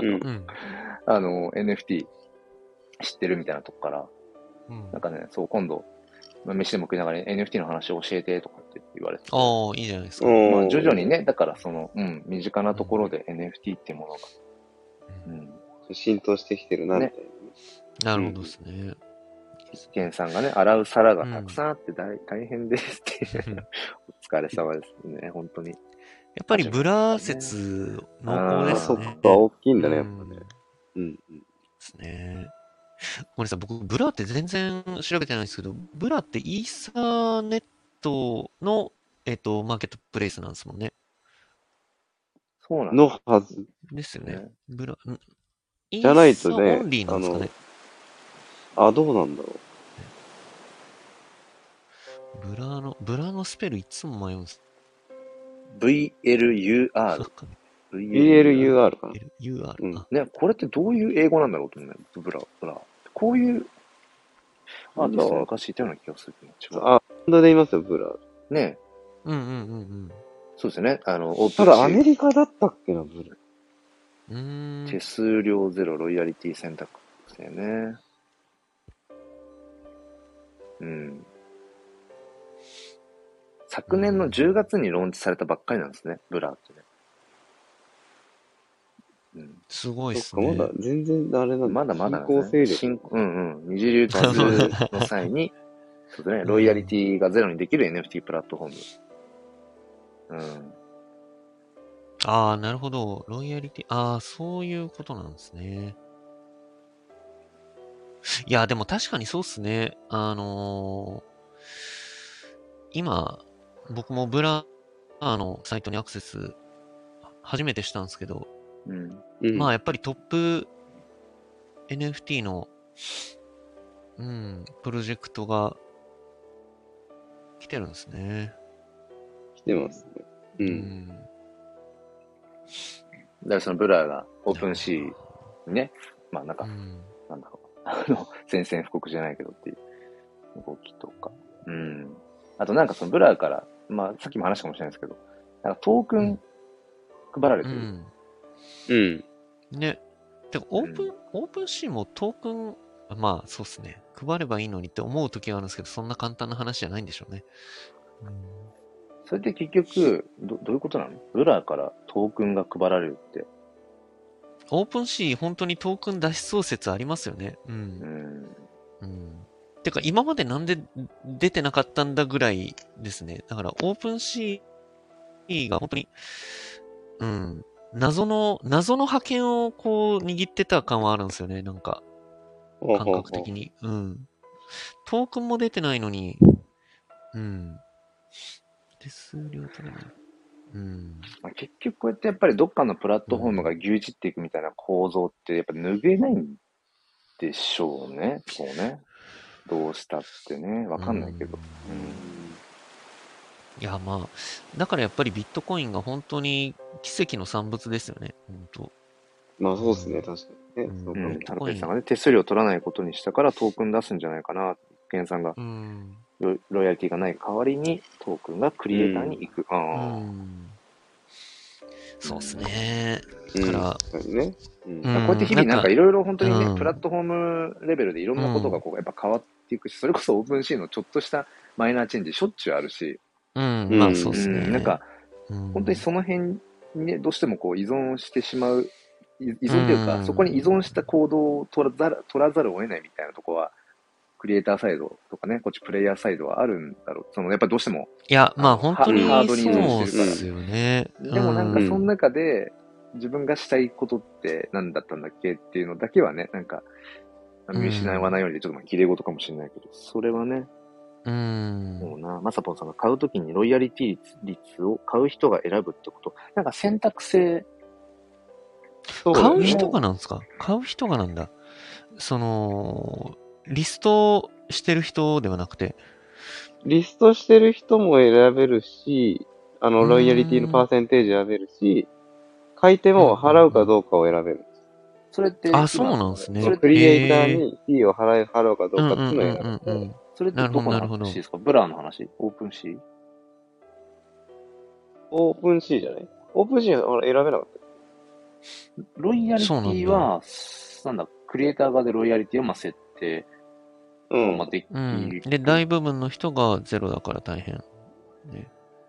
、NFT 知ってるみたいなとこから、なんかね、そう、今度、飯でも食いながら NFT の話を教えてとかって言われて。 ああ、いいじゃないですか。 まあ徐々にね、だから身近なところで NFT っていうものが、 浸透してきてるな、みたいな。なるほどですね。 ケンさんがね、洗う皿がたくさんあって大変ですっていう。お疲れ様ですね、本当に。 やっぱりブラ説濃厚ですね。 そっか、大きいんだね、やっぱね。 ですね。ごめんなさい、僕、ブラって全然調べてないんですけど、ブラってイーサネットの、マーケットプレイスなんですもんね。 そうなんのはず。 ですよね。ブラ、 じゃないとね、 オンリーなんですかね。 どうなんだろう。ブラのスペルいつも迷うんです。 VLUR。 VLUR かな。 UR。 ね、これってどういう英語なんだろうと思うね。ブラ。こういう、アーティスト昔いたような気がするけど。 バンドでいますよ、ブラ。 ね。そうですよね。 ただアメリカだったっけな、ブラ。 手数料ゼロ、ロイヤリティ選択ですよね。昨年の10月にローンチされたばっかりなんですね、ブラってね。すごいっすね。 まだ全然あれなんだ。 まだまだ新興勢力。 二次流通の際に、そうですね、ロイヤリティがゼロにできる NFT プラットフォーム。 ああ、なるほど。ロイヤリティ、そういうことなんですね。いや、でも確かにそうっすね。今、僕もブラのサイトにアクセス初めてしたんですけど、まあやっぱりトップ NFT のプロジェクトが来てるんですね。 来てますね。 だからそのブラがオープンシーにね、まあなんか、なんだろう、宣戦布告じゃないけどっていう動きとか。あとなんかそのブラから、まあさっきも話したかもしれないですけど、なんかトークン配られてる。 ね。てかオープンシーもトークン、まあそうっすね。配ればいいのにって思う時があるんですけど、そんな簡単な話じゃないんでしょうね。 それって結局、どういうことなの？ブラからトークンが配られるって。 オープンシー本当にトークン出しそう説ありますよね。てか今までなんで出てなかったんだぐらいですね。だからオープンシーが本当に、謎の覇権をこう握ってた感はあるんですよね。なんか、感覚的に。トークンも出てないのに、手数料取れない。 結局こうやってやっぱりどっかのプラットフォームが牛耳っていくみたいな構造ってやっぱ脱げないんでしょうね。そうね。どうしたってね。わかんないけど。 いや、まあ、だからやっぱりビットコインが本当に奇跡の産物ですよね。本当。 まあそうですね、確かにね。 タラペイさんがね、手数料取らないことにしたからトークン出すんじゃないかな。ケンさんがロイヤリティがない代わりにトークンがクリエイターに行く。 そうですね。だから、 こうやって日々なんかいろいろ本当にね、プラットフォームレベルでいろんなことがこうやっぱ変わっていくし、それこそオープンシーのちょっとしたマイナーチェンジしょっちゅうあるし。 まあそうですね。 なんか、本当にその辺にね、どうしてもこう依存してしまう、依存というか、そこに依存した行動を取らざるを得ないみたいなところは、クリエイターサイドとかね、こっちプレイヤーサイドはあるんだろう。その、やっぱどうしても。 いや、まあ本当にハードに依存そうしてるから。 ですよね。 でもなんかその中で、自分がしたいことって何だったんだっけっていうのだけはね、なんか、見失わないようにちょっと綺麗事かもしれないけど、それはね、もうな、まさぽんさんが買うときにロイヤリティ率を買う人が選ぶってこと、なんか選択制。 買う人がなんですか？買う人がなんだ。リストしてる人ではなくて。 リストしてる人も選べるし、ロイヤリティのパーセンテージ選べるし、買い手も払うかどうかを選べる。 それって、 そうなんですね。 それクリエイターにフィーを払うかどうかっていうのを選べる。 それってどこの話ですか？ブラーの話？オープンシー？ オープンシーじゃない？オープンシーは選べなかった。 ロイヤリティは、なんだ、クリエイター側でロイヤリティを設定。できる。 で、大部分の人がゼロだから大変。ね。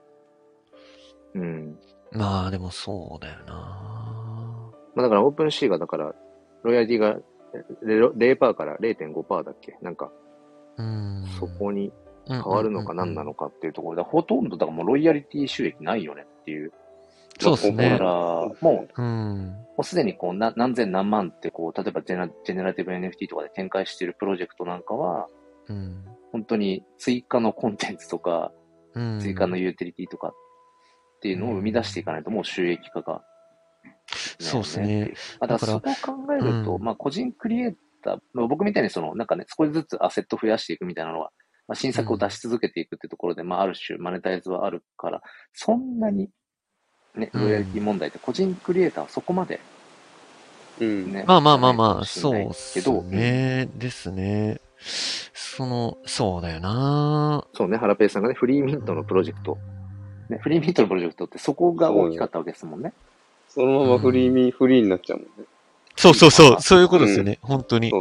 まあ、でもそうだよな。 まあだからオープンシーが、だから、ロイヤリティが0%から 0.5% だっけ？なんか、そこに変わるのか何なのかっていうところで、ほとんど、だからもうロイヤリティ収益ないよねっていう。 そうですね。 だから、もうすでにこう何千何万ってこう、例えばジェネラティブ NFT とかで展開しているプロジェクトなんかは、本当に追加のコンテンツとか、追加のユーティリティとかっていうのを生み出していかないともう収益化が、 そうですね。 だからそこを考えると、まあ個人クリエイター、僕みたいになんかね、少しずつアセット増やしていくみたいなのは、まあ、新作を出し続けていくってところで、まあある種マネタイズはあるから、そんなにね、ロイヤリティ問題って個人クリエイターはそこまで、 ね。まあ、そうですね。ですね。そうだよな。 そうね、ハラペイさんがね、フリーミントのプロジェクト。ね、フリーミントのプロジェクトってそこが大きかったわけですもんね。 そのままフリーになっちゃうもんね。 そういうことですよね。本当に。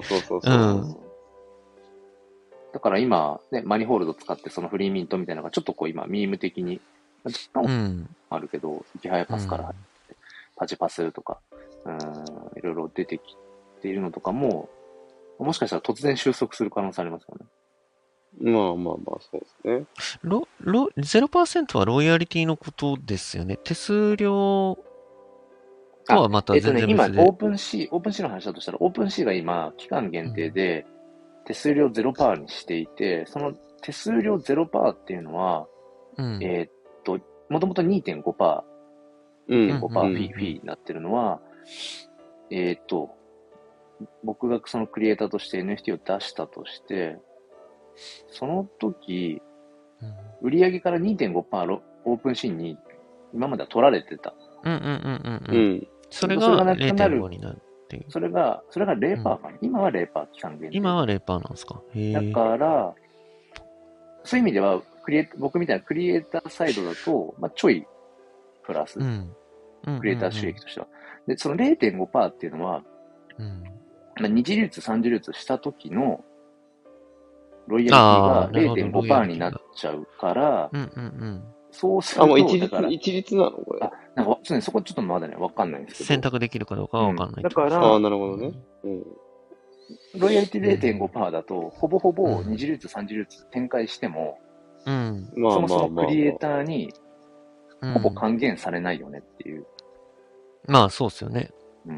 だから今、ね、マニホールド使ってそのフリーミントみたいなのがちょっとこう今、ミーム的に、あるけど、いきはやパスから、パチパスとか、いろいろ出てきているのとかも、もしかしたら突然収束する可能性ありますよね。 まあ、そうですね。 0% はロイヤリティのことですよね。手数料とはまた全然別で。 今、オープンシーの話だとしたら、オープンシーが今、期間限定で、手数料 0% にしていて、その手数料 0% っていうのは、もともと 2.5%、2.5% フィーになってるのは、 僕がそのクリエイターとして NFT を出したとして、その時、売上から 2.5% オープンシーンに今までは取られてた。 それがなくなる。 それが0%かな。今は0%期間限定。 今は 0% なんですか。 だから、そういう意味では、僕みたいなクリエイターサイドだと、まあ、ちょいプラス。クリエイター収益としては。で、その 0.5% っていうのは、まあ、二次流通、三次流通した時のロイヤリティが 0.5% になっちゃうから、そうすると、 もう一律なのこれ。 なんか、そこちょっとまだね、わかんないんですけど。 選択できるかどうかはわかんない。 だから、 なるほどね。 ロイヤリティ 0.5% だと、ほぼほぼ二次流通、三次流通展開しても、そもそもクリエイターにほぼ還元されないよねっていう。 まあ、そうっすよね。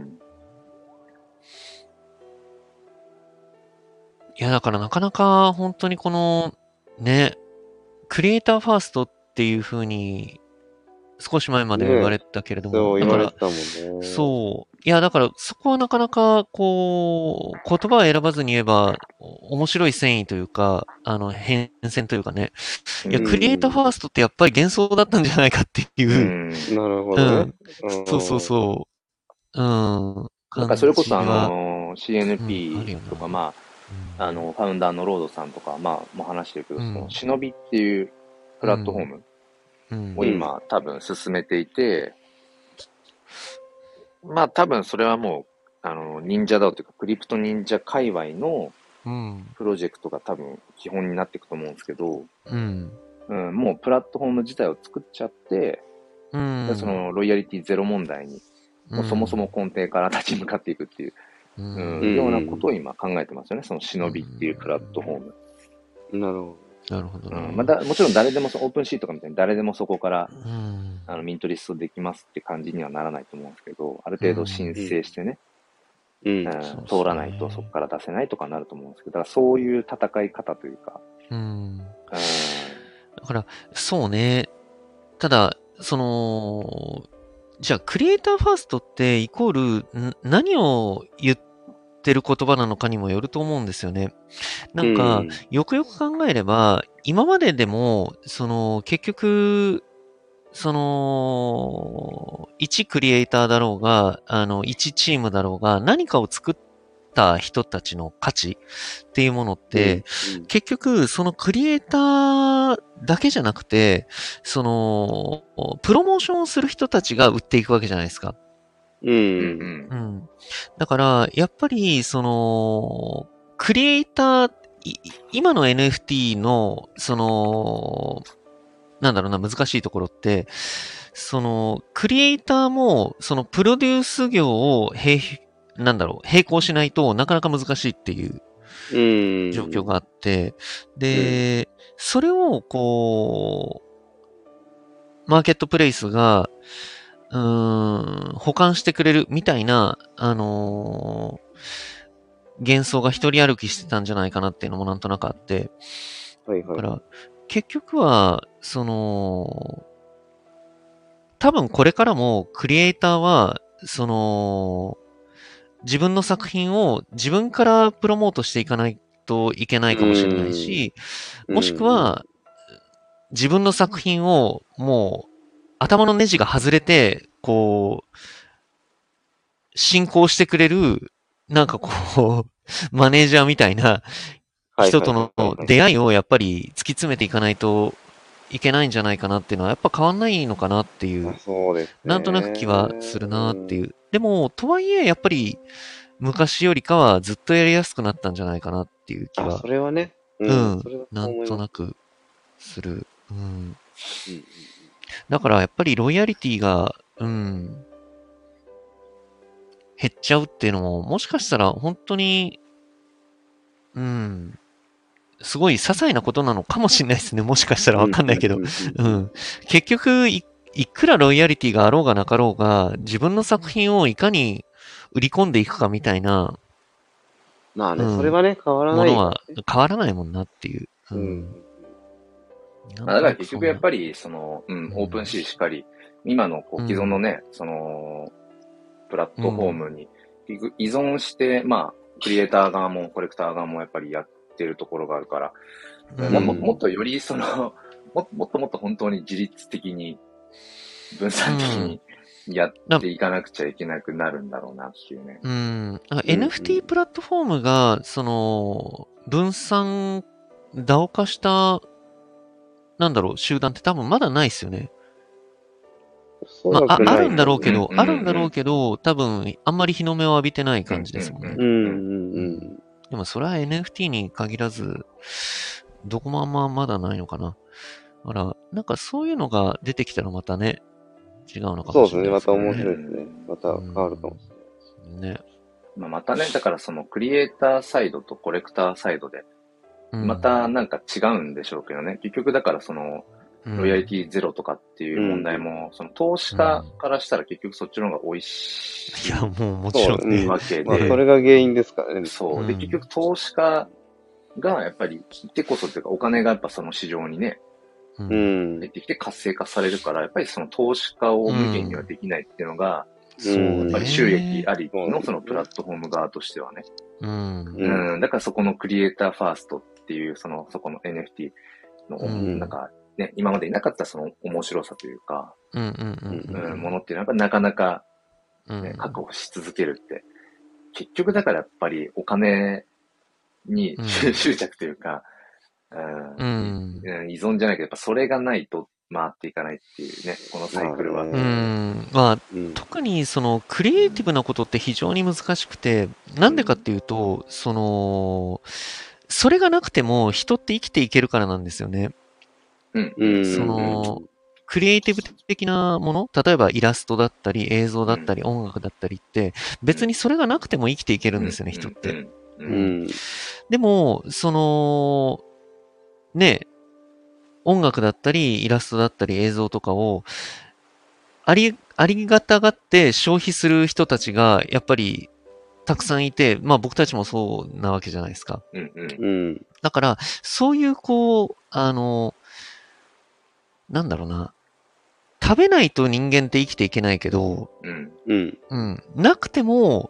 いや、だからなかなか本当にこの、ね、クリエイターファーストっていう風に少し前まで言われたけれども、 そう言われてたもんね。 そう。いや、だからそこはなかなかこう、言葉を選ばずに言えば面白い繊維というか、変遷というかね。いや、クリエイターファーストってやっぱり幻想だったんじゃないかっていう。 なるほどね。 そうそうそう。 なんかそれこそCNP とか、まあ、ファウンダーのロードさんとか、まあ、もう話してるけど、その、忍びっていうプラットフォームを今、多分進めていて、まあ、多分それはもう、忍者だというか、クリプト忍者界隈のプロジェクトが多分基本になっていくと思うんですけど、もうプラットフォーム自体を作っちゃって、そのロイヤリティゼロ問題に、もうそもそも根底から立ち向かっていくっていう、ようなことを今考えてますよね、その忍びっていうプラットフォーム。 なるほど。 なるほど、 まあ、もちろん誰でもオープンシートとかみたいに誰でもそこから、ミントリストできますって感じにはならないと思うんですけど、ある程度申請してね、通らないとそこから出せないとかなると思うんですけど、だからそういう戦い方というか。 だから、そうね。ただ、じゃあ、クリエイターファーストってイコール、何を言ってる言葉なのかにもよると思うんですよね。なんか、よくよく考えれば、今まででも、結局、一クリエイターだろうが、一チームだろうが、何かを作った人たちの価値っていうものって、結局、そのクリエイターだけじゃなくて、プロモーションをする人たちが売っていくわけじゃないですか。だから、やっぱり、クリエイター、今の NFT の、なんだろうな、難しいところって、クリエイターも、プロデュース業を並行しないとなかなか難しいっていう状況があって、で、それを、こう、マーケットプレイスが、保管してくれるみたいな、幻想が一人歩きしてたんじゃないかなっていうのもなんとなくあって、だから、結局は、多分これからもクリエイターは、自分の作品を自分からプロモートしていかないといけないかもしれないし、もしくは、自分の作品をもう頭のネジが外れて、こう、進行してくれる、なんかこう、マネージャーみたいな人との出会いをやっぱり突き詰めていかないといけないんじゃないかなっていうのはやっぱ変わんないのかなっていう、なんとなく気はするなっていう。でも、とはいえやっぱり昔よりかはずっとやりやすくなったんじゃないかなっていう気は。 それはね。 なんとなくする。だからやっぱりロイヤリティが、減っちゃうっていうのも、もしかしたら本当に、すごい些細なことなのかもしれないですね。もしかしたらわかんないけど。結局いくらロイヤリティがあろうがなかろうが、自分の作品をいかに売り込んでいくかみたいな、 まあね、それはね、変わらない、 ものは変わらないもんなっていう。 だから結局やっぱり、オープンシーしっかり、今の既存のね、プラットフォームに依存して、まあ、クリエイター側もコレクター側もやっぱりやってるところがあるから、もっとよりもっと本当に自律的に、分散的にやっていかなくちゃいけなくなるんだろうなっていうね。 NFT プラットフォームが、分散、DAO 化した、集団って多分まだないですよね。まあ、あるんだろうけど、多分、あんまり日の目を浴びてない感じですもんね。でも、それは NFT に限らず、どこもあんままだないのかな。だから、なんかそういうのが出てきたらまたね、違うのかもしれないですね。 そうですね、また面白いですね。また変わるかもしれない。 ね。 またね、だからそのクリエイターサイドとコレクターサイドで、またなんか違うんでしょうけどね。結局だからその、ロイヤリティゼロとかっていう問題も、その投資家からしたら結局そっちの方が美味しい。 いや、もうもちろんね。わけで。 まあ、それが原因ですからね。 そう。で、結局投資家がやっぱり来てこそというか、お金がやっぱその市場にね、入ってきて活性化されるから、やっぱりその投資家を無限にはできないっていうのが、やっぱり収益ありのそのプラットフォーム側としてはね。だからそこのクリエイターファーストっていう、そこの NFT の、なんかね、今までいなかったその面白さというか、ものっていうのはなかなか、ね、確保し続けるって、結局だからやっぱりお金に執着というか、依存じゃないけど、やっぱそれがないと回っていかないっていうね、このサイクルは。 まあ、特にそのクリエイティブなことって非常に難しくて、なんでかっていうと、それがなくても人って生きていけるからなんですよね。クリエイティブ的なもの、例えばイラストだったり映像だったり音楽だったりって、別にそれがなくても生きていけるんですよね、人って。でも、ね、音楽だったり、イラストだったり、映像とかを、ありがたがって消費する人たちが、やっぱり、たくさんいて、まあ僕たちもそうなわけじゃないですか。だから、そういう、なんだろうな。食べないと人間って生きていけないけど、なくても、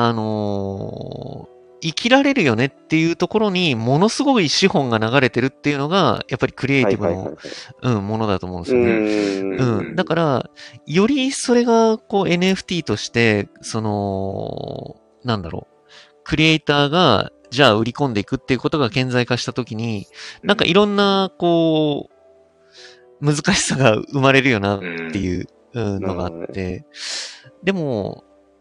生きられるよねっていうところにものすごい資本が流れてるっていうのがやっぱりクリエイティブのものだと思うんですよね。だからよりそれがこう NFT としてなんだろうクリエイターがじゃあ売り込んでいくっていうことが顕在化したときになんかいろんなこう難しさが生まれるよなっていうのがあってでも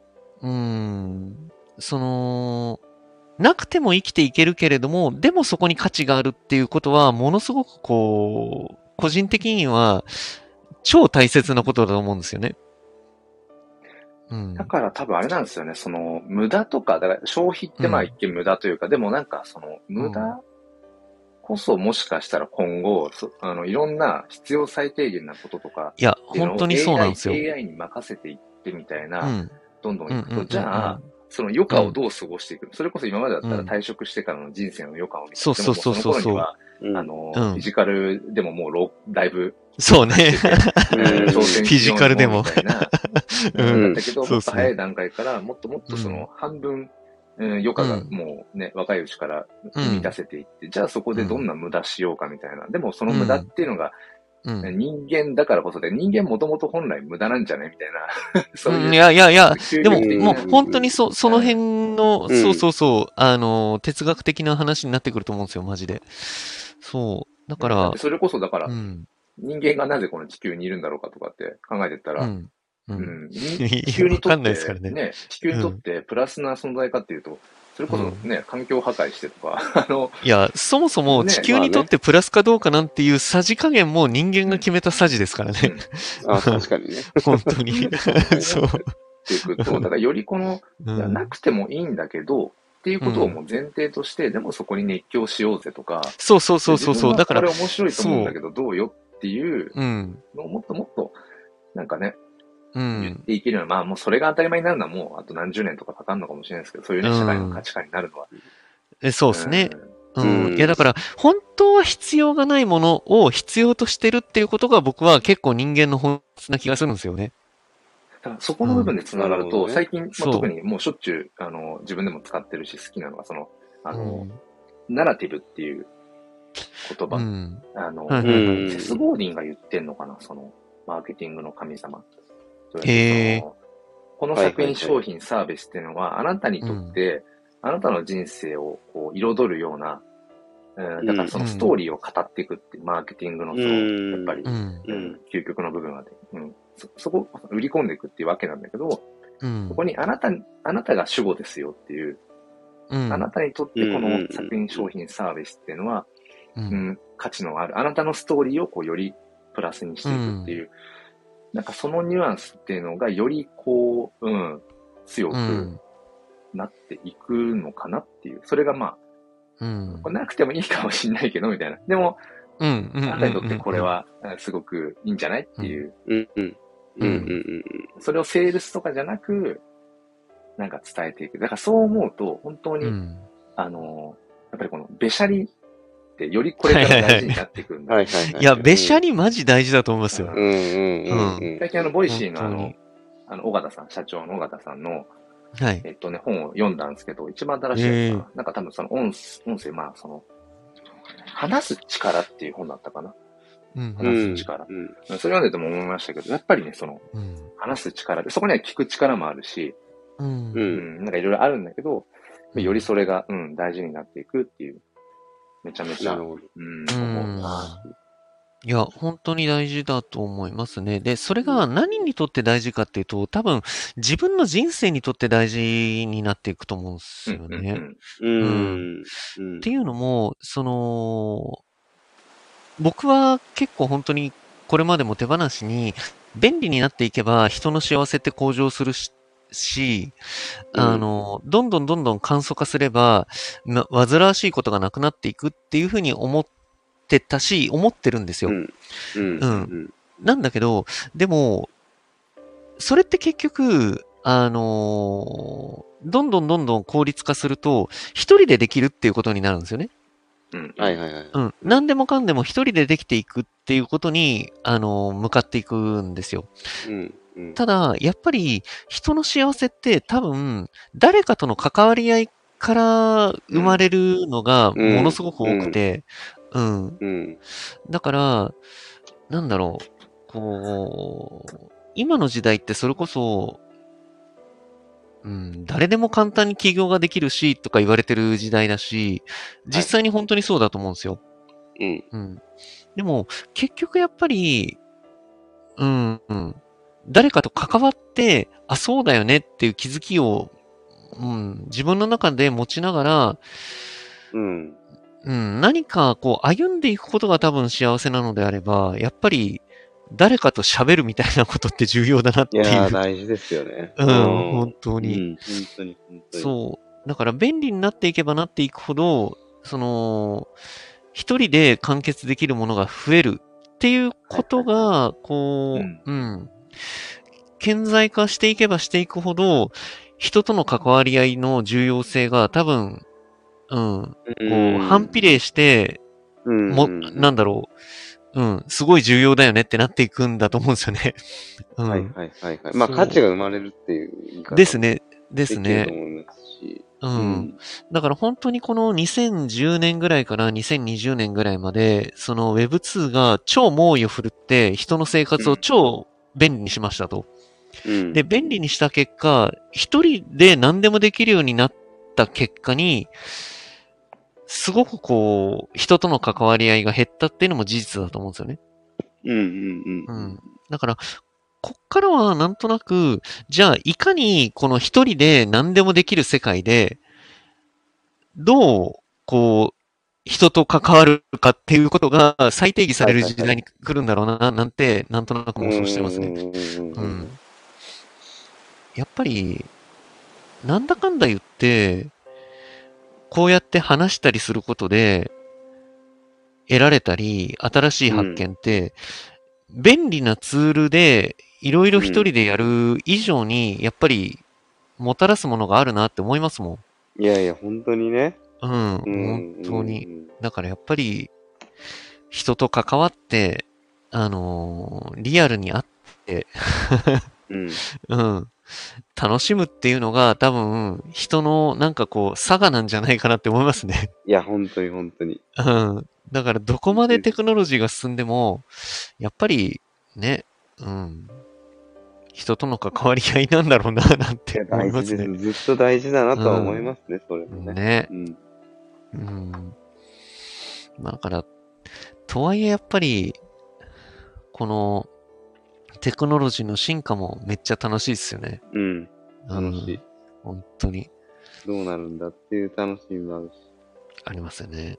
なくても生きていけるけれども、でもそこに価値があるっていうことは、ものすごくこう、個人的には超大切なことだと思うんですよね。 だから多分あれなんですよね、無駄とか、だから消費ってまあ一見無駄というか、でもなんか無駄こそもしかしたら今後、いろんな必要最低限なこととか、 いや、本当にそうなんですよ。 AI に任せていってみたいな、どんどんいくと、じゃあ、その余暇をどう過ごしていく、それこそ今までだったら退職してからの人生の余暇を見て、 そうそうそうそう。 その頃には、フィジカルでももうだいぶ、 そうね。フィジカルでも。 みたいな。だったけど、もっと早い段階から、もっともっと半分、余暇がもうね、若いうちから満たせていって、じゃあそこでどんな無駄しようかみたいな。でもその無駄っていうのが、人間だからこそで、人間もともと本来無駄なんじゃねみたいな。そういう。 いや、でも、もう本当にその辺の、哲学的な話になってくると思うんですよ、マジで。そう。だから。 それこそだから、人間がなぜこの地球にいるんだろうかとかって考えてったら、地球にとって、ね、地球にとってプラスな存在かっていうと、それこそね、環境破壊してとか、 いや、そもそも地球にとってプラスかどうかなんていうさじ加減も人間が決めたさじですからね。 確かにね。 本当に。そう。 っていくと、だからよりなくてもいいんだけど、っていうことをもう前提として、でもそこに熱狂しようぜとか、 そう。だから。 これ面白いと思うんだけど、どうよっていうのをもっともっと、なんかね、言っていけるような、まあもうそれが当たり前になるのはもうあと何十年とかかかるのかもしれないですけど、そういうね、社会の価値観になるのは。 そうですね。いやだから、本当は必要がないものを必要としてるっていうことが僕は結構人間の本質な気がするんですよね。 だからそこの部分で繋がると、最近、特にもうしょっちゅう、自分でも使ってるし好きなのが、ナラティブっていう言葉。セス・ゴーディンが言ってんのかな、マーケティングの神様。この作品、商品、サービスっていうのは、あなたにとって、あなたの人生をこう彩るような、だからそのストーリーを語っていくっていう、マーケティングのやっぱり、究極の部分まで、そこを売り込んでいくっていうわけなんだけど、そこにあなたが主語ですよっていう、あなたにとってこの作品、商品、サービスっていうのは、価値のある、あなたのストーリーをこうよりプラスにしていくっていう、なんかそのニュアンスっていうのがよりこう、強くなっていくのかなっていう。それがまあ、これなくてもいいかもしれないけど、みたいな。でも、あなたにとってこれはすごくいいんじゃないっていう。それをセールスとかじゃなく、なんか伝えていく。だからそう思うと、本当に、やっぱりこのべしゃりってよりこれから大事になってくるんだ。 いや、べしゃりマジ大事だと思いますよ。 最近ボイシーの尾形さん、社長の尾形さんの、本を読んだんですけど、一番新しいやつかな。なんか多分その音声、まあ話す力っていう本だったかな。話す力。それ読んでても思いましたけど、やっぱりね、話す力で、そこには聞く力もあるし、なんかいろいろあるんだけど、よりそれが、大事になっていくっていう。めちゃめちゃ。思うな。 いや、本当に大事だと思いますね。で、それが何にとって大事かっていうと、多分自分の人生にとって大事になっていくと思うんですよね。っていうのも、僕は結構本当にこれまでも手放しに便利になっていけば人の幸せって向上するし、どんどん簡素化すれば、煩わしいことがなくなっていくっていうふうに思ってたし、思ってるんですよ。なんだけど、でも、それって結局、どんどん効率化すると、一人でできるっていうことになるんですよね。何でもかんでも一人でできていくっていうことに、向かっていくんですよ。ただ、やっぱり人の幸せって多分、誰かとの関わり合いから生まれるのがものすごく多くて、だから、なんだろう、こう、今の時代ってそれこそ、誰でも簡単に起業ができるし、とか言われてる時代だし、実際に本当にそうだと思うんですよ。でも、結局やっぱり、誰かと関わって、あ、そうだよねっていう気づきを、自分の中で持ちながら、何かこう歩んでいくことが多分幸せなのであれば、やっぱり誰かと喋るみたいなことって重要だなっていう。いや、大事ですよね。 本当に。 本当に。 そう。だから便利になっていけばなっていくほど、一人で完結できるものが増えるっていうことが、こう、顕在化していけばしていくほど、人との関わり合いの重要性が多分、こう、反比例して、なんだろう、すごい重要だよねってなっていくんだと思うんですよね。 まあ、価値が生まれるっていう言い方ですね。だから本当にこの2010年ぐらいから2020年ぐらいまで、その Web2 が超猛威を振るって人の生活を超便利にしましたと。で、便利にした結果、一人で何でもできるようになった結果に、すごくこう、人との関わり合いが減ったっていうのも事実だと思うんですよね。だから、こっからはなんとなく、じゃあいかにこの一人で何でもできる世界で、どう、こう、人と関わるかっていうことが再定義される時代に来るんだろうな、なんて、なんとなく妄想してますね。やっぱり、なんだかんだ言って、こうやって話したりすることで、得られたり、新しい発見って、便利なツールで、いろいろ一人でやる以上に、やっぱり、もたらすものがあるなって思いますもん。いやいや、本当にね。 本当に。だからやっぱり、人と関わって、リアルに会ってうん。 うん。楽しむっていうのが多分、人のなんかこう、差がなんじゃないかなって思いますね。 いや、本当に本当に。 うん。だからどこまでテクノロジーが進んでも、やっぱりね、うん。人との関わり合いなんだろうな、なんて思いますね。 ずっと大事だなとは思いますね、それもね。 ね。うん。だから、とはいえやっぱり、この、テクノロジーの進化もめっちゃ楽しいですよね。 うん。楽しい。 本当に。 どうなるんだっていう楽しみもあるし。 ありますよね。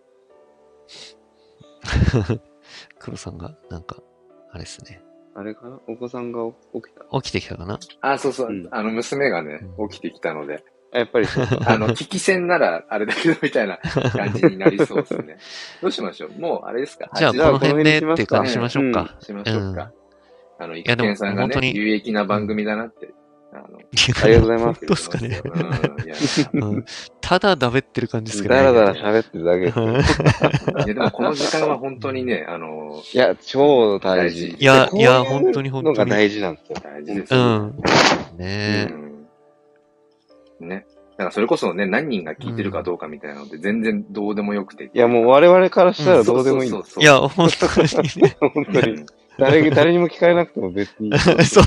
黒さんが、なんか、あれですね。 あれかなお子さんが起きた起きてきたかなそうそう。娘がね、起きてきたので。 やっぱりそう。 聞き戦ならあれだけどみたいな感じになりそうですね。どうしましょうもうあれですかじゃあこの辺でって感じしましょうか。 しましょうか。いや、でもさんがね、有益な番組だなって。 ありがとうございます。 本当ですかね。ただだべってる感じですけどね。だらだら喋ってるだけですいや、でもこの時間は本当にね、 いや、超大事。 いや、本当に本当に。 のが大事なんですよ。 大事ですよ。 ねね。だからそれこそね、何人が聞いてるかどうかみたいなので、全然どうでもよくて。 いや、もう我々からしたらどうでもいい。 いや、本当にね。 本当に。誰にも聞かれなくても別に。 そう。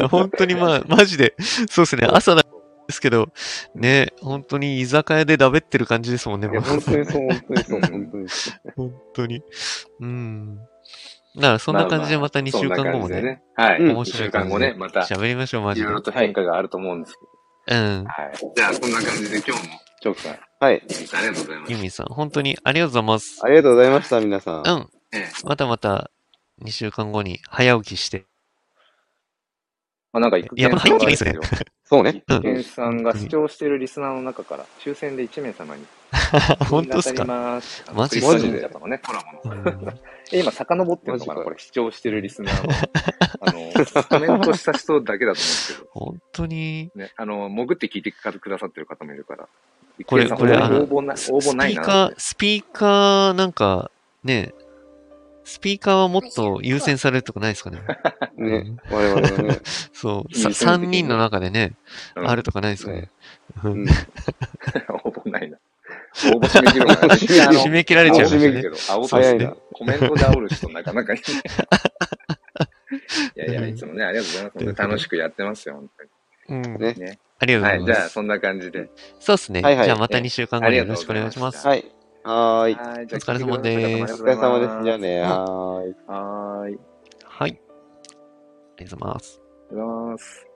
本当にマジで、そうですね、朝ですけど、ね、本当に居酒屋でだべってる感じですもんね、 本当にそう、本当にそう、 本当に。だからそんな感じでまた2週間後もね。 はい。 面白い感じで。 また。 喋りましょう、マジで。 いろいろと変化があると思うんですけど。 はい。 じゃあ、そんな感じで今日も、チョークさん。 はい。 ありがとうございます。 ユミさん、本当にありがとうございます。 ありがとうございました、皆さん。 また2週間後に早起きして。 なんか、 いや、早起きがいいですね。 そうね。 一見さんが視聴しているリスナーの中から、抽選で1名様に。 本当ですかマジでコラボの。今、遡ってるのかなこれ、視聴してるリスナーの。コメントした人だけだと思うんですけど。 本当に。 ね、潜って聞いてくださってる方もいるから。 これ、 応募ないな。 スピーカー、なんか、ね、スピーカーはもっと優先されるとかないですかね。 ね、我々はね。 そう、3人の中でね、あるとかないですかね。 応募ないな。応募締め切るのが締め切られちゃう。 早いな。コメントで煽る人なかなかいない。いや、いつもね、ありがとうございます。楽しくやってますよ、本当に。 ね。ありがとうございます。 じゃあ、そんな感じで。 そうですね。じゃあ、また2週間後によろしくお願いします。 はい。はーい。 お疲れ様です。 お疲れ様です。じゃあね。 はい。 はい。ありがとうございます。 ありがとうございます。